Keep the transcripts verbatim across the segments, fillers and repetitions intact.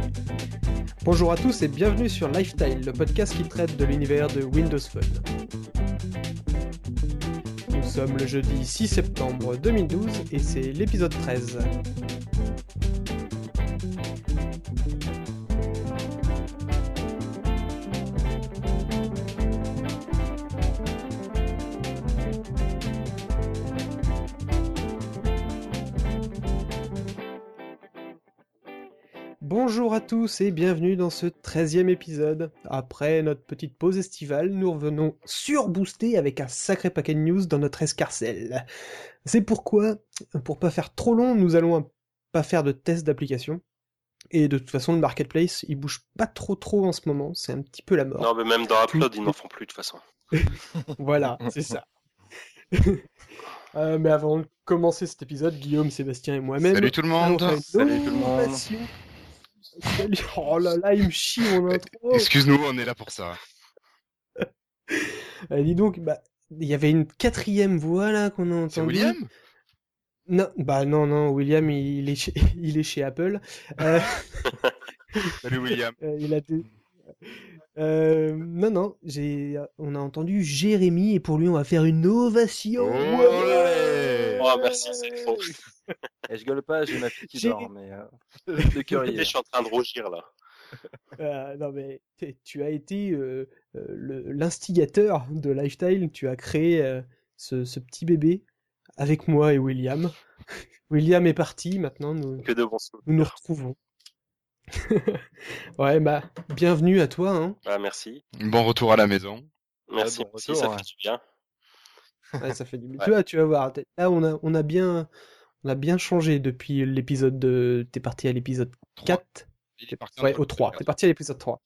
Bonjour à tous et bienvenue sur Lifestyle, le podcast qui traite de l'univers de Windows Phone. Nous sommes le jeudi six septembre deux mille douze et c'est l'épisode treize. Bonjour à tous et bienvenue dans ce treizième épisode. Après notre petite pause estivale, nous revenons surboostés avec un sacré paquet de news dans notre escarcelle. C'est pourquoi, pour pas faire trop long, nous allons pas faire de test d'application. Et de toute façon, le marketplace, il bouge pas trop trop en ce moment, c'est un petit peu la mort. Non, mais même dans Upload, ils n'en font plus de toute façon. Voilà, c'est ça. euh, mais avant de commencer cet épisode, Guillaume, Sébastien et moi-même... Salut tout le monde. Salut tout le monde. Salut. Oh là là, il me chie mon intro. Excuse-nous, on est là pour ça. euh, dis donc, bah, il y avait une quatrième voix là qu'on a entendue. C'est William ? Non, bah non, non, William, il est chez, il est chez Apple. Euh... Salut William. euh, il a des... euh, non, non, j'ai, on a entendu Jérémy et pour lui on va faire une ovation. Oh, ouais oh merci, c'est faux. Et je gueule pas, j'ai ma fille qui J'ai... dort, mais euh, le cœur y est. Je suis en train de rougir là. Euh, non mais tu as été euh, euh, le, l'instigateur de Lifestyle, tu as créé euh, ce, ce petit bébé avec moi et William. William est parti, maintenant nous que de bons nous, nous retrouvons. Ouais, bah bienvenue à toi. Hein. Ah, merci. Bon retour à la maison. Merci, ouais, bon merci, retour, ça ouais. fait du bien. Ouais, ça fait du bien. Ouais. Tu vois, tu vas voir. Là, on a, on a bien, on a bien changé depuis l'épisode de. T'es parti à l'épisode quatre. Il est parti Ouais, au trois. T'es parti à l'épisode trois.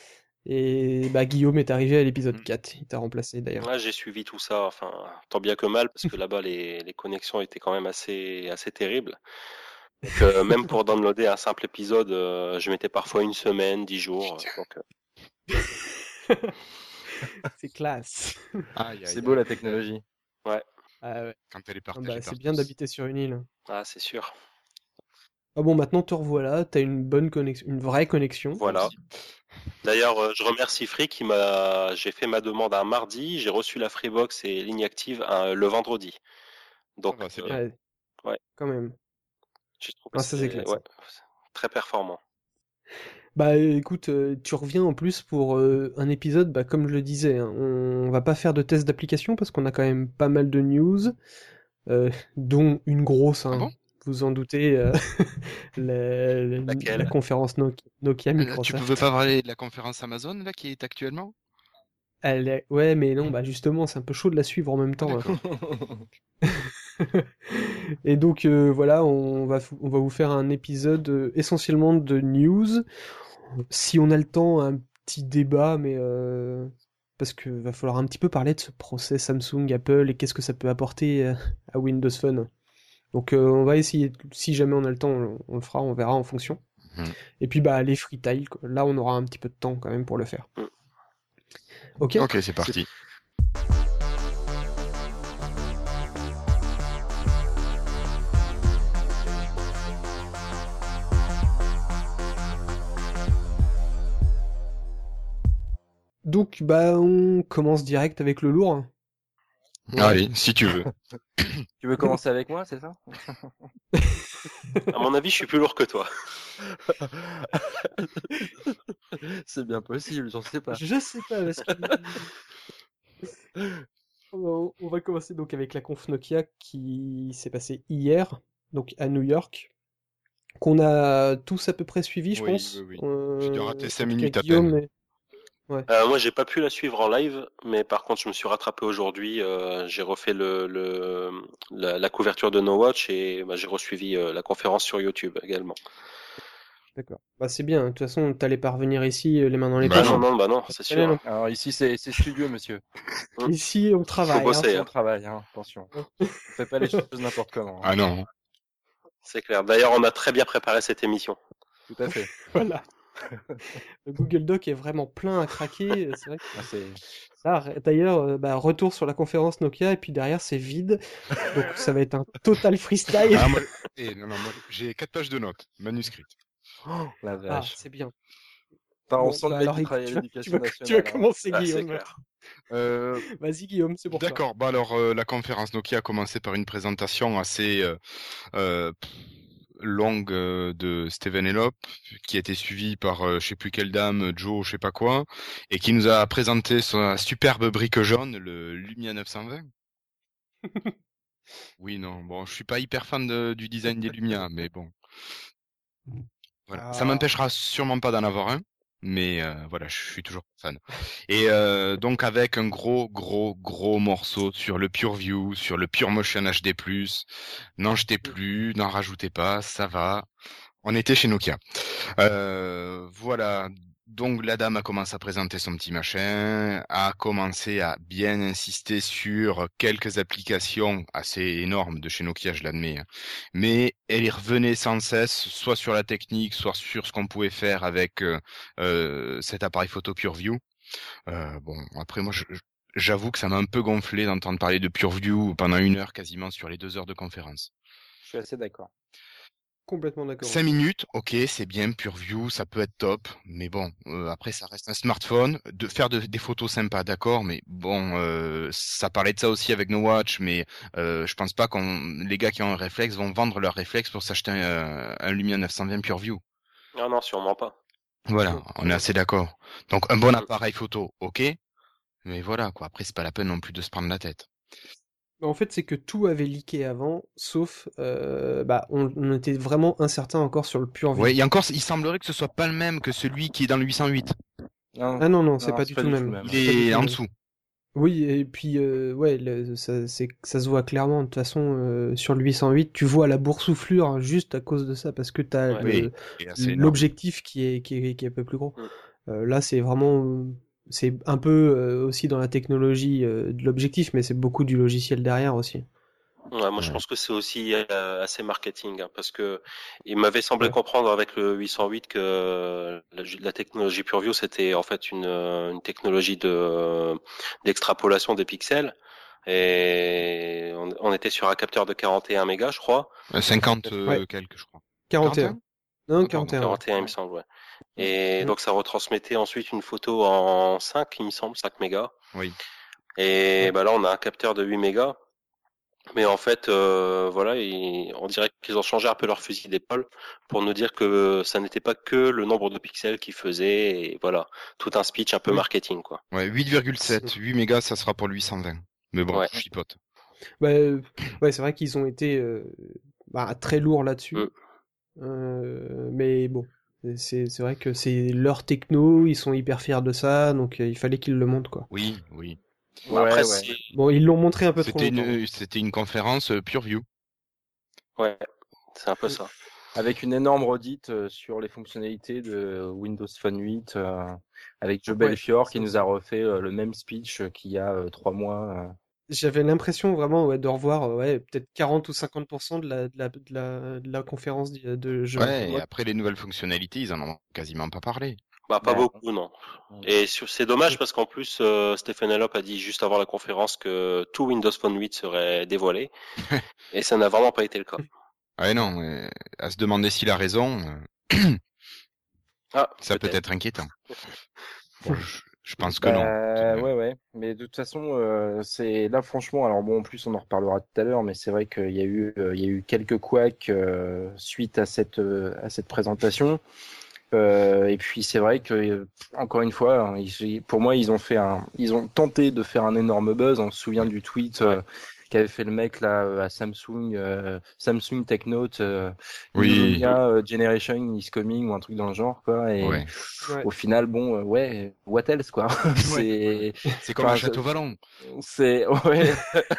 Et bah Guillaume est arrivé à l'épisode Mm. quatre. Il t'a remplacé d'ailleurs. Là, j'ai suivi tout ça, enfin, tant bien que mal, parce que là-bas, les, les connexions étaient quand même assez, assez terribles. Donc, euh, même pour downloader un simple épisode, euh, je mettais parfois une semaine, dix jours. euh, Donc, euh, C'est classe. Aïe, aïe, C'est aïe. beau la technologie. Ah ouais. Quand elle est Ah partie. bah, c'est bien d'habiter sur une île. ah, c'est sûr. Ah bon, maintenant te revoilà. T'as une bonne connexion, une vraie connexion. Voilà. D'ailleurs, euh, je remercie Free qui m'a. J'ai fait ma demande un mardi, j'ai reçu la Freebox et ligne active un- le vendredi. Donc, Ah bah, c'est euh, bien. Ouais. Ouais. Quand même. je trouve que Ah, ça, c'est classe. ouais, très performant. Bah écoute, euh, tu reviens en plus pour euh, un épisode, bah, comme je le disais, hein, on va pas faire de test d'application parce qu'on a quand même pas mal de news, euh, dont une grosse, hein, Ah bon vous en doutez, euh, la, la- Laquelle la conférence Nokia, Nokia Là, tu Microsoft. pouvais pas parler de la conférence Amazon là qui est actuellement ? Elle est... Ouais, mais non, bah justement, c'est un peu chaud de la suivre en même temps. hein. Et donc euh, voilà, on va, on va vous faire un épisode euh, essentiellement de news. Si on a le temps, un petit débat, mais euh, parce que va falloir un petit peu parler de ce procès Samsung, Apple et qu'est-ce que ça peut apporter euh, à Windows Phone. Donc euh, on va essayer, si jamais on a le temps, on, on le fera, on verra en fonction. Mhm. Et puis bah les freetiles, quoi. Là on aura un petit peu de temps quand même pour le faire. Mhm. Ok. Ok, c'est parti. Donc bah on commence direct avec le lourd. Ouais. Allez, si tu veux. Tu veux commencer avec moi, c'est ça? À mon avis, je suis plus lourd que toi. C'est bien possible, j'en sais pas. Je sais pas parce que on on va commencer donc avec la conf Nokia qui s'est passée hier, donc à New York, qu'on a tous à peu près suivi, je Oui, pense. oui, oui. Euh, J'ai dû rater cinq en tout cas, minutes à Guillaume peine. et- Euh, moi, j'ai pas pu la suivre en live, mais par contre, je me suis rattrapé aujourd'hui. euh, j'ai refait le, le la, la couverture de No Watch et bah, j'ai resuivi euh, la conférence sur YouTube également. D'accord. Bah c'est bien. De toute façon, t'allais pas revenir ici euh, les mains dans les Bah poches. Ah non, non. non, bah non, c'est Allez, sûr. non. Alors ici, c'est c'est studieux, monsieur. Ici, on travaille. Faut bosser, hein. On travaille, hein, attention. On fait pas les choses n'importe comment. hein. Ah non. C'est clair. D'ailleurs, on a très bien préparé cette émission. Tout à fait. Voilà. Le Google Doc est vraiment plein à craquer. C'est vrai que Ah, c'est... ça, d'ailleurs, euh, bah, retour sur la conférence Nokia et puis derrière c'est vide. Donc ça va être un total freestyle. Ah, moi... eh, non, non, moi, j'ai quatre pages de notes manuscrites. Oh, la Ah, vache. c'est bien. Enfin, on Bon, sent bah le mec alors, qui écoute, travaille à tu vas, tu l'éducation vas, tu vas nationale. Hein. commencer, Ah, c'est Guillaume. clair. Euh, Vas-y, Guillaume, c'est pour toi. D'accord. Bah alors euh, la conférence Nokia a commencé par une présentation assez euh, euh, pff, longue euh, de Steven Elop, qui a été suivie par euh, je sais plus quelle dame, Joe, je sais pas quoi, et qui nous a présenté sa superbe brique jaune, le Lumia neuf cent vingt. Oui, non, bon, je suis pas hyper fan de- du design des Lumia, mais bon, voilà. Ça Ah, m'empêchera sûrement pas d'en avoir un, mais euh, voilà, je suis toujours fan. Et euh, donc avec un gros, gros, gros morceau sur le PureView, sur le PureMotion H D plus, n'en jetez plus, n'en rajoutez pas, ça va. On était chez Nokia. Euh, voilà. Donc la dame a commencé à présenter son petit machin, a commencé à bien insister sur quelques applications assez énormes de chez Nokia, je l'admets. hein. Mais elle y revenait sans cesse, soit sur la technique, soit sur ce qu'on pouvait faire avec euh, euh, cet appareil photo PureView. Euh, bon, après moi, je- je- j'avoue que ça m'a un peu gonflé d'entendre parler de PureView pendant une heure quasiment sur les deux heures de conférence. Je suis assez d'accord. complètement d'accord Cinq aussi. minutes, ok, c'est bien, PureView, ça peut être top, mais bon, euh, après ça reste un smartphone. De faire de- des photos sympas, d'accord, mais bon, euh, ça parlait de ça aussi avec No Watch, mais euh, je pense pas qu'on, les gars qui ont un réflexe vont vendre leur réflexe pour s'acheter un, un Lumia neuf cent vingt PureView. Non, non, sûrement pas. Voilà, Non, on est non. assez d'accord. Donc un bon Mm. appareil photo, ok, mais voilà quoi. Après c'est pas la peine non plus de se prendre la tête. Bah, En fait, c'est que tout avait leaké avant, sauf, euh, bah, on, on était vraiment incertain encore sur le PureView. Ouais, et encore, il semblerait que ce soit pas le même que celui qui est dans le huit cent huit. Non, Ah non, non, c'est non, pas c'est du pas tout le du tout même. le même. Il C'est pas du est tout en le même. dessous. Oui, et puis, euh, ouais, le- ça, c'est, ça se voit clairement. De toute façon, euh, sur le huit cent huit, tu vois la boursouflure hein, juste à cause de ça, parce que t'as Ouais. Oui, le, et assez énorme. l'objectif qui est, qui est, qui est un peu plus gros. Mm. Euh, là, c'est vraiment, euh, c'est un peu euh, aussi dans la technologie euh, de l'objectif, mais c'est beaucoup du logiciel derrière aussi. Ouais, moi je Ouais. pense que c'est aussi euh, assez marketing hein, parce que il m'avait semblé Ouais. comprendre avec le huit cent huit que la, la technologie PureView c'était en fait une, euh, une technologie de d'extrapolation des pixels et on, on était sur un capteur de quarante et un mégas je crois. Euh, cinquante Ouais, euh, quelques, je crois. quarante et un. quarante et un? Non, Ah, pardon. quarante et un, ouais. quarante et un il me semble ouais. Mm. Et Mm. donc ça retransmettait ensuite une photo en cinq il me semble, cinq mégas. Oui. Et Ouais. bah là on a un capteur de huit mégas. Mais en fait, euh, voilà, ils- on dirait qu'ils ont changé un peu leur fusil d'épaule pour nous dire que ça n'était pas que le nombre de pixels qu'ils faisaient, et voilà, tout un speech un peu Oui. marketing, quoi. Ouais, huit virgule sept. huit mégas, ça sera pour le huit cent vingt. Mais bon, Ouais. je chipote. Bah, euh, ouais, c'est vrai qu'ils ont été euh, bah, très lourds là-dessus. Mm. Euh, mais bon, c'est c'est vrai que c'est leur techno, ils sont hyper fiers de ça, donc euh, il fallait qu'ils le montrent, quoi. Oui, oui. Bah Ouais, après, ouais. c'est, Bon, ils l'ont montré un peu trop C'était longtemps. une, c'était une conférence euh, PureView. ouais, c'est un peu Mm. ça. Avec une énorme redite euh, sur les fonctionnalités de Windows Phone huit, euh, avec Joe Ouais, Belfiore qui ça nous a aussi. refait euh, le même speech euh, qu'il y a euh, trois mois. euh. J'avais l'impression vraiment ouais, de revoir euh, ouais, peut-être quarante ou cinquante pour cent de la, de la, de la, de la conférence de, de Joe. Ouais, et Ouais. après les nouvelles fonctionnalités, ils en ont quasiment pas parlé. Bah pas Ben, beaucoup, non. non. Et sur- c'est dommage parce qu'en plus, euh, Stephen Elop a dit juste avant la conférence que tout Windows Phone huit serait dévoilé, et ça n'a vraiment pas été le cas. Ouais, non, euh, à se demander s'il a raison, euh, Ah, ça peut peut-être. être inquiétant. Bon, je, je pense que non, tout de Bah même. ouais ouais, mais de toute façon euh, c'est là franchement alors bon en plus on en reparlera tout à l'heure mais c'est vrai qu'il y a eu euh, il y a eu quelques couacs euh, suite à cette euh, à cette présentation. Euh, et puis c'est vrai que euh, encore une fois, hein, ils- pour moi ils ont fait un, ils ont tenté de faire un énorme buzz. On se souvient du tweet euh, qu'avait fait le mec là euh, à Samsung, euh, Samsung Tech Note, euh, Oui, Lumia euh, Generation is coming ou un truc dans le genre quoi. Et ouais. Ouais. au final bon euh, ouais, what else quoi. Ouais. C'est, C'est comme un enfin, château vallon. c'est ouais,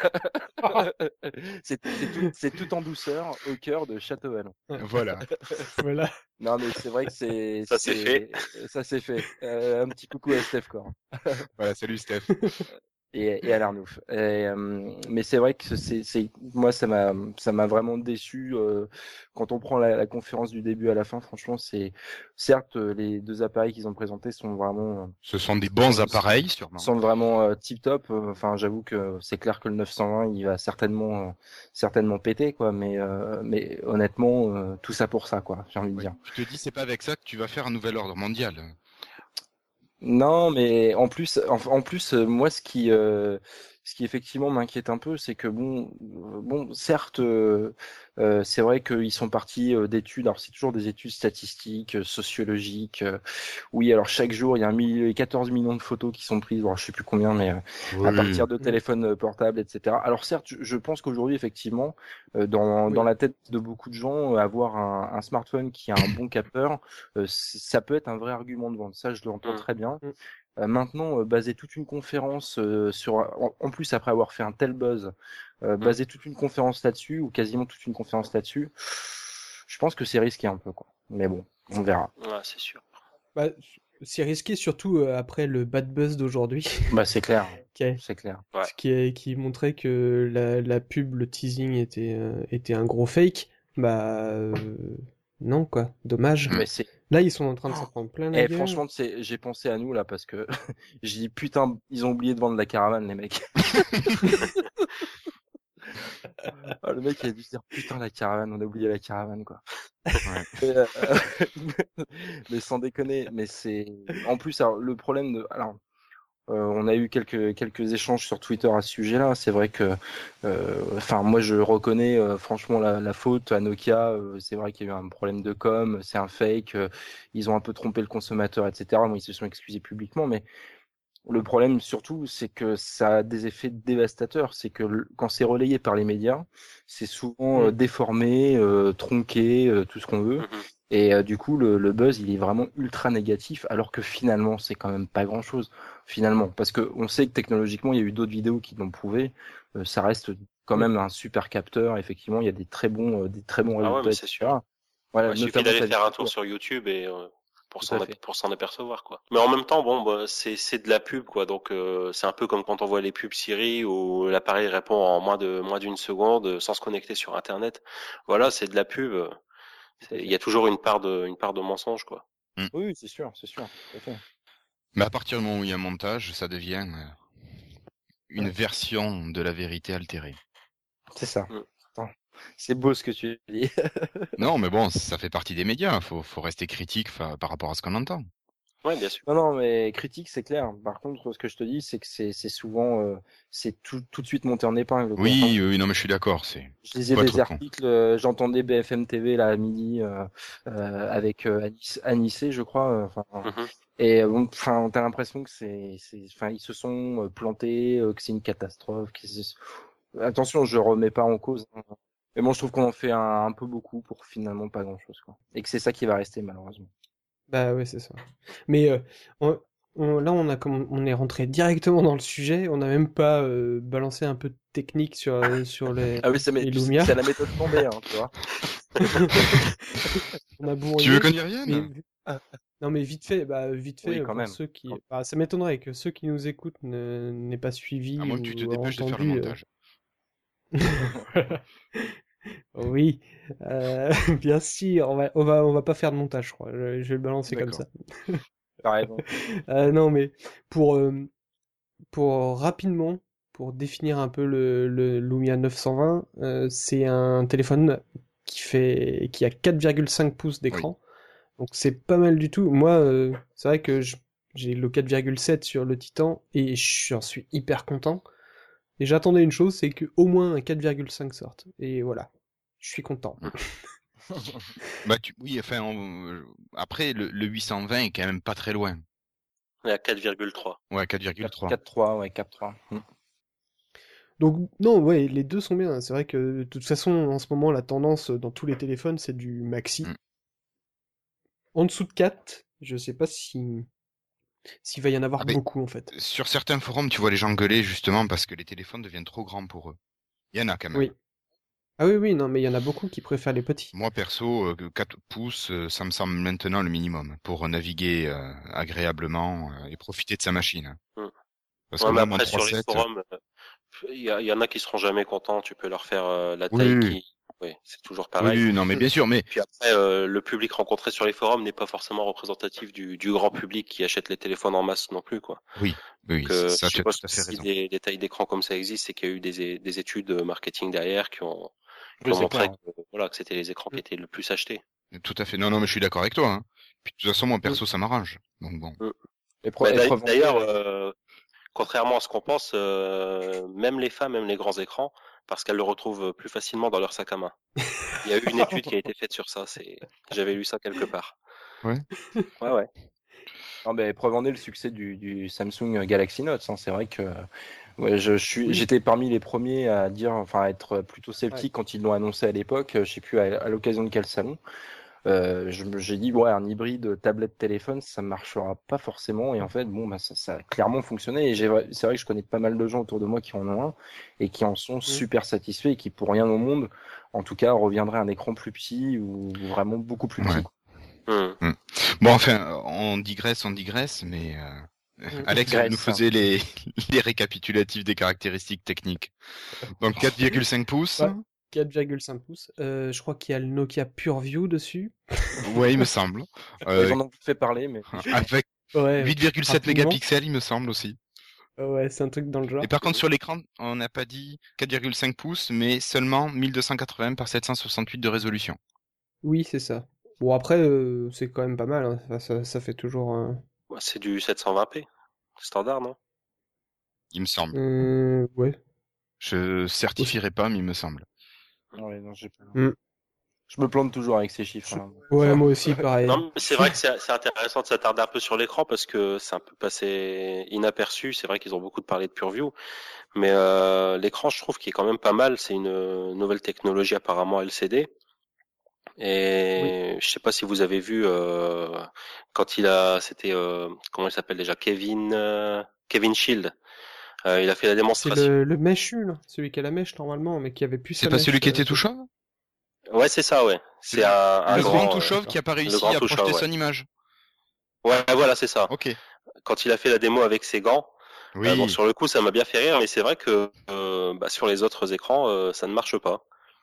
c'est c'est tout, c'est tout en douceur au cœur de Châteauvel. Voilà. Voilà. Non, mais c'est vrai que c'est, Ça c'est fait. c'est, ça c'est fait. Euh, un petit coucou à Steph, quoi. Voilà, salut Steph. et, et à l'Arnouf. Et, euh, mais c'est vrai que c'est, c'est, moi, ça m'a, ça m'a vraiment déçu. Euh, quand on prend la, la conférence du début à la fin, franchement, c'est, certes, les deux appareils qu'ils ont présentés sont vraiment, Ce sont des bons sont, appareils, sûrement. sont vraiment euh, tip top. Enfin, j'avoue que c'est clair que le neuf cent vingt, il va certainement, euh, certainement péter, quoi. Mais, euh, mais honnêtement, euh, tout ça pour ça, quoi. J'ai envie de Ouais. dire. Je te dis, c'est pas avec ça que tu vas faire un nouvel ordre mondial. Non, mais en plus, en, en plus, euh, moi, ce qui, euh, ce qui effectivement m'inquiète un peu, c'est que bon, euh, bon, certes, euh, euh, c'est vrai qu'ils sont partis euh, d'études. Alors, c'est toujours des études statistiques, euh, sociologiques. euh, oui, alors chaque jour, il y a un million, quatorze millions de photos qui sont prises. Alors, je sais plus combien, mais euh, à Oui. partir de téléphones euh, portables, et cetera. Alors, certes, je, je pense qu'aujourd'hui, effectivement, euh, dans, Oui. dans la tête de beaucoup de gens, euh, avoir un, un smartphone qui a un bon capteur, euh, c- ça peut être un vrai argument de vente. Ça, je l'entends Mm. très bien. Mm. Euh, maintenant, euh, baser toute une conférence euh, sur, en, en plus après avoir fait un tel buzz, euh, baser toute une conférence là-dessus ou quasiment toute une conférence là-dessus, je pense que c'est risqué un peu, quoi. Mais bon, on verra. Ouais, c'est sûr. Bah, c'est risqué surtout euh, après le bad buzz d'aujourd'hui, Bah c'est clair, qui, a- c'est clair. Ouais. qui, a- qui montrait que la, la pub, le teasing était, euh, était un gros fake. Bah euh, non quoi, dommage. Mais c'est. Là ils sont en train de s'en prendre plein la Eh, gueule. franchement, c'est, j'ai pensé à nous là parce que j'ai dit putain, ils ont oublié de vendre la caravane, les mecs. Ah, le mec il a dû se dire putain la caravane, on a oublié la caravane quoi. Ouais. Mais, euh, mais sans déconner, mais c'est en plus alors, le problème de alors euh, on a eu quelques quelques échanges sur Twitter à ce sujet-là. C'est vrai que euh, enfin moi je reconnais euh, franchement la, la faute à Nokia. Euh, c'est vrai qu'il y a eu un problème de com, c'est un fake. Euh, ils ont un peu trompé le consommateur, et cetera. Bon, ils se sont excusés publiquement, mais le problème surtout, c'est que ça a des effets dévastateurs. C'est que le- quand c'est relayé par les médias, c'est souvent euh, Mm. déformé, euh, tronqué, euh, tout ce qu'on veut. Mhm. Et euh, du coup, le, le buzz, il est vraiment ultra négatif, alors que finalement, c'est quand même pas grand-chose. Finalement, parce que on sait que technologiquement, il y a eu d'autres vidéos qui l'ont prouvé. Euh, ça reste quand Oui. même un super capteur. Effectivement, il y a des très bons, euh, des très bons Ah ouais, résultats, mais c'est et sûr. cetera. Voilà, Ouais, il suffit notamment d'aller ta faire un vidéo. tour sur YouTube et euh, pour Tout s'en à ap- fait. pour s'en apercevoir quoi. Mais en même temps, bon, bah, c'est c'est de la pub quoi. Donc euh, c'est un peu comme quand on voit les pubs Siri où l'appareil répond en moins de moins d'une seconde euh, sans se connecter sur Internet. Voilà, c'est de la pub. euh, Tout c'est- à Il fait. y a toujours une part de une part de mensonge quoi. Mm. Oui, oui, c'est sûr, c'est sûr. Tout à fait. Mais à partir du moment où il y a un montage, ça devient euh, une Ouais. version de la vérité altérée. C'est ça. Mm. Attends, c'est beau ce que tu dis. Non, mais bon, ça fait partie des médias. Faut, faut rester critique fa- par rapport à ce qu'on entend. Ouais, bien sûr. Non, non, mais critique, c'est clair. Par contre, ce que je te dis, c'est que c'est c'est souvent, euh, c'est tout, tout de suite monté en épingle, quoi. Enfin, Oui, oui, non, mais je suis d'accord. C'est je lisais faut des être con. articles, euh, j'entendais B F M T V là à midi euh, euh, avec euh, Anis, Anissé, je crois. euh, Enfin, Mhm. et euh, bon, enfin, t'as l'impression que c'est, c'est, enfin, ils se sont euh, plantés, euh, que c'est une catastrophe. Que c'est- Attention, je remets pas en cause, hein. Mais bon, je trouve qu'on en fait un, un peu beaucoup pour finalement pas grand-chose, quoi. Et que c'est ça qui va rester malheureusement. Bah ouais c'est ça. Mais euh, on- on- là on a comm- on est rentré directement dans le sujet. On n'a même pas euh, balancé un peu de technique sur euh, sur les Ah oui, c'est mais les tu sais, Lumia. c'est la méthode tombée, hein, tu vois. On a Tu veux bourriné. qu'on y Mais revienne? non mais vite fait, bah vite Oui, fait quand pour même. ceux qui, Quand- bah, ça m'étonnerait que ceux qui nous écoutent ne- n'aient pas À suivi moins que tu te ou dépêches de faire le entendu. euh, montage. Oui, euh, bien sûr, on va, on va, on va pas faire de montage, je crois. Je, je vais le balancer comme D'accord. ça. T'as raison. Euh, non, mais pour, euh, pour rapidement, pour définir un peu le, le Lumia neuf cent vingt, euh, c'est un téléphone qui fait, qui a quatre virgule cinq pouces d'écran. Donc c'est pas mal du tout. Moi, euh, c'est vrai que je- j'ai le quatre virgule sept sur le Titan et j'en suis hyper content. Et j'attendais une chose, c'est que au moins un quatre virgule cinq sorte. Et voilà, je suis content. Bah, tu... oui, enfin, on- euh, après, le, le huit cent vingt est quand même pas très loin. On est à quatre virgule trois. Ouais, quatre virgule trois. quatre trois, ouais, quatre trois. Hmm. Donc non, ouais, les deux sont bien. C'est vrai que de toute façon, en ce moment, la tendance dans tous les téléphones, c'est du maxi. Mm. En dessous de quatre, je sais pas si s'il va y en avoir Ah, mais beaucoup en fait. sur certains forums, tu vois les gens gueuler justement parce que les téléphones deviennent trop grands pour eux. Il y en a quand même. Oui. Ah oui, oui, non, mais il y en a beaucoup qui préfèrent les petits. Moi, perso, euh, quatre pouces, euh, ça me semble maintenant le minimum pour naviguer euh, agréablement euh, et profiter de sa machine. Mm. Parce Ouais, que mais là, mon après, sur trois les sept, forums, euh, il y, a- il y en a qui seront jamais contents. Tu peux leur faire euh, la oui, taille oui, qui. Oui, c'est toujours pareil. oui, non, mais bien sûr, mais Puis après, euh, le public rencontré sur les forums n'est pas forcément représentatif du, du grand public qui achète les téléphones en masse non plus, quoi. oui, oui, Donc, euh, ça, je tu as suppose tout à que fait si raison. des, des tailles d'écran comme ça existent, c'est qu'il y a eu des, des études marketing derrière qui ont, qui Oui, ont c'est montré clair. que, voilà, que c'était les écrans qui étaient le plus achetés. Tout à fait. Non, non, mais je suis d'accord avec toi. Hein. Puis de toute façon, moi, Mm. perso, ça m'arrange. Donc bon. Mm. Et pro- Bah, et d'ailleurs, preuve en d'ailleurs, est, euh, contrairement à ce qu'on pense, euh, même les femmes aiment les grands écrans parce qu'elles le retrouvent plus facilement dans leur sac à main. Il y a eu une étude qui a été faite sur ça. C'est, j'avais lu ça quelque part. Ouais. Ouais, ouais. non, mais preuve en est le succès du, du Samsung Galaxy Note. Hein. C'est vrai que ouais, je, je suis, Oui. j'étais parmi les premiers à dire, enfin, à être plutôt sceptique quand ils l'ont annoncé à l'époque. Je sais plus à, à l'occasion de quel salon. Euh, je me- j'ai dit ouais, un hybride tablette-téléphone, ça marchera pas forcément. Et en fait, bon, bah, ça, ça a clairement fonctionné. Et j'ai, c'est vrai que je connais pas mal de gens autour de moi qui en ont un et qui en sont super satisfaits et qui, pour rien au monde, en tout cas, reviendraient à un écran plus petit ou vraiment beaucoup plus petit. Ouais. Hmm. Mm. Bon, enfin, on digresse, on digresse, mais euh, Mm. Alex Digresse, nous faisait les, les récapitulatifs des caractéristiques techniques. Donc quatre virgule cinq pouces. Ouais. quatre virgule cinq pouces. Euh, je crois qu'il y a le Nokia PureView dessus. Ouais, il me semble. Ouais, Euh, ils en ont fait parler, mais avec Ouais. huit virgule sept rapidement. mégapixels, il me semble aussi. Ouais, c'est un truc dans le genre. Et par contre, sur l'écran, on n'a pas dit quatre virgule cinq pouces, mais seulement mille deux cent quatre-vingts par sept cent soixante-huit de résolution. Oui, c'est ça. Bon, après, euh, c'est quand même pas mal. Hein. Enfin, ça, ça fait toujours. Euh... Ouais, c'est du sept cent vingt p. Standard, non? Il me semble. euh, ouais. Je certifierai pas, mais il me semble. ouais, non, j'ai pas- Mm. je me plante toujours avec ces chiffres. Hein. Ouais, moi aussi, pareil. Non, mais c'est vrai que c'est c'est intéressant de s'attarder un peu sur l'écran parce que c'est un peu passé inaperçu. C'est vrai qu'ils ont beaucoup parlé de PureView, mais euh, l'écran, je trouve qu'il est quand même pas mal. C'est une nouvelle technologie apparemment L C D. Et je sais pas si vous avez vu euh, quand il a, c'était euh, comment il s'appelle déjà, Kevin euh, Kevin Shield. Euh, il a fait la C'est démonstration. le, le mèche, là. Celui qui a la mèche, normalement, mais qui avait plus C'est sa pas mèche, celui qui euh, était tout chauve? Ouais, c'est ça, ouais. C'est un, un Le Ah, grand grand, tout euh, chauve d'accord. qui a pas le réussi grand à tout projeter chauve, ouais. son image. Ouais, voilà, c'est ça. Ok. Quand il a fait la démo avec ses gants. Oui. Euh, bon, sur le coup, ça m'a bien fait rire, mais c'est vrai que euh, bah, sur les autres écrans, euh, ça ne marche pas.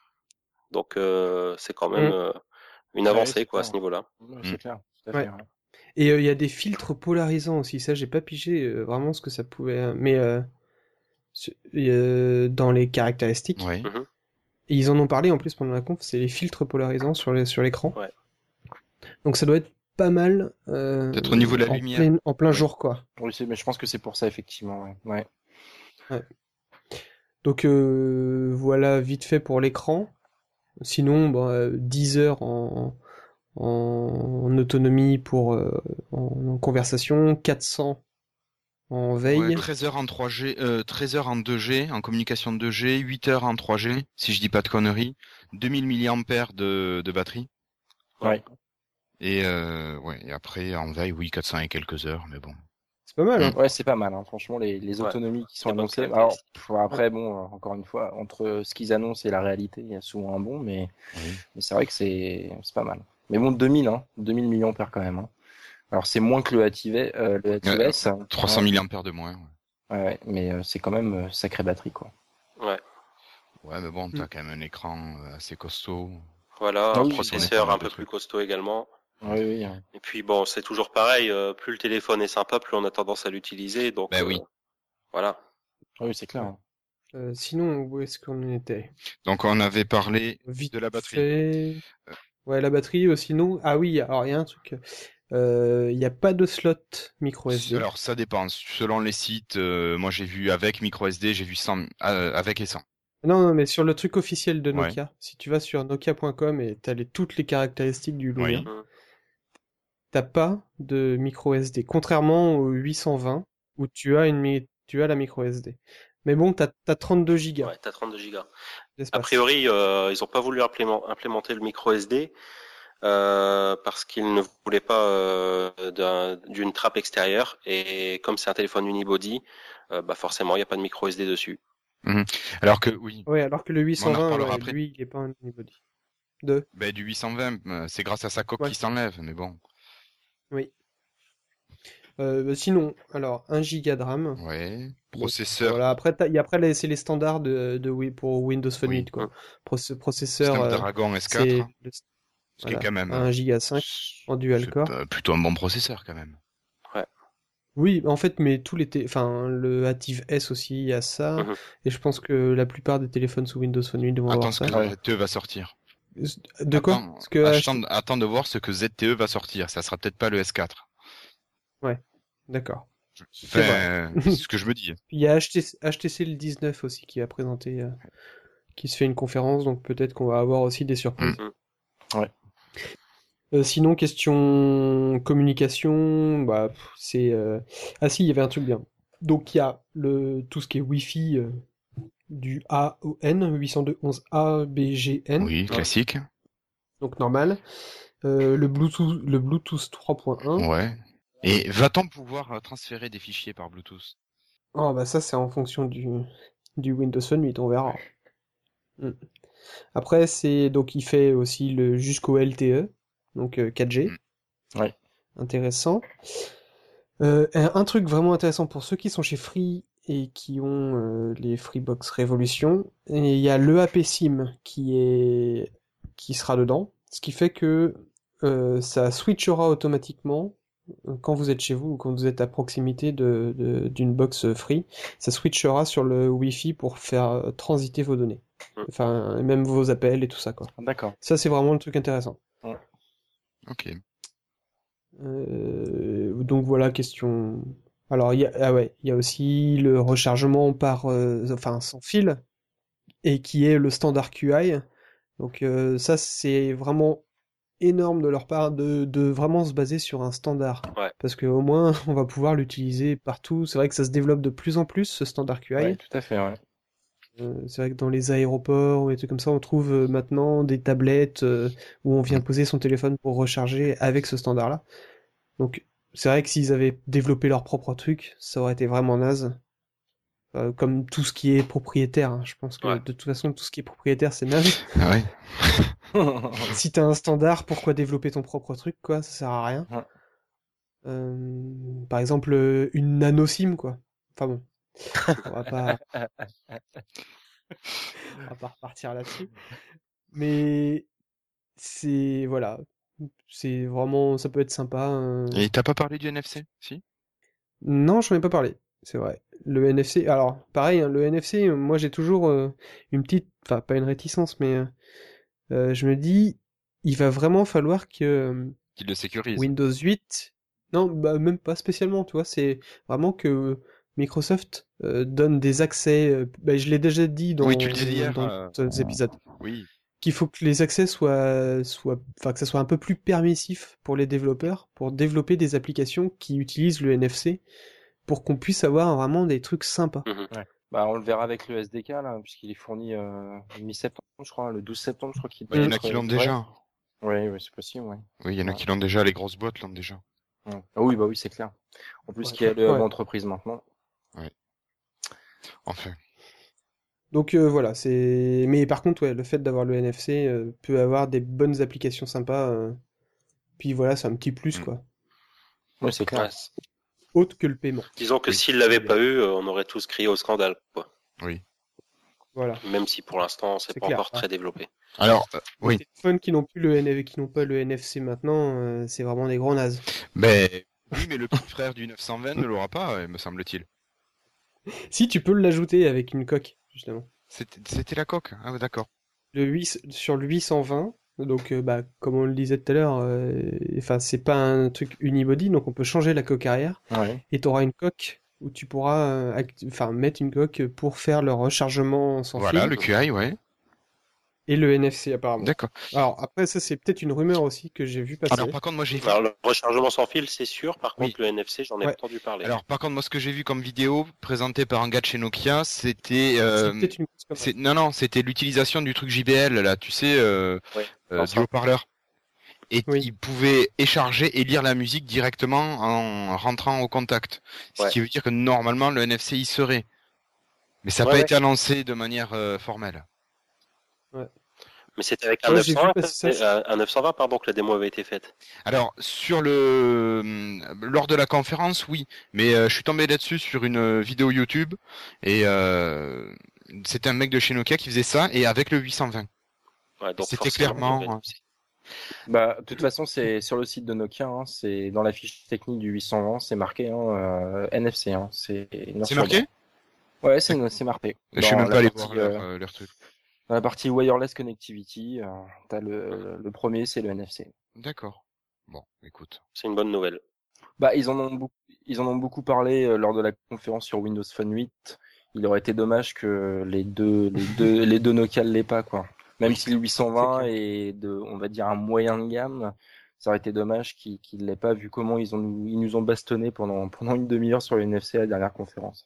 Donc, euh, c'est quand même Mm. euh, une Ouais, avancée c'est quoi à clair. ce niveau-là. Ouais, Mm. c'est clair, tout à Ouais. fait. Ouais. Et il euh, y a des filtres polarisants aussi. Ça, j'ai pas pigé euh, vraiment ce que ça pouvait. euh, Mais euh, su- euh, dans les caractéristiques, Ouais. Mhm. et ils en ont parlé en plus pendant la conf, c'est les filtres polarisants sur les, sur l'écran. Ouais. Donc ça doit être pas mal. Euh, Peut-être au niveau de la en lumière. plein, en plein Ouais. jour, quoi. Oui, c'est- mais je pense que c'est pour ça, effectivement. Ouais. Ouais. Donc euh, voilà, vite fait pour l'écran. Sinon, bah, euh, dix heures en, en, en autonomie pour euh, en, en conversation, quatre cents en veille. Ouais, treize heures en trois G, euh, treize heures en deux G, en communication deux G, huit heures en trois G, si je dis pas de conneries, deux mille milliampères de, de batterie. Ouais. Et, euh, ouais, et après, en veille, oui, quatre cents et quelques heures, mais bon. C'est pas mal, hein. Ouais, c'est pas mal. Hein. Franchement, les, les Ouais. autonomies qui sont Des bonnes annoncées. Alors, caractéristiques. pff, après, bon, euh, encore une fois, entre ce qu'ils annoncent et la réalité, il y a souvent un bon, mais, Oui. mais c'est vrai que c'est c'est pas mal. Mais bon, deux mille, hein, deux mille milliampères quand même. Hein. Alors, c'est moins que le Active, euh, le ActiveS. Ouais, trois cents Ouais, milliampères de moins. Ouais. ouais, mais euh, c'est quand même euh, sacrée batterie, quoi. Ouais. Ouais, mais bon, t'as Mm. quand même un écran euh, assez costaud. Voilà, Ah un oui, processeur on est un pas mal peu de plus trucs. costaud également. Oui, oui. hein. Et puis bon, c'est toujours pareil. euh, plus le téléphone est sympa, plus on a tendance à l'utiliser. Donc Ben euh, oui. voilà. Oui, c'est clair. hein. Euh, sinon, où est-ce qu'on en était? Donc on avait parlé Vite de la batterie. fait. Euh. Ouais, la batterie, euh, sinon. Ah oui, alors il y a un truc. Euh, Il n'y a pas de slot micro S D. Alors ça dépend. Selon les sites, euh, moi j'ai vu avec micro S D, j'ai vu sans, euh, avec et sans. Non, non, mais sur le truc officiel de Ouais. Nokia, si tu vas sur nokia point com et t'as les, toutes les caractéristiques du Lumia, Oui. Mm. t'as pas de micro S D, contrairement au huit cent vingt où tu as une mi- tu as la micro S D. Mais bon, t'as as trente-deux gigas Ouais, t'as trente-deux gigas. A d'espace. priori, euh, ils ont pas voulu implément- implémenter le micro S D euh, parce qu'ils ne voulaient pas euh, d'un- d'une trappe extérieure. Et comme c'est un téléphone unibody, euh, bah forcément, il n'y a pas de micro S D dessus. Alors que oui, Ouais, alors que le huit cent On en vingt, reparlera ouais, après. lui, il est pas un unibody. Deux. ben, du huit cent vingt, euh, c'est grâce à sa coque Ouais. qui s'enlève, mais bon. Oui. Euh, bah, sinon, alors un giga de RAM. Ouais. Donc, Processeur. voilà, après, t'as- et après les- c'est les standards de, de Wi- pour Windows Phone Oui. huit, quoi. Proce- processeur, euh, Snapdragon S quatre. c'est le- Ce qui est voilà, quand même. un giga cinq en dual C'est core. pas- plutôt un bon processeur quand même. Oui, en fait, mais tous les, té- enfin, le Active S aussi, il y a ça, Mhm. et je pense que la plupart des téléphones sous Windows Phone huit vont Attends avoir ce ça. que Ouais. Z T E va sortir. De quoi? Attends, Parce que attends, attends de voir ce que Z T E va sortir. Ça sera peut-être pas le S quatre. d'accord. Enfin, vrai. c'est ce que je me dis. Il y a H T C, H T C le dix-neuf aussi qui a présenté, euh, qui se fait une conférence, donc peut-être qu'on va avoir aussi des surprises. Mm. Ouais. Euh, sinon, question communication, bah, pff, c'est... euh, Ah si, il y avait un truc bien. Donc il y a le, tout ce qui est Wi-Fi euh, du A au N, huit cent deux point onze A, B, G, N, Oui, classique. donc normal. Euh, le Bluetooth, le Bluetooth trois point un. Ouais. Et va-t-on pouvoir euh, transférer des fichiers par Bluetooth? Oh bah ça c'est en fonction du, du Windows Phone huit, on verra. Mm. Après c'est donc il fait aussi le jusqu'au L T E, donc euh, quatre G. Mm. Ouais. Intéressant. Euh, un, un truc vraiment intéressant pour ceux qui sont chez Free et qui ont euh, les Freebox Revolution, et il y a l'E A P SIM qui est qui sera dedans, ce qui fait que euh, ça switchera automatiquement euh, quand vous êtes chez vous ou quand vous êtes à proximité de, de- d'une box Free, ça switchera sur le Wi-Fi pour faire euh, transiter vos données, enfin et même vos appels et tout ça quoi. D'accord. Ça c'est vraiment le truc intéressant. Ok. Euh, donc voilà, question. Alors, il y a, ah ouais, il y a aussi le rechargement par, euh, enfin, sans fil, et qui est le standard Q I. Donc euh, ça, c'est vraiment énorme de leur part de, de vraiment se baser sur un standard. Ouais. Parce qu'au moins, on va pouvoir l'utiliser partout. C'est vrai que ça se développe de plus en plus, ce standard Q I. Ouais, tout à fait, ouais. Euh, c'est vrai que dans les aéroports ou des trucs comme ça, on trouve euh, maintenant des tablettes euh, où on vient poser son téléphone pour recharger avec ce standard-là. Donc c'est vrai que s'ils avaient développé leur propre truc, ça aurait été vraiment naze. Euh, comme tout ce qui est propriétaire, hein. Je pense que Ouais. de toute façon, tout ce qui est propriétaire, c'est naze. Ah ouais. Si t'as un standard, pourquoi développer ton propre truc, quoi? Ça sert à rien. Ouais. Euh, par exemple, euh, une nano SIM, quoi. Enfin bon, on va pas, on va pas repartir là-dessus. Mais c'est voilà, c'est vraiment, ça peut être sympa. euh. Et t'as pas parlé du N F C? Si? Non, j'en ai pas parlé, c'est vrai. Le N F C, alors pareil, hein, le N F C, euh, moi j'ai toujours euh, une petite, enfin pas une réticence, mais euh, euh, je me dis, il va vraiment falloir que euh, Qu'il le sécurise. Windows huit, non, bah même pas spécialement, tu vois, c'est vraiment que Microsoft euh, donne des accès, euh, bah, je l'ai déjà dit dans, Oui, tu le disais hier, dans euh, d'autres épisodes, Oui. qu'il faut que les accès soient, soient, enfin que ça soit un peu plus permissif pour les développeurs, pour développer des applications qui utilisent le N F C, pour qu'on puisse avoir vraiment des trucs sympas. Mhm. Bah, on le verra avec le S D K, là, puisqu'il est fourni euh, mi-septembre, je crois, le douze septembre, je crois qu'il Bah, il y en doit a être, qui euh, l'ont livré. déjà. Oui, oui, c'est possible, ouais. Oui, il y en a Ouais. qui l'ont déjà. Les grosses boîtes l'ont déjà. Ouais. Ah oui, bah oui, c'est clair. En plus, Ouais. qu'il y a le Ouais. hub entreprise maintenant. Enfin. Donc euh, voilà, c'est. Mais par contre, ouais, le fait d'avoir le N F C euh, peut avoir des bonnes applications sympas. euh, Puis voilà, c'est un petit plus Mm. quoi. Oui, c'est clair. Ouais, c'est- Autre que le paiement. Disons que Oui. s'ils l'avaient pas eu, euh, on aurait tous crié au scandale, quoi. Oui. Voilà. Même si pour l'instant, c'est C'est pas clair. encore très développé. Alors, euh, Les oui. téléphones qui n'ont plus le N F C, qui n'ont pas le N F C maintenant, euh, c'est vraiment des gros nazes. Mais oui, mais le petit frère du neuf cent vingt ne l'aura pas, euh, me semble-t-il. Si tu peux l'ajouter avec une coque, justement. C'était c'était la coque. Ah, ouais, d'accord. Le huit, sur le huit cent vingt, donc euh, bah, comme on le disait tout à l'heure, euh, enfin c'est pas un truc unibody, donc on peut changer la coque arrière Ouais. et tu auras une coque où tu pourras euh, act- enfin mettre une coque pour faire le rechargement sans Voilà, fil le Q I, ouais. et le N F C apparemment. D'accord. Alors après ça c'est peut-être une rumeur aussi que j'ai vu passer. Alors par contre, moi j'ai vu. Alors, le rechargement sans fil, c'est sûr. Par Oui. contre, le N F C, j'en ai Ouais. entendu parler. Alors par contre, moi ce que j'ai vu comme vidéo présentée par un gars de chez Nokia, c'était. euh, C'est peut-être une cause comme ça. c'est- Non, non, c'était l'utilisation du truc J B L, là, tu sais, euh, Ouais. euh, Enfin. du haut-parleur. Et Oui. il pouvait écharger et lire la musique directement en rentrant au contact. Ce Ouais. qui veut dire que normalement le N F C y serait. Mais ça n'a Ouais, pas ouais. été annoncé de manière euh, formelle. Ouais. Mais c'était avec un Ouais, j'ai vu neuf cent vingt, passer ça. euh, un neuf cent vingt pardon, que la démo avait été faite. Alors sur le lors de la conférence, oui, mais euh, je suis tombé là-dessus sur une vidéo YouTube et euh, c'était un mec de chez Nokia qui faisait ça et avec le huit cent vingt. Ouais, donc C'était forcément, clairement. il y avait aussi. Bah, de toute façon, c'est sur le site de Nokia, hein, c'est dans la fiche technique du huit cent vingt, c'est marqué hein, euh, N F C, hein, c'est noir C'est sur marqué? blanc. Ouais, c'est c'est marqué. Je suis Dans même la pas allé partie, voir leur, euh, euh, leur truc. dans la partie wireless connectivity, euh, t'as le, le premier, c'est le N F C. D'accord. Bon, écoute. C'est une bonne nouvelle. Bah, ils en ont beaucoup, ils en ont beaucoup parlé euh, lors de la conférence sur Windows Phone huit. Il aurait été dommage que les deux, les deux, les deux Nokia l'aient pas, quoi. Même Oui, si le huit cent vingt est de, on va dire, un moyen de gamme, ça aurait été dommage qu'ils qu'ils l'aient pas vu comment ils ont, ils nous ont bastonné pendant, pendant une demi-heure sur le N F C à la dernière conférence.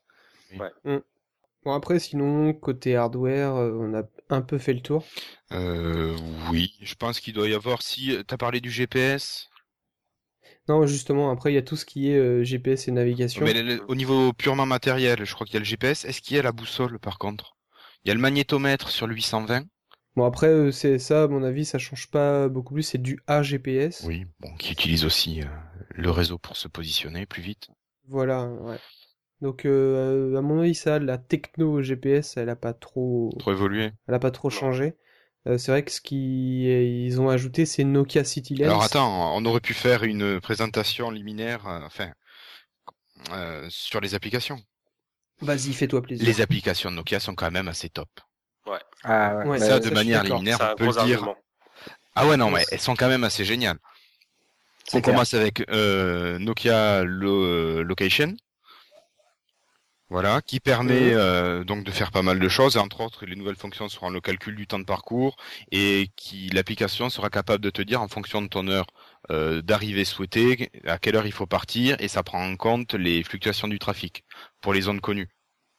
Bon, après, sinon, côté hardware, euh, on a un peu fait le tour. Euh, oui, je pense qu'il doit y avoir. Si t'as parlé du G P S, Non, justement, après, il y a tout ce qui est euh, G P S et navigation. mais le- le- au niveau purement matériel, je crois qu'il y a le G P S. Est-ce qu'il y a la boussole par contre? Il y a le magnétomètre sur le huit cent vingt. Bon, après, euh, c'est ça, à mon avis, ça change pas beaucoup plus, c'est du A G P S. Oui, bon, qui utilise aussi euh, le réseau pour se positionner plus vite. Voilà, ouais. Donc, euh, à mon avis, ça, la techno G P S, elle a pas trop, Trop évolué. elle a pas trop Non. changé. Euh, c'est vrai que ce qu'ils ont ajouté, c'est Nokia City Lens. Alors attends, on aurait pu faire une présentation liminaire, euh, enfin, euh, sur les applications. Vas-y, fais-toi plaisir. Les applications de Nokia sont quand même assez top. Ah, ouais. Ouais, mais- Ça, ça, de je suis manière d'accord. liminaire, C'est un on peut le gros dire. argument. Ah ouais, non, mais Ouais. elles sont quand même assez géniales. C'est On clair. commence avec euh, Nokia Lo- Location, voilà, qui permet Mhm. euh, donc de faire pas mal de choses. Entre autres, les nouvelles fonctions seront le calcul du temps de parcours et qui l'application sera capable de te dire en fonction de ton heure euh, d'arrivée souhaitée à quelle heure il faut partir et ça prend en compte les fluctuations du trafic pour les zones connues.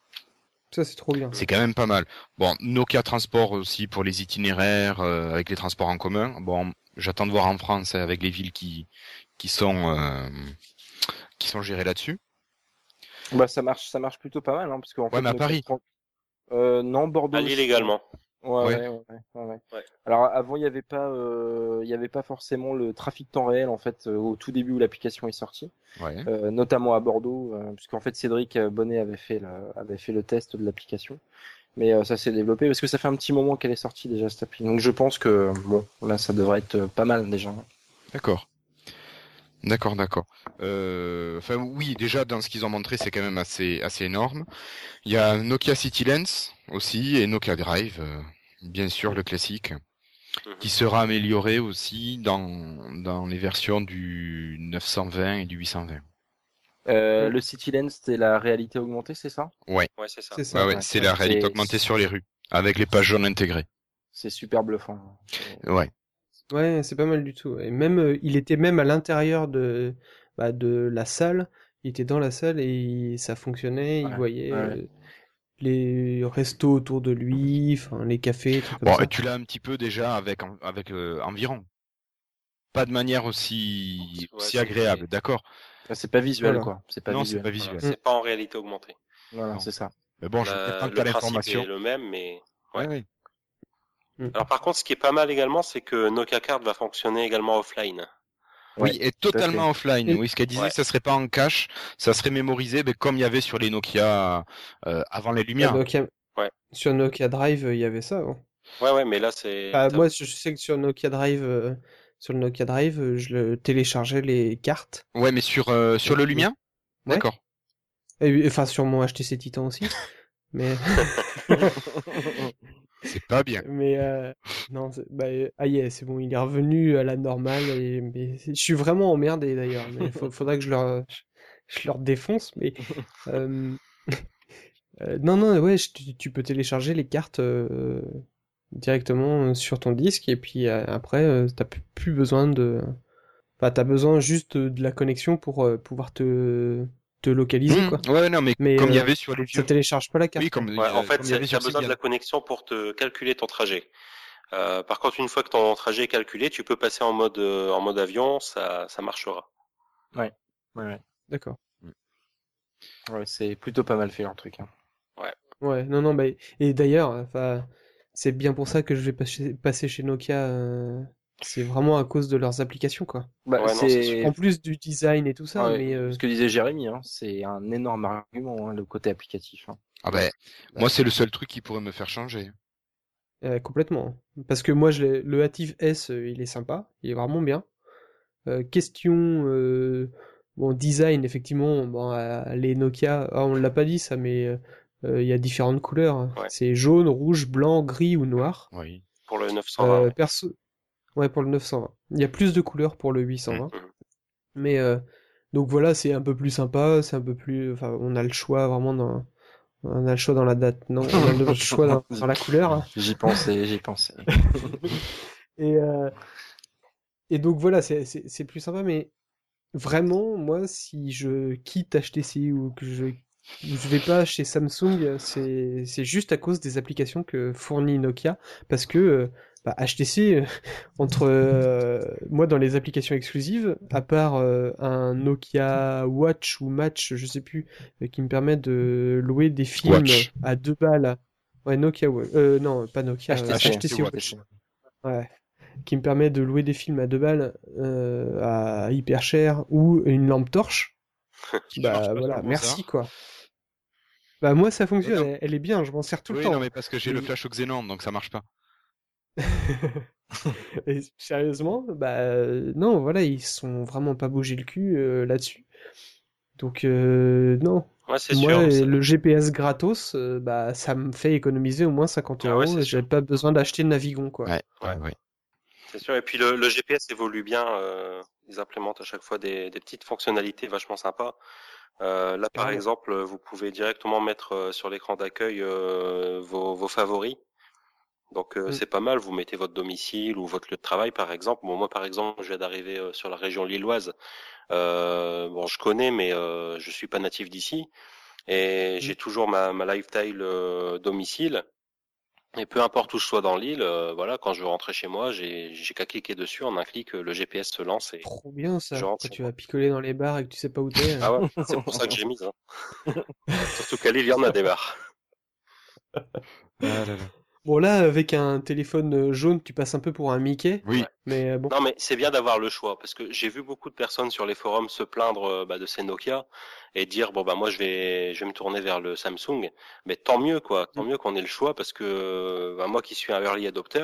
Ça, c'est trop bien. C'est quand même pas mal. Bon, Nokia Transport aussi pour les itinéraires euh, avec les transports en commun. Bon, j'attends de voir en France hein, avec les villes qui qui sont euh, qui sont gérées là-dessus. Bah, ça marche, ça marche plutôt pas mal, hein, parce qu'en Ouais, fait, mais à Nokia Paris. prend- Euh, non, Bordeaux À Lille aussi. également. Ouais, Ouais. ouais, ouais, ouais, ouais, ouais. Ouais. Alors avant, il y avait pas, euh, il y avait pas forcément le trafic temps réel en fait euh, au tout début où l'application est sortie, Ouais. euh, notamment à Bordeaux, euh, puisqu'en fait Cédric euh, Bonnet avait fait le, avait fait le test de l'application, mais euh, ça s'est développé parce que ça fait un petit moment qu'elle est sortie déjà cette appli. Donc je pense que bon, là ça devrait être euh, pas mal déjà. D'accord. D'accord, d'accord. Euh, Enfin oui, déjà dans ce qu'ils ont montré, c'est quand même assez assez énorme. Il y a Nokia City Lens aussi et Nokia Drive, euh, bien sûr le classique, Mhm. qui sera amélioré aussi dans dans les versions du neuf cent vingt et du huit cent vingt. Euh, Mm. Le City Lens, c'est la réalité augmentée, c'est ça? Ouais, Ouais, c'est ça. C'est ouais, ça. ouais, Ouais, c'est ouais. la réalité C'est- augmentée sur les rues avec les pages jaunes intégrées. C'est super bluffant. C'est- Ouais. Ouais, c'est pas mal du tout. Et même, euh, il était même à l'intérieur de, bah, de la salle. Il était dans la salle et il- ça fonctionnait. Il Ouais, voyait ouais. euh, les restos autour de lui, enfin les cafés, trucs comme Bon, ça. et tu l'as un petit peu déjà avec en- avec euh, Environ. Pas de manière aussi Ouais, aussi c'est- agréable, d'accord. Ah, c'est pas visuel Voilà. quoi. C'est pas Non, c'est visuel. pas Voilà, visuel. c'est pas en réalité augmentée. Voilà, Non. c'est ça. Mais bon, je veux dire, La- tant que t'as le principe l'information. est le même, mais Ouais, ouais. alors par contre, ce qui est pas mal également, c'est que Nokia Card va fonctionner également offline. Oui, Ouais, et tout à totalement fait. offline. Et- Oui, ce qu'elle disait, Ouais. que ça serait pas en cache, ça serait mémorisé, mais comme il y avait sur les Nokia euh, avant les Ah, lumières. Nokia- Ouais. Sur Nokia Drive, euh, il y avait ça. hein. Ouais, ouais, mais là c'est. Bah, t'as- moi, je sais que sur Nokia Drive, euh, sur le Nokia Drive, euh, je le téléchargeais les cartes. Ouais, mais sur euh, sur Et le puis- Lumia. Ouais. D'accord. Et, enfin, sur mon H T C Titan aussi. Mais, C'est pas bien. mais euh, non, c'est- bah, euh, ah yeah, c'est bon, il est revenu à la normale. Et, mais c'est- je suis vraiment emmerdé d'ailleurs. Mais faut, faudra que je leur, je leur défonce. Mais euh, euh, non, non, ouais, je- tu, tu peux télécharger les cartes euh, directement sur ton disque et puis euh, après, euh, t'as plus plus besoin de. Enfin, t'as besoin juste de la connexion pour euh, pouvoir te te localiser, Mmh, quoi. ouais, non, mais, Mais comme il y euh, avait sur les ça vieux. télécharge pas la carte. Oui, comme, Ouais, en euh, fait, comme il y avait tu sur as besoin de Symbian. la connexion pour te calculer ton trajet. Euh, par contre, une fois que ton trajet est calculé, tu peux passer en mode euh, en mode avion, ça ça marchera. Ouais, ouais, D'accord. ouais, c'est plutôt pas mal fait leur truc. Hein. Ouais, non, non, bah, et d'ailleurs, enfin, c'est bien pour ça que je vais passer, passer chez Nokia. euh, C'est vraiment à cause de leurs applications, quoi. Bah, Ouais, non, c'est c'est sûr. En plus du design et tout ça, ouais, mais euh, ce que disait Jérémy, hein, c'est un énorme argument, hein, le côté applicatif. Hein. Ah ben, moi c'est le seul truc qui pourrait me faire changer. euh, complètement. Parce que moi, je l'ai- le Hâtive S, euh, il est sympa, il est vraiment bien. Euh, question euh, bon design, effectivement, bon, euh, les Nokia, ah, on l'a pas dit ça, mais euh, euh, il y a différentes couleurs. Ouais. C'est jaune, rouge, blanc, gris ou noir. Oui. Pour le neuf cent vingt, Euh, ouais. perso, ouais, pour le neuf cent vingt. Il y a plus de couleurs pour le huit cent vingt. Mhm. Mais euh, donc voilà, c'est un peu plus sympa, c'est un peu plus, enfin, on a le choix vraiment dans, on a le choix dans la date, non, on a le choix dans, dans la couleur. Hein. J'y pensais, j'y pensais. Et euh, et donc voilà, c'est c'est c'est plus sympa, mais vraiment, moi, si je quitte H T C ou que je je vais pas chez Samsung, c'est c'est juste à cause des applications que fournit Nokia, parce que euh, bah, H T C, euh, entre euh, moi dans les applications exclusives, à part euh, un Nokia Watch ou Match, je sais plus, euh, qui me permet de louer des films Watch. à deux balles. Ouais, Nokia, Wa- euh, non, pas Nokia, euh, H T C, H T C Watch. Watch. Ouais, qui me permet de louer des films à deux balles euh, à hyper cher ou une lampe torche. Qui ne marche Bah pas voilà, sur le merci Mozart. quoi. Bah moi ça fonctionne, Non, non. elle, elle est bien, je m'en sers tout le Oui, temps. non, mais parce que j'ai le Et- flash au Xenon, donc ça marche pas. Et sérieusement, bah euh, non, voilà, ils sont vraiment pas bougé le cul euh, là-dessus. Donc euh, non, Ouais, c'est moi sûr. ça- le G P S gratos, euh, bah ça me fait économiser au moins cinquante Ah ouais, euros c'est et j'ai sûr. pas besoin d'acheter de Navigon quoi. Ouais, ouais, Ouais. ouais. C'est sûr. Et puis le, le G P S évolue bien. euh, ils implémentent à chaque fois des, des petites fonctionnalités vachement sympas. Euh, là, par Carrément. exemple, vous pouvez directement mettre euh, sur l'écran d'accueil euh, vos, vos favoris. Donc euh, Mm. c'est pas mal. Vous mettez votre domicile ou votre lieu de travail, par exemple. Bon, moi, par exemple, je viens d'arriver euh, sur la région lilloise. Euh, bon, je connais, mais euh, je suis pas natif d'ici. Et j'ai toujours ma, ma lifestyle euh, domicile. Et peu importe où je sois dans l'île, euh, voilà, quand je veux rentrer chez moi, j'ai j'ai qu'à cliquer dessus, en un clic, euh, le G P S se lance et Trop bien je ça. rentre Quand chez tu moi. vas picoler dans les bars et que tu sais pas où t'es. Ah euh. ouais, c'est pour ça que j'ai mis. Hein. Surtout qu'à l'île, il y en a des bars. Ah là là. Bon là, avec un téléphone euh, jaune, tu passes un peu pour un Mickey. Oui. Ouais. Mais euh, bon. Non, mais c'est bien d'avoir le choix parce que j'ai vu beaucoup de personnes sur les forums se plaindre euh, bah, de ces Nokia et dire bon bah moi je vais je vais me tourner vers le Samsung. Mais tant mieux quoi, tant mieux qu'on ait le choix parce que bah, moi qui suis un early adopter,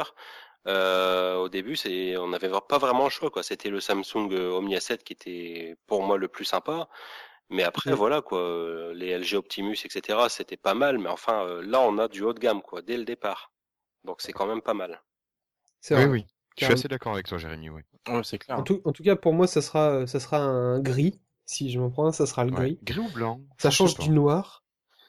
euh, au début c'est on n'avait pas vraiment le choix quoi. C'était le Samsung euh, Omnia sept qui était pour moi le plus sympa. Mais après Mm. voilà quoi, euh, les L G Optimus et cetera c'était pas mal. Mais enfin euh, là on a du haut de gamme quoi dès le départ. Donc c'est quand même pas mal. C'est Oui, vrai. oui. Je suis Carrément. assez d'accord avec toi, Jérémy, oui. Ouais, c'est clair. En tout, en tout cas, pour moi, ça sera, euh, ça sera un gris. Si je m'en prends un, ça sera le Ouais. gris. Gris ou blanc? Ça Je sais change pas. du noir.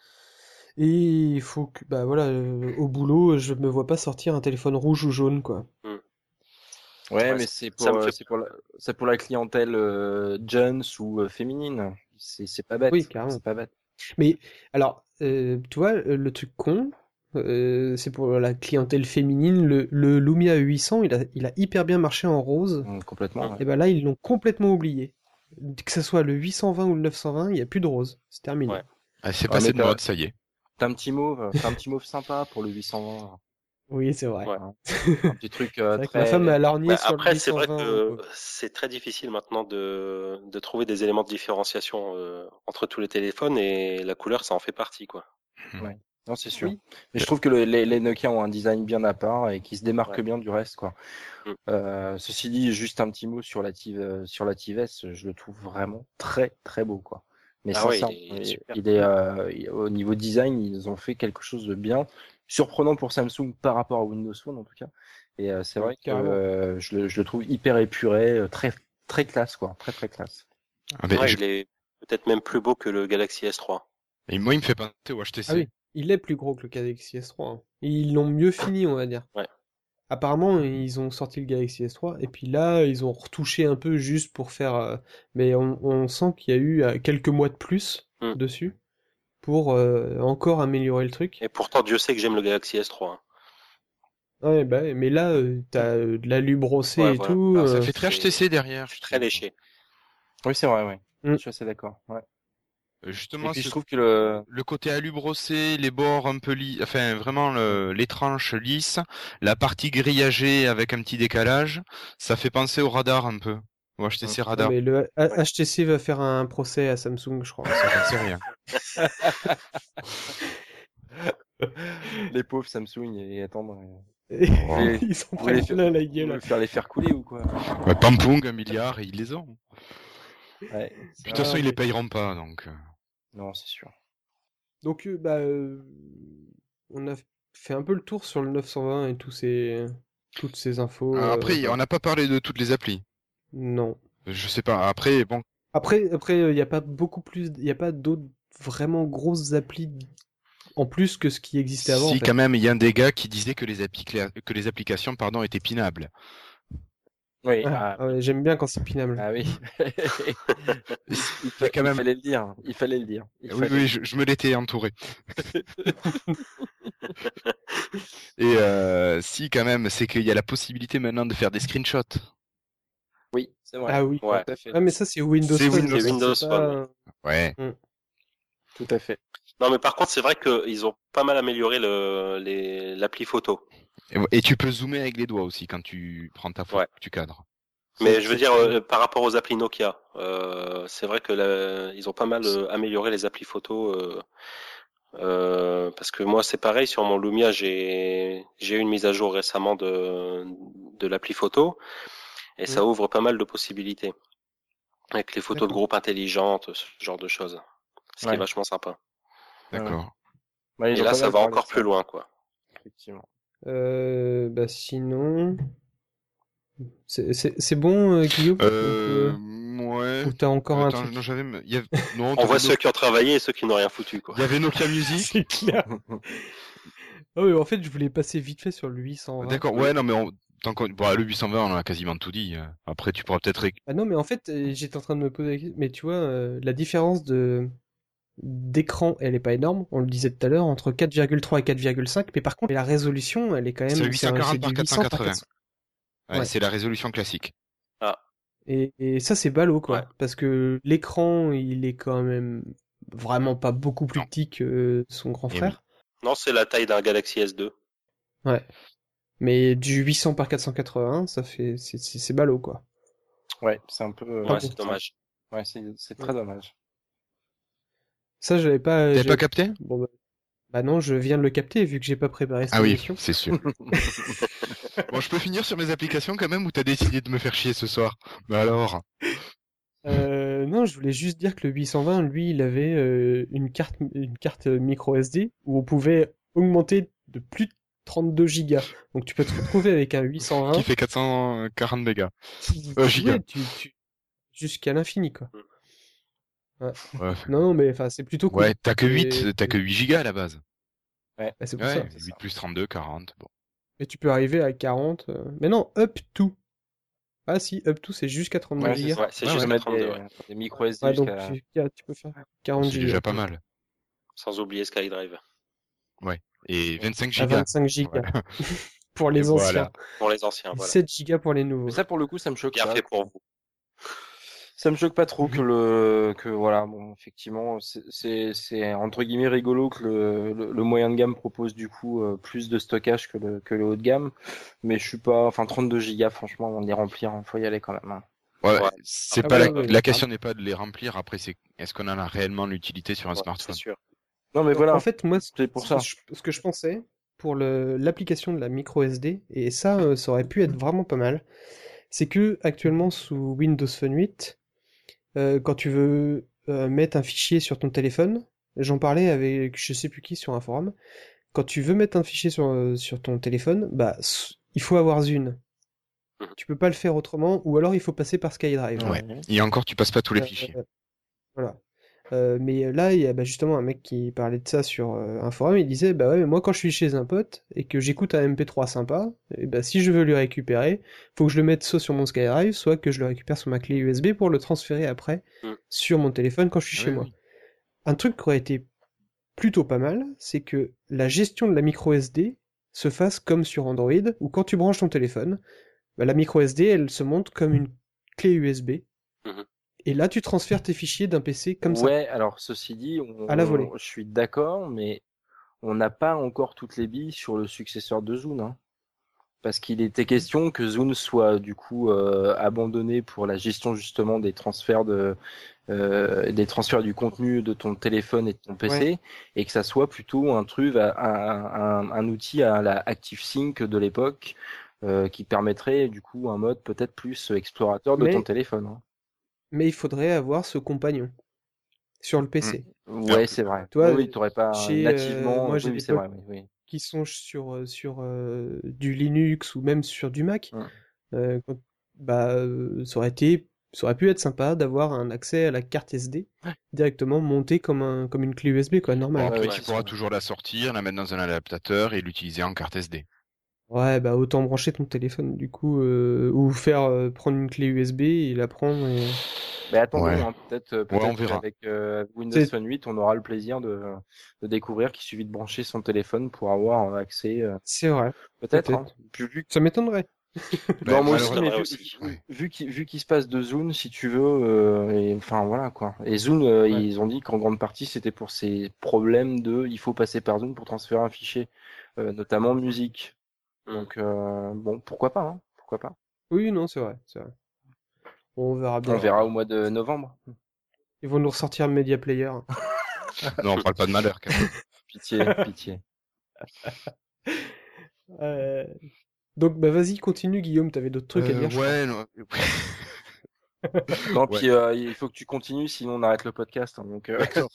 Et il faut que, bah voilà, euh, au boulot, je me vois pas sortir un téléphone rouge ou jaune, quoi. Hmm. Ouais, Ouais, mais ça, c'est ça pour, me euh, fait c'est pour la, c'est pour la clientèle euh, jeunes ou euh, féminine. C'est, c'est pas bête. Oui, carrément. C'est pas bête. Mais alors, euh, tu vois, euh, le truc con, euh, c'est pour la clientèle féminine. Le, le Lumia huit cents, il a, il a hyper bien marché en rose. Hum, complètement. ouais. Et ben là, ils l'ont complètement oublié. Que ce soit le huit cent vingt ou le neuf cent vingt, il n'y a plus de rose. C'est terminé. Ouais. Ah, c'est Ouais, passé mais de t'as, mode, ça y est. t'as un petit mauve, t'as un petit mauve sympa pour le huit cent vingt. Oui, c'est vrai. Ouais. hein. Un petit truc euh, C'est vrai que ma femme très. a lorgné Bah, sur le après, c'est vrai huit cent vingt en que rose. c'est très difficile maintenant de, de trouver des éléments de différenciation euh, entre tous les téléphones et la couleur, ça en fait partie, quoi. Ouais. Non, c'est sûr. Oui, Mais je trouve que le- les, les Nokia ont un design bien à part et qui se démarquent Ouais. bien du reste, quoi. Mm. Euh, ceci dit, juste un petit mot sur la Tive, euh, sur la Tive S, je le trouve vraiment très très beau, quoi. Mais Ah ouais, sincèrement, il est, il est super. il est, euh, il- au niveau design, ils ont fait quelque chose de bien, surprenant pour Samsung par rapport à Windows Phone en tout cas. Et euh, c'est Ouais, vrai que carrément. euh, je, le, je le trouve hyper épuré, euh, très très classe, quoi, très très classe. Ah, mais Ouais, je- il est peut-être même plus beau que le Galaxy S trois. Et moi, il me fait penser au H T C. Ah oui, il est plus gros que le Galaxy S trois. Hein. Ils l'ont mieux fini, on va dire. Ouais. Apparemment, ils ont sorti le Galaxy S trois, et puis là, ils ont retouché un peu juste pour faire... euh, Mais on, on sent qu'il y a eu euh, quelques mois de plus Mm. dessus pour euh, encore améliorer le truc. Et pourtant, Dieu sait que j'aime le Galaxy S trois. Ouais, bah, ouais, mais là, euh, t'as euh, de l'alu brossé Ouais, et voilà. tout. Ah, ça euh, fait très c'est- H T C derrière. je Très trouve. léché. Oui, c'est vrai, ouais. Mm. Je suis assez d'accord. Ouais. Justement, Et puis ce- je trouve que le, le côté alu brossé, les bords un peu lisses, enfin vraiment le, les tranches lisses, la partie grillagée avec un petit décalage, ça fait penser au radar un peu. Au H T C Non, radar. mais le H- HTC va faire un procès à Samsung, je crois. Ça, j'en sais rien. les pauvres Samsung et attendre. Et Ouais. ils s'en Vous prennent voulez faire- plein la Vous gueule. voulez faire les faire couler ou quoi? Ouais, Pampung, un milliard, et ils les ont. Ouais. Puis de c'est- toute façon, Ah, ils les mais- payeront pas, donc. euh. Non, c'est sûr. Donc, euh, bah, euh, on a fait un peu le tour sur le neuf cent vingt et tous ces, toutes ces infos. euh, Après, voilà. on n'a pas parlé de toutes les applis. Non. Je sais pas. Après, bon, Après, après, il n'y a pas beaucoup plus, il n'y a pas d'autres vraiment grosses applis en plus que ce qui existait avant. si en fait. quand même, il y a un des gars qui disait que les, appli- que les applications, pardon, étaient pinables. Oui. Ah, Ah, ah ouais, j'aime bien quand c'est pinable. ah oui. il, Il y fa- a quand il même. fallait le dire. Il fallait le dire. Il Oui, fallait- oui, je, je me l'étais entouré. Et euh, si quand même, c'est qu'il y a la possibilité maintenant de faire des screenshots. Oui, c'est vrai. Ah oui. Tout Ouais. à fait. Ah, mais ça, c'est Windows C'est Phone. Windows- ça, c'est Windows c'est Phone, pas- Ouais. Tout à fait. Non, mais par contre, c'est vrai qu'ils ont pas mal amélioré le, les, l'appli photo. Et, et tu peux zoomer avec les doigts aussi quand tu prends ta photo Ouais. que tu cadres. Mais C'est- je veux c'est- dire, euh, par rapport aux applis Nokia, euh, c'est vrai que la- ils ont pas mal euh, amélioré les applis photo. Euh, euh, parce que moi, c'est pareil, sur mon Lumia, j'ai j'ai eu une mise à jour récemment de, de l'appli photo. Et ça ouvre pas mal de possibilités. Avec les photos de D'accord. groupe intelligentes, ce genre de choses. Ce qui Ouais. est vachement sympa. D'accord. Ouais, ils Et ont là, pas ça mal va parlé encore de ça, plus loin, quoi. Effectivement. Euh, bah sinon, c'est c'est- c'est bon, euh, Guillaume? Euh, Donc, ouais. euh, ou t'as encore un Attends, truc? non, j'avais, il y avait, non, On t'avais voit No- ceux qui ont travaillé et ceux qui n'ont rien foutu, quoi. il y avait Nokia Music. C'est clair. Ah oui, en fait, je voulais passer vite fait sur le huit cent vingt. D'accord, ouais, non, mais on, tant qu'on, bon, le huit cent vingt, on en a quasiment tout dit. euh. Après, tu pourras peut-être, ré- Ah non, mais en fait, euh, j'étais en train de me poser la question. Mais tu vois, euh, la différence de d'écran, elle est pas énorme. On le disait tout à l'heure, entre quatre virgule trois et quatre virgule cinq. Mais par contre, la résolution, elle est quand même. c'est c'est huit un- cent quarante c'est par du quatre cent huit cent par quatre-vingts. quatre cents. Ouais, Ouais. c'est la résolution classique. Et, et ça, c'est ballot, quoi. Ouais. Parce que l'écran, il est quand même vraiment pas beaucoup plus Non. petit que son grand Eh frère. Non, c'est la taille d'un Galaxy S deux. Ouais. Mais du huit cents par quatre cent quatre-vingts, ça fait, c'est, c'est, c'est ballot, quoi. Ouais, c'est un peu. Ouais, Ah, c'est bon, dommage. Ouais, c'est c'est très dommage. Ça, j'avais pas. T'avais j'ai- pas capté? Bon, bah... bah non, je viens de le capter vu que j'ai pas préparé cette Ah oui, émission. c'est sûr. Bon, je peux finir sur mes applications quand même ou t'as décidé de me faire chier ce soir? Bah alors. Euh, non, je voulais juste dire que le huit cent vingt, lui, il avait euh, une carte, une carte micro S D où on pouvait augmenter de plus de trente-deux gigas. Donc tu peux te retrouver avec un huit cent vingt Qui fait quatre cent quarante mégas. qui, Euh, ouais, gigas. tu, tu- jusqu'à l'infini, quoi. Ouais. Non, non, mais enfin, c'est plutôt cool. Ouais, t'as que Et- huit, t'as que huit gigas à la base. Bah, c'est pour Ouais, ça. huit plus trente-deux, quarante, bon. Et tu peux arriver à quarante. euh, Mais non, up to. Ah si, up to, c'est jusqu'à trente-deux Ouais, c'est gigas. Ouais, c'est Ouais, juste ouais. à mettre trente-deux, des, ouais. des micro S D Ouais, donc jusqu'à. tu, tu peux faire quarante C'est gigas. déjà pas mal. Sans oublier SkyDrive. Et vingt-cinq À gigas. vingt-cinq gigas. Ouais. Pour les Et anciens. voilà. Pour les anciens, Et voilà. sept gigas pour les nouveaux. Mais ça, pour le coup, ça me choque Bien pas. fait pour vous. Ça me choque pas trop que le que voilà bon effectivement c'est c'est c'est entre guillemets rigolo que le, le le moyen de gamme propose du coup euh, plus de stockage que le que le haut de gamme, mais je suis pas enfin trente-deux gigas franchement on les remplir hein, faut y aller quand même hein. Ouais, Ouais. c'est Ah pas ouais, la, ouais, la ouais. question n'est pas de les remplir. Après, c'est est-ce qu'on en a réellement l'utilité sur un Ouais, c'est smartphone? sûr. Non mais Donc, voilà en fait, moi, ce c'est pour ce ça. que je, ce que je pensais pour le, l'application de la micro S D, et ça, euh, ça aurait pu être vraiment pas mal, c'est que actuellement sous Windows Phone huit, euh, quand tu veux euh, mettre un fichier sur ton téléphone, j'en parlais avec je sais plus qui sur un forum, quand tu veux mettre un fichier sur, euh, sur ton téléphone, bah, s- il faut avoir Zune. Mhm. Tu peux pas le faire autrement, ou alors il faut passer par SkyDrive. Ouais. Et encore, tu passes pas tous les Euh, fichiers. Voilà. Euh, mais là, il y a bah, justement un mec qui parlait de ça sur euh, un forum. Il disait, bah ouais, mais moi quand je suis chez un pote et que j'écoute un M P trois sympa, et bah si je veux le récupérer, faut que je le mette soit sur mon SkyDrive, soit que je le récupère sur ma clé U S B pour le transférer après Mm. sur mon téléphone quand je suis Oui, chez moi. oui. Un truc qui aurait été plutôt pas mal, c'est que la gestion de la micro S D se fasse comme sur Android, où quand tu branches ton téléphone, bah, la micro S D, elle se monte comme une clé U S B. Mhm. Et là, tu transfères tes fichiers d'un P C comme ça. Ouais, alors ceci dit, on, À la volée. on- je suis d'accord, mais on n'a pas encore toutes les billes sur le successeur de Zune, hein. Parce qu'il était question que Zune soit du coup euh, abandonné pour la gestion justement des transferts de euh, des transferts du contenu de ton téléphone et de ton P C, Ouais. et que ça soit plutôt un truc, un, un, un outil à la ActiveSync de l'époque, euh, qui permettrait du coup un mode peut-être plus explorateur de ton Mais, téléphone, hein. mais il faudrait avoir ce compagnon sur le Mm. P C. Ouais, c'est vrai. Toi, Oui, oui, t'aurais pas chez, euh, nativement. moi, Oui, j'ai oui, des c'est potes vrai. Oui, oui. qui sont sur, euh, sur euh, du Linux ou même sur du Mac. Mm. Euh, quand- bah, euh, ça aurait été, ça aurait pu être sympa d'avoir un accès à la carte S D directement montée comme un, comme une clé U S B, quoi, Bon, normal. après, ouais, tu c'est pourras sûr. toujours la sortir, la mettre dans un adaptateur et l'utiliser en carte S D. Ouais, bah autant brancher ton téléphone du coup, euh, ou faire euh, prendre une clé U S B et la prendre. Et... Mais attendons, Ouais. hein, peut-être, euh, Ouais, on peut-être verra. qu'avec euh, Windows C'est, Phone huit, on aura le plaisir de, de découvrir qu'il suffit de brancher son téléphone pour avoir euh, accès. euh, c'est vrai, Peut-être, hein. peut-être. Puis vu Ça m'étonnerait. Ben, Non, moi Ça aussi, mais m'étonnerait malheureusement. vu, aussi. Ouais. vu qu'il vu qu'il se passe de Zune, si tu veux, euh, et, enfin voilà quoi. Et Zune, euh, Ouais. ils ont dit qu'en grande partie c'était pour ces problèmes de, il faut passer par Zune pour transférer un fichier, euh, notamment musique. Mm. Donc euh, bon, pourquoi pas, hein, pourquoi pas. Oui, non, c'est vrai, c'est vrai. On verra On bien. verra au mois de novembre. Ils vont nous ressortir Media Player. Non, on parle pas de malheur, quand même. Pitié, pitié. Euh, Donc, bah vas-y, continue, Guillaume, t'avais d'autres trucs à Euh, dire, je crois. ouais, non. Non, Ouais. puis euh, il faut que tu continues, sinon on arrête le podcast, hein, donc. euh, D'accord.